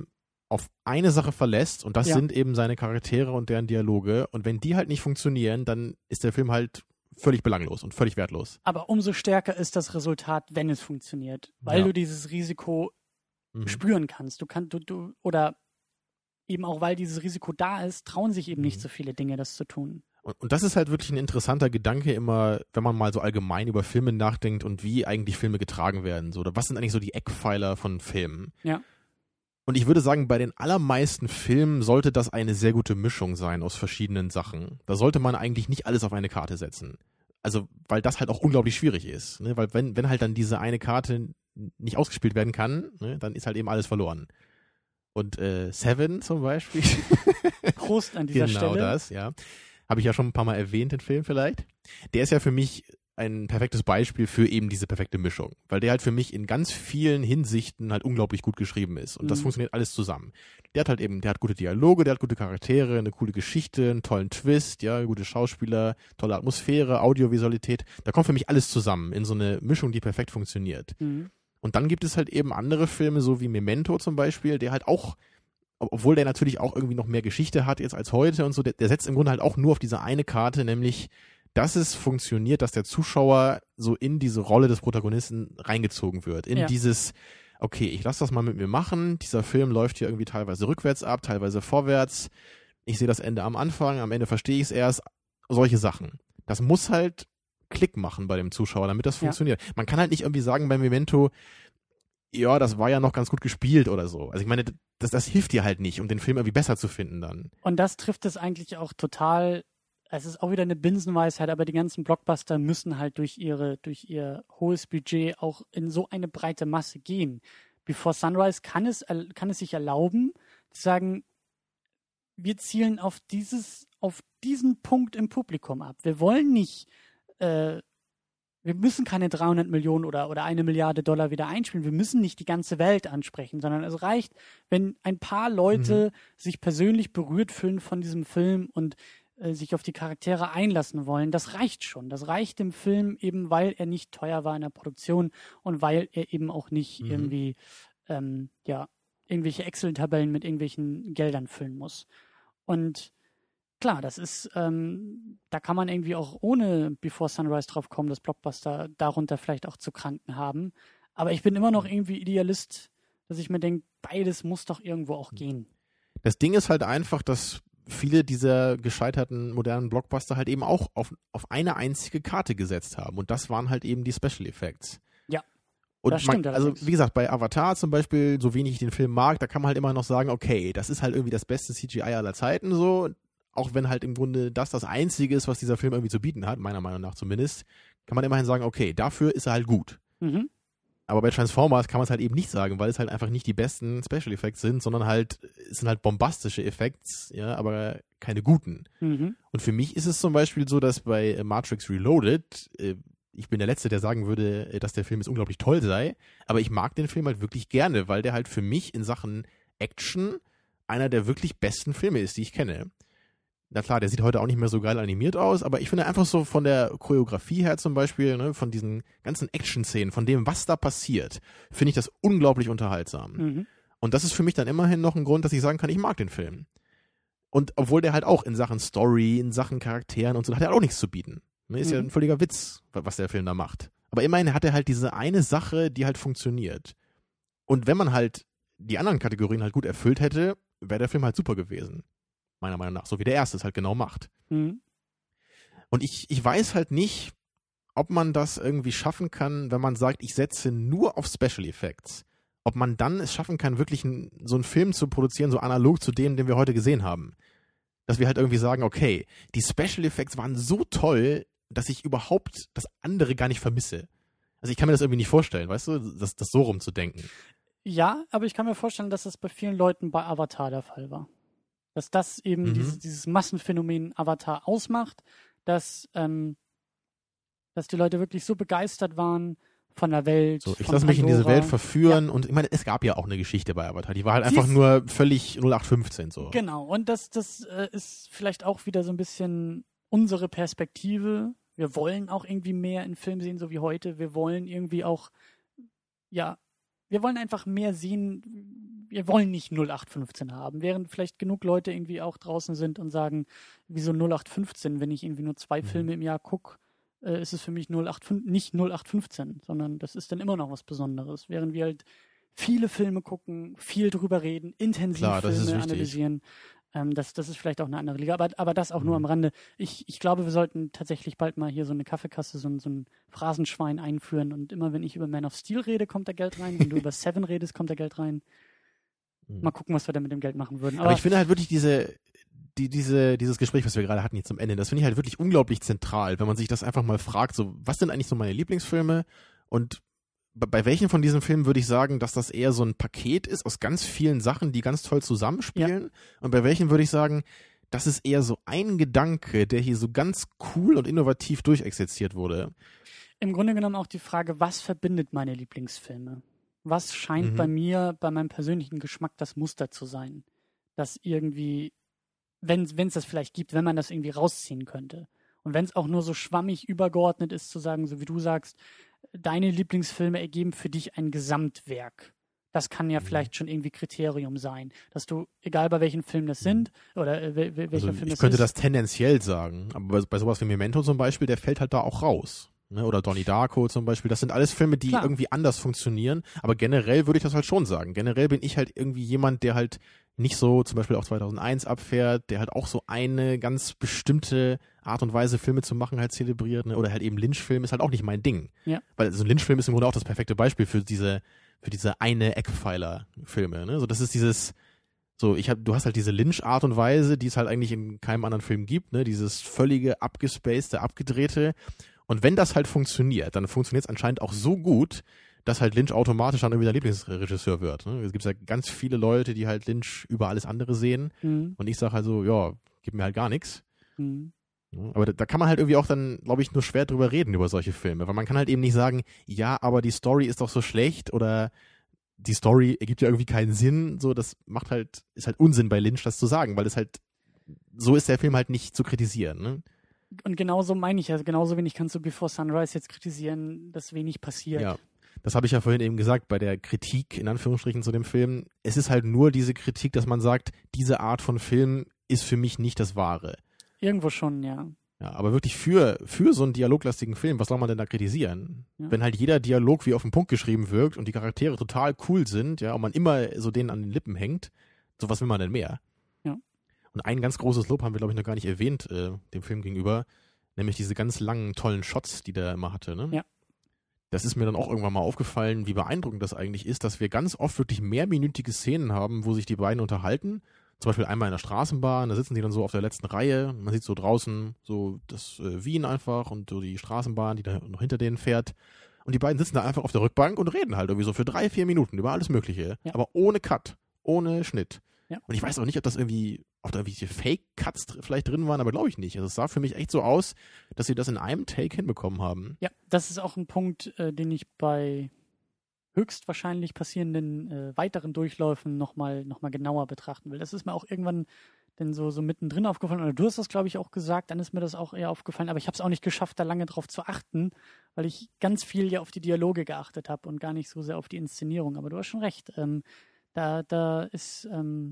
auf eine Sache verlässt und das Ja. sind eben seine Charaktere und deren Dialoge. Und wenn die halt nicht funktionieren, dann ist der Film halt völlig belanglos und völlig wertlos. Aber umso stärker ist das Resultat, wenn es funktioniert, weil Ja. du dieses Risiko Mhm. spüren kannst. Oder eben auch, weil dieses Risiko da ist, trauen sich eben nicht so viele Dinge, das zu tun. Und das ist halt wirklich ein interessanter Gedanke immer, wenn man mal so allgemein über Filme nachdenkt und wie eigentlich Filme getragen werden. So, oder was sind eigentlich so die Eckpfeiler von Filmen? Ja. Und ich würde sagen, bei den allermeisten Filmen sollte das eine sehr gute Mischung sein aus verschiedenen Sachen. Da sollte man eigentlich nicht alles auf eine Karte setzen. Also, weil das halt auch unglaublich schwierig ist. Ne? Weil wenn halt dann diese eine Karte nicht ausgespielt werden kann, ne, dann ist halt eben alles verloren. Und Seven zum Beispiel. Prost an dieser Genau Stelle. das, ja. Habe ich ja schon ein paar Mal erwähnt, den Film vielleicht. Der ist ja für mich ein perfektes Beispiel für eben diese perfekte Mischung. Weil der halt für mich in ganz vielen Hinsichten halt unglaublich gut geschrieben ist. Und das funktioniert alles zusammen. Der hat gute Dialoge, der hat gute Charaktere, eine coole Geschichte, einen tollen Twist, ja, gute Schauspieler, tolle Atmosphäre, Audiovisualität. Da kommt für mich alles zusammen in so eine Mischung, die perfekt funktioniert. Mhm. Und dann gibt es halt eben andere Filme, so wie Memento zum Beispiel, der halt auch, obwohl der natürlich auch irgendwie noch mehr Geschichte hat jetzt als heute und so, der setzt im Grunde halt auch nur auf diese eine Karte, nämlich, dass es funktioniert, dass der Zuschauer so in diese Rolle des Protagonisten reingezogen wird. In dieses, okay, ich lasse das mal mit mir machen, dieser Film läuft hier irgendwie teilweise rückwärts ab, teilweise vorwärts, ich sehe das Ende am Anfang, am Ende verstehe ich es erst, solche Sachen. Das muss halt Klick machen bei dem Zuschauer, damit das funktioniert. Man kann halt nicht irgendwie sagen bei Memento, ja, das war ja noch ganz gut gespielt oder so. Also ich meine, das hilft dir halt nicht, um den Film irgendwie besser zu finden dann. Und das trifft es eigentlich auch total. Es ist auch wieder eine Binsenweisheit, aber die ganzen Blockbuster müssen halt durch ihr hohes Budget auch in so eine breite Masse gehen. Before Sunrise kann es sich erlauben, zu sagen, wir zielen auf diesen Punkt im Publikum ab. Wir wollen nicht, wir müssen keine 300 Millionen oder 1 Milliarde Dollar wieder einspielen. Wir müssen nicht die ganze Welt ansprechen, sondern es reicht, wenn ein paar Leute sich persönlich berührt fühlen von diesem Film und sich auf die Charaktere einlassen wollen. Das reicht schon. Das reicht dem Film eben, weil er nicht teuer war in der Produktion und weil er eben auch nicht irgendwie irgendwelche Excel-Tabellen mit irgendwelchen Geldern füllen muss. Und klar, das ist, da kann man irgendwie auch ohne Before Sunrise drauf kommen, dass Blockbuster darunter vielleicht auch zu kranken haben. Aber ich bin immer noch irgendwie Idealist, dass ich mir denke, beides muss doch irgendwo auch gehen. Das Ding ist halt einfach, dass viele dieser gescheiterten modernen Blockbuster halt eben auch auf eine einzige Karte gesetzt haben. Und das waren halt eben die Special Effects. Ja. Und das stimmt also allerdings. wie gesagt, bei Avatar zum Beispiel, so wenig ich den Film mag, da kann man halt immer noch sagen, okay, das ist halt irgendwie das beste CGI aller Zeiten so. Auch wenn halt im Grunde das Einzige ist, was dieser Film irgendwie zu bieten hat, meiner Meinung nach zumindest, kann man immerhin sagen, okay, dafür ist er halt gut. Mhm. Aber bei Transformers kann man es halt eben nicht sagen, weil es halt einfach nicht die besten Special Effects sind, sondern halt, es sind halt bombastische Effects, ja, aber keine guten. Mhm. Und für mich ist es zum Beispiel so, dass bei Matrix Reloaded, ich bin der Letzte, der sagen würde, dass der Film jetzt unglaublich toll sei, aber ich mag den Film halt wirklich gerne, weil der halt für mich in Sachen Action einer der wirklich besten Filme ist, die ich kenne. Na klar, der sieht heute auch nicht mehr so geil animiert aus, aber ich finde einfach so von der Choreografie her zum Beispiel, ne, von diesen ganzen Action-Szenen, von dem, was da passiert, finde ich das unglaublich unterhaltsam. Mhm. Und das ist für mich dann immerhin noch ein Grund, dass ich sagen kann, ich mag den Film. Und obwohl der halt auch in Sachen Story, in Sachen Charakteren und so, hat er auch nichts zu bieten. Ne, ist ja ein völliger Witz, was der Film da macht. Aber immerhin hat er halt diese eine Sache, die halt funktioniert. Und wenn man halt die anderen Kategorien halt gut erfüllt hätte, wäre der Film halt super gewesen. Meiner Meinung nach, so wie der erste es halt genau macht. Mhm. Und ich weiß halt nicht, ob man das irgendwie schaffen kann, wenn man sagt, ich setze nur auf Special Effects. Ob man dann es schaffen kann, wirklich so einen Film zu produzieren, so analog zu dem, den wir heute gesehen haben. Dass wir halt irgendwie sagen, okay, die Special Effects waren so toll, dass ich überhaupt das andere gar nicht vermisse. Also ich kann mir das irgendwie nicht vorstellen, weißt du, das so rumzudenken. Ja, aber ich kann mir vorstellen, dass das bei vielen Leuten bei Avatar der Fall war. Dass das eben dieses Massenphänomen Avatar ausmacht, dass die Leute wirklich so begeistert waren von der Welt. So, ich von lasse mich in diese Pandora. Welt verführen und ich meine, es gab ja auch eine Geschichte bei Avatar, die war halt einfach nur völlig 0815 so. Genau, und das ist vielleicht auch wieder so ein bisschen unsere Perspektive. Wir wollen auch irgendwie mehr in Film sehen, so wie heute. Wir wollen irgendwie auch, ja, wir wollen einfach mehr sehen, wir wollen nicht 0815 haben, während vielleicht genug Leute irgendwie auch draußen sind und sagen, wieso 0815, wenn ich irgendwie nur 2 Filme im Jahr gucke, ist es für mich nicht 0815, sondern das ist dann immer noch was Besonderes, während wir halt viele Filme gucken, viel drüber reden, intensiv Klar, das ist Filme wichtig. analysieren. Das ist vielleicht auch eine andere Liga, aber das auch nur am Rande. Ich glaube, wir sollten tatsächlich bald mal hier so eine Kaffeekasse, so ein Phrasenschwein einführen und immer, wenn ich über Man of Steel rede, kommt da Geld rein. Wenn du über Seven redest, kommt da Geld rein. Mal gucken, was wir da mit dem Geld machen würden. Aber ich finde halt wirklich dieses Gespräch, was wir gerade hatten jetzt zum Ende, das finde ich halt wirklich unglaublich zentral, wenn man sich das einfach mal fragt, so, was sind eigentlich so meine Lieblingsfilme und bei welchen von diesen Filmen würde ich sagen, dass das eher so ein Paket ist aus ganz vielen Sachen, die ganz toll zusammenspielen? Ja. Und bei welchen würde ich sagen, das ist eher so ein Gedanke, der hier so ganz cool und innovativ durchexerziert wurde? Im Grunde genommen auch die Frage, was verbindet meine Lieblingsfilme? Was scheint bei mir, bei meinem persönlichen Geschmack das Muster zu sein? Das irgendwie, wenn es das vielleicht gibt, wenn man das irgendwie rausziehen könnte. Und wenn es auch nur so schwammig übergeordnet ist, zu sagen, so wie du sagst, deine Lieblingsfilme ergeben für dich ein Gesamtwerk. Das kann ja vielleicht schon irgendwie Kriterium sein, dass du, egal bei welchen Filmen das sind, oder welcher Film das ist. Ich könnte das tendenziell sagen, aber bei sowas wie Memento zum Beispiel, der fällt halt da auch raus. Ne? Oder Donnie Darko zum Beispiel, das sind alles Filme, die irgendwie anders funktionieren, aber generell würde ich das halt schon sagen. Generell bin ich halt irgendwie jemand, der halt nicht so zum Beispiel auch 2001 abfährt, der halt auch so eine ganz bestimmte Art und Weise, Filme zu machen, halt zelebriert, ne? Oder halt eben Lynch-Film ist halt auch nicht mein Ding. Ja. Weil so ein Lynch-Film ist im Grunde auch das perfekte Beispiel für diese eine Eckpfeiler-Filme, ne? So, das ist dieses, so, du hast halt diese Lynch-Art und Weise, die es halt eigentlich in keinem anderen Film gibt, ne? Dieses völlige, abgespacede, abgedrehte. Und wenn das halt funktioniert, dann funktioniert es anscheinend auch so gut, dass halt Lynch automatisch dann irgendwie der Lieblingsregisseur wird. Ne? Es gibt ja ganz viele Leute, die halt Lynch über alles andere sehen. Und ich sage halt so, ja, gib mir halt gar nichts. Aber da kann man halt irgendwie auch dann, glaube ich, nur schwer drüber reden, über solche Filme. Weil man kann halt eben nicht sagen, ja, aber die Story ist doch so schlecht oder die Story ergibt ja irgendwie keinen Sinn. So, das ist halt Unsinn bei Lynch, das zu sagen, weil es halt, so ist der Film halt nicht zu kritisieren. Ne? Und genauso meine ich, also genauso wenig kannst du Before Sunrise jetzt kritisieren, dass wenig passiert. Ja. Das habe ich ja vorhin eben gesagt, bei der Kritik, in Anführungsstrichen, zu dem Film. Es ist halt nur diese Kritik, dass man sagt, diese Art von Film ist für mich nicht das Wahre. Irgendwo schon, ja. Ja, aber wirklich für so einen dialoglastigen Film, was soll man denn da kritisieren? Ja. Wenn halt jeder Dialog wie auf den Punkt geschrieben wirkt und die Charaktere total cool sind, ja, und man immer so denen an den Lippen hängt, so was will man denn mehr? Ja. Und ein ganz großes Lob haben wir, glaube ich, noch gar nicht erwähnt, dem Film gegenüber, nämlich diese ganz langen, tollen Shots, die der immer hatte, ne? Ja. Das ist mir dann auch irgendwann mal aufgefallen, wie beeindruckend das eigentlich ist, dass wir ganz oft wirklich mehrminütige Szenen haben, wo sich die beiden unterhalten. Zum Beispiel einmal in der Straßenbahn, da sitzen die dann so auf der letzten Reihe. Man sieht so draußen so das Wien einfach und so die Straßenbahn, die da noch hinter denen fährt. Und die beiden sitzen da einfach auf der Rückbank und reden halt irgendwie so für 3-4 Minuten über alles Mögliche. Ja. Aber ohne Cut, ohne Schnitt. Ja. Und ich weiß auch nicht, ob da irgendwelche Fake-Cuts vielleicht drin waren, aber glaube ich nicht. Also es sah für mich echt so aus, dass sie das in einem Take hinbekommen haben. Ja, das ist auch ein Punkt, den ich bei höchstwahrscheinlich passierenden weiteren Durchläufen nochmal genauer betrachten will. Das ist mir auch irgendwann dann so mittendrin aufgefallen. Oder du hast das, glaube ich, auch gesagt, dann ist mir das auch eher aufgefallen. Aber ich habe es auch nicht geschafft, da lange drauf zu achten, weil ich ganz viel ja auf die Dialoge geachtet habe und gar nicht so sehr auf die Inszenierung. Aber du hast schon recht. Da ist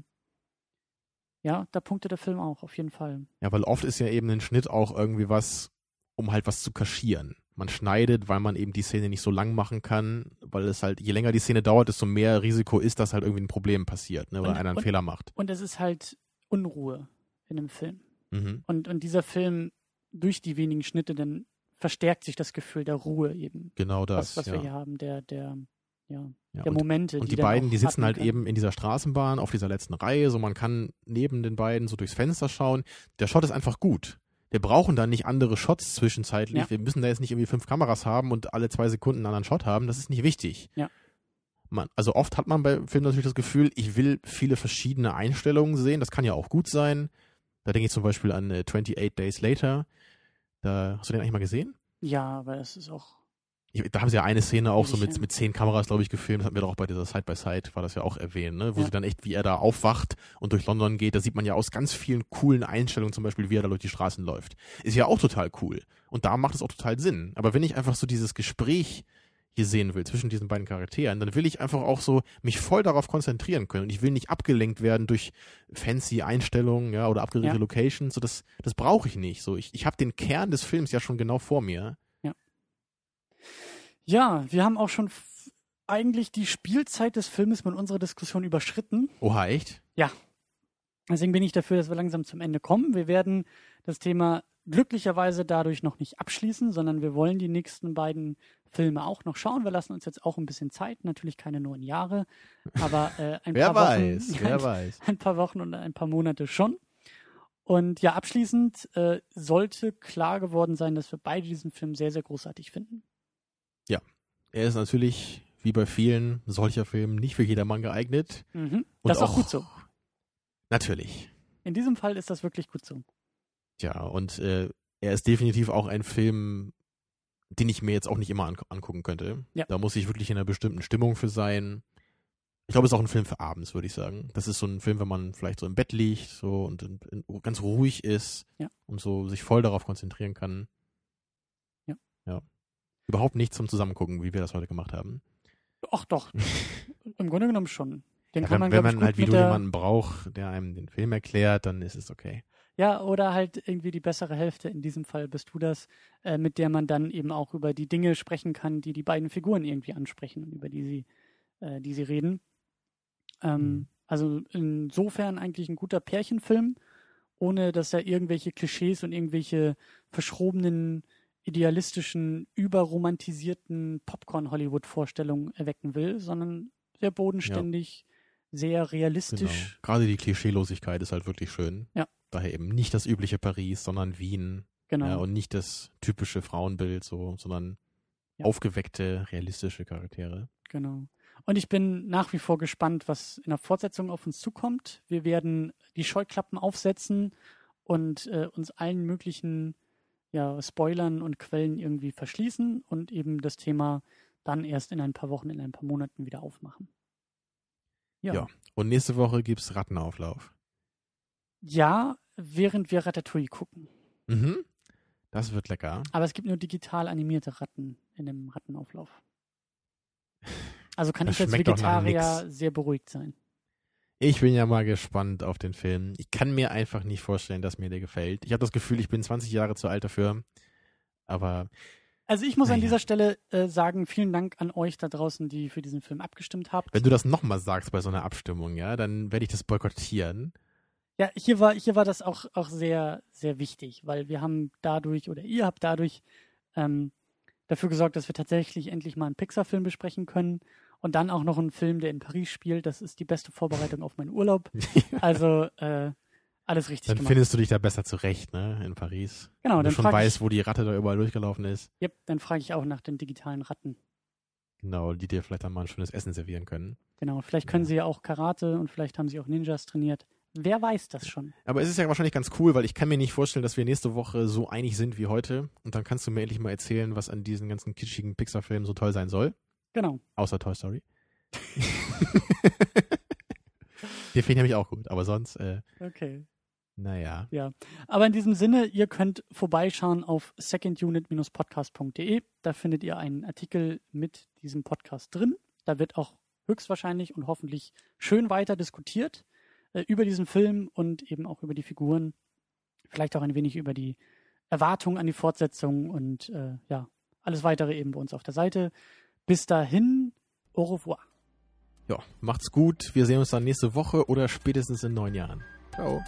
da punktet der Film auch, auf jeden Fall. Ja, weil oft ist ja eben ein Schnitt auch irgendwie was, um halt was zu kaschieren. Man schneidet, weil man eben die Szene nicht so lang machen kann, weil es halt, je länger die Szene dauert, desto mehr Risiko ist, dass halt irgendwie ein Problem passiert, ne, oder einer einen Fehler macht. Und es ist halt Unruhe in dem Film. Mhm. Und dieser Film, durch die wenigen Schnitte, dann verstärkt sich das Gefühl der Ruhe eben. Genau das, was wir hier haben, der Momente. Und die beiden, die sitzen halt eben in dieser Straßenbahn auf dieser letzten Reihe, so man kann neben den beiden so durchs Fenster schauen. Der Shot ist einfach gut. Wir brauchen da nicht andere Shots zwischenzeitlich. Ja. Wir müssen da jetzt nicht irgendwie 5 Kameras haben und alle 2 Sekunden einen anderen Shot haben. Das ist nicht wichtig. Ja. Also oft hat man bei Filmen natürlich das Gefühl, ich will viele verschiedene Einstellungen sehen. Das kann ja auch gut sein. Da denke ich zum Beispiel an 28 Days Later. Hast du den eigentlich mal gesehen? Ja, aber es ist auch... Da haben sie ja eine Szene auch so mit 10 Kameras, glaube ich, gefilmt. Das hatten wir doch auch bei dieser Side-by-Side, war das ja auch erwähnt, ne? Wo sie dann echt, wie er da aufwacht und durch London geht, da sieht man ja aus ganz vielen coolen Einstellungen zum Beispiel, wie er da durch die Straßen läuft. Ist ja auch total cool. Und da macht es auch total Sinn. Aber wenn ich einfach so dieses Gespräch hier sehen will, zwischen diesen beiden Charakteren, dann will ich einfach auch so mich voll darauf konzentrieren können. Und ich will nicht abgelenkt werden durch fancy Einstellungen, ja, oder abgeregte Locations. So, das brauche ich nicht. So, ich habe den Kern des Films ja schon genau vor mir. Ja, wir haben auch schon eigentlich die Spielzeit des Filmes mit unserer Diskussion überschritten. Oha, echt? Ja. Deswegen bin ich dafür, dass wir langsam zum Ende kommen. Wir werden das Thema glücklicherweise dadurch noch nicht abschließen, sondern wir wollen die nächsten beiden Filme auch noch schauen. Wir lassen uns jetzt auch ein bisschen Zeit, natürlich keine 9 Jahre, aber ein paar Wochen. Ein paar Wochen und ein paar Monate schon. Und ja, abschließend sollte klar geworden sein, dass wir beide diesen Film sehr, sehr großartig finden. Ja, er ist natürlich, wie bei vielen solcher Filmen, nicht für jedermann geeignet. Mhm. Das ist auch gut so. Natürlich. In diesem Fall ist das wirklich gut so. Ja, und er ist definitiv auch ein Film, den ich mir jetzt auch nicht immer angucken könnte. Ja. Da muss ich wirklich in einer bestimmten Stimmung für sein. Ich glaube, es ist auch ein Film für abends, würde ich sagen. Das ist so ein Film, wenn man vielleicht so im Bett liegt so und ganz ruhig ist und so sich voll darauf konzentrieren kann. Ja. Überhaupt nicht zum Zusammengucken, wie wir das heute gemacht haben. Ach doch, im Grunde genommen schon. Den Ja, kann man, wenn man halt wie du jemanden braucht, der einem den Film erklärt, dann ist es okay. Ja, oder halt irgendwie die bessere Hälfte, in diesem Fall bist du das, mit der man dann eben auch über die Dinge sprechen kann, die die beiden Figuren irgendwie ansprechen und über die sie reden. Also insofern eigentlich ein guter Pärchenfilm, ohne dass er irgendwelche Klischees und irgendwelche verschrobenen, idealistischen, überromantisierten Popcorn-Hollywood-Vorstellungen erwecken will, sondern sehr bodenständig, sehr realistisch. Genau. Gerade die Klischeelosigkeit ist halt wirklich schön. Ja. Daher eben nicht das übliche Paris, sondern Wien. Genau. Ja, und nicht das typische Frauenbild, sondern aufgeweckte, realistische Charaktere. Genau. Und ich bin nach wie vor gespannt, was in der Fortsetzung auf uns zukommt. Wir werden die Scheuklappen aufsetzen und uns allen möglichen Spoilern und Quellen irgendwie verschließen und eben das Thema dann erst in ein paar Wochen, in ein paar Monaten wieder aufmachen. Ja. Und nächste Woche gibt's Rattenauflauf. Ja, während wir Ratatouille gucken. Mhm. Das wird lecker. Aber es gibt nur digital animierte Ratten in dem Rattenauflauf. Also kann ich als Vegetarier sehr beruhigt sein. Ich bin ja mal gespannt auf den Film. Ich kann mir einfach nicht vorstellen, dass mir der gefällt. Ich habe das Gefühl, ich bin 20 Jahre zu alt dafür. Aber also ich muss an dieser Stelle sagen, vielen Dank an euch da draußen, die für diesen Film abgestimmt habt. Wenn du das nochmal sagst bei so einer Abstimmung, ja, dann werde ich das boykottieren. Ja, hier war das auch sehr, sehr wichtig, weil wir haben dadurch, oder ihr habt dadurch dafür gesorgt, dass wir tatsächlich endlich mal einen Pixar-Film besprechen können und dann auch noch einen Film, der in Paris spielt. Das ist die beste Vorbereitung auf meinen Urlaub. Also alles richtig gemacht. Dann findest du dich da besser zurecht, ne, in Paris. Genau. Wenn du schon weißt, wo die Ratte da überall durchgelaufen ist. Yep, dann frage ich auch nach den digitalen Ratten. Genau, die dir vielleicht dann mal ein schönes Essen servieren können. Genau, vielleicht können sie ja auch Karate und vielleicht haben sie auch Ninjas trainiert. Wer weiß das schon? Aber es ist ja wahrscheinlich ganz cool, weil ich kann mir nicht vorstellen, dass wir nächste Woche so einig sind wie heute. Und dann kannst du mir endlich mal erzählen, was an diesen ganzen kitschigen Pixar-Filmen so toll sein soll. Genau. Außer Toy Story. Den finde ich nämlich auch gut, aber sonst okay. Naja. Ja, aber in diesem Sinne, ihr könnt vorbeischauen auf secondunit-podcast.de. Da findet ihr einen Artikel mit diesem Podcast drin. Da wird auch höchstwahrscheinlich und hoffentlich schön weiter diskutiert über diesen Film und eben auch über die Figuren. Vielleicht auch ein wenig über die Erwartungen an die Fortsetzung und alles weitere eben bei uns auf der Seite. Bis dahin, au revoir. Ja, macht's gut. Wir sehen uns dann nächste Woche oder spätestens in 9 Jahren. Ciao.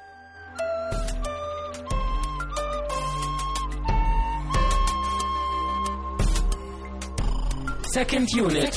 Second Unit.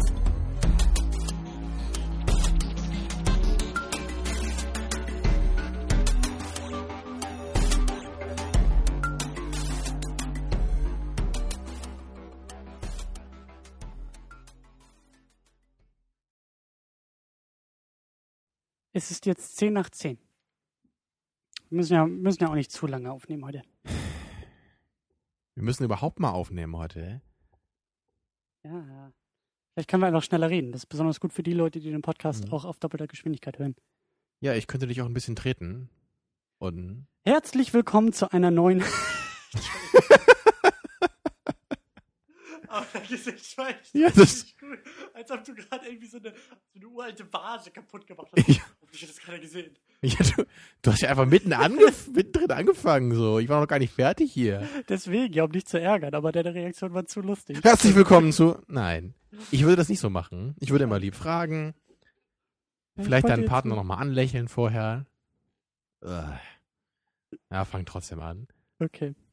Es ist jetzt 10 nach 10. Wir müssen ja auch nicht zu lange aufnehmen heute. Wir müssen überhaupt mal aufnehmen heute. Ja. Vielleicht können wir einfach schneller reden. Das ist besonders gut für die Leute, die den Podcast auch auf doppelter Geschwindigkeit hören. Ja, ich könnte dich auch ein bisschen treten. Und herzlich willkommen zu einer neuen... Aber dein Gesicht war echt Ja, richtig cool. Als ob du gerade irgendwie so eine uralte Vase kaputt gemacht hast. Ja. Hoffentlich hat das keiner gesehen. Ja, du hast ja einfach mittendrin angefangen, so. Ich war noch gar nicht fertig hier. Deswegen, ja, um dich zu ärgern, aber deine Reaktion war zu lustig. Herzlich willkommen zu... Nein, ich würde das nicht so machen. Ich würde immer lieb fragen. Vielleicht deinen Partner nochmal anlächeln vorher. Ja, fang trotzdem an. Okay.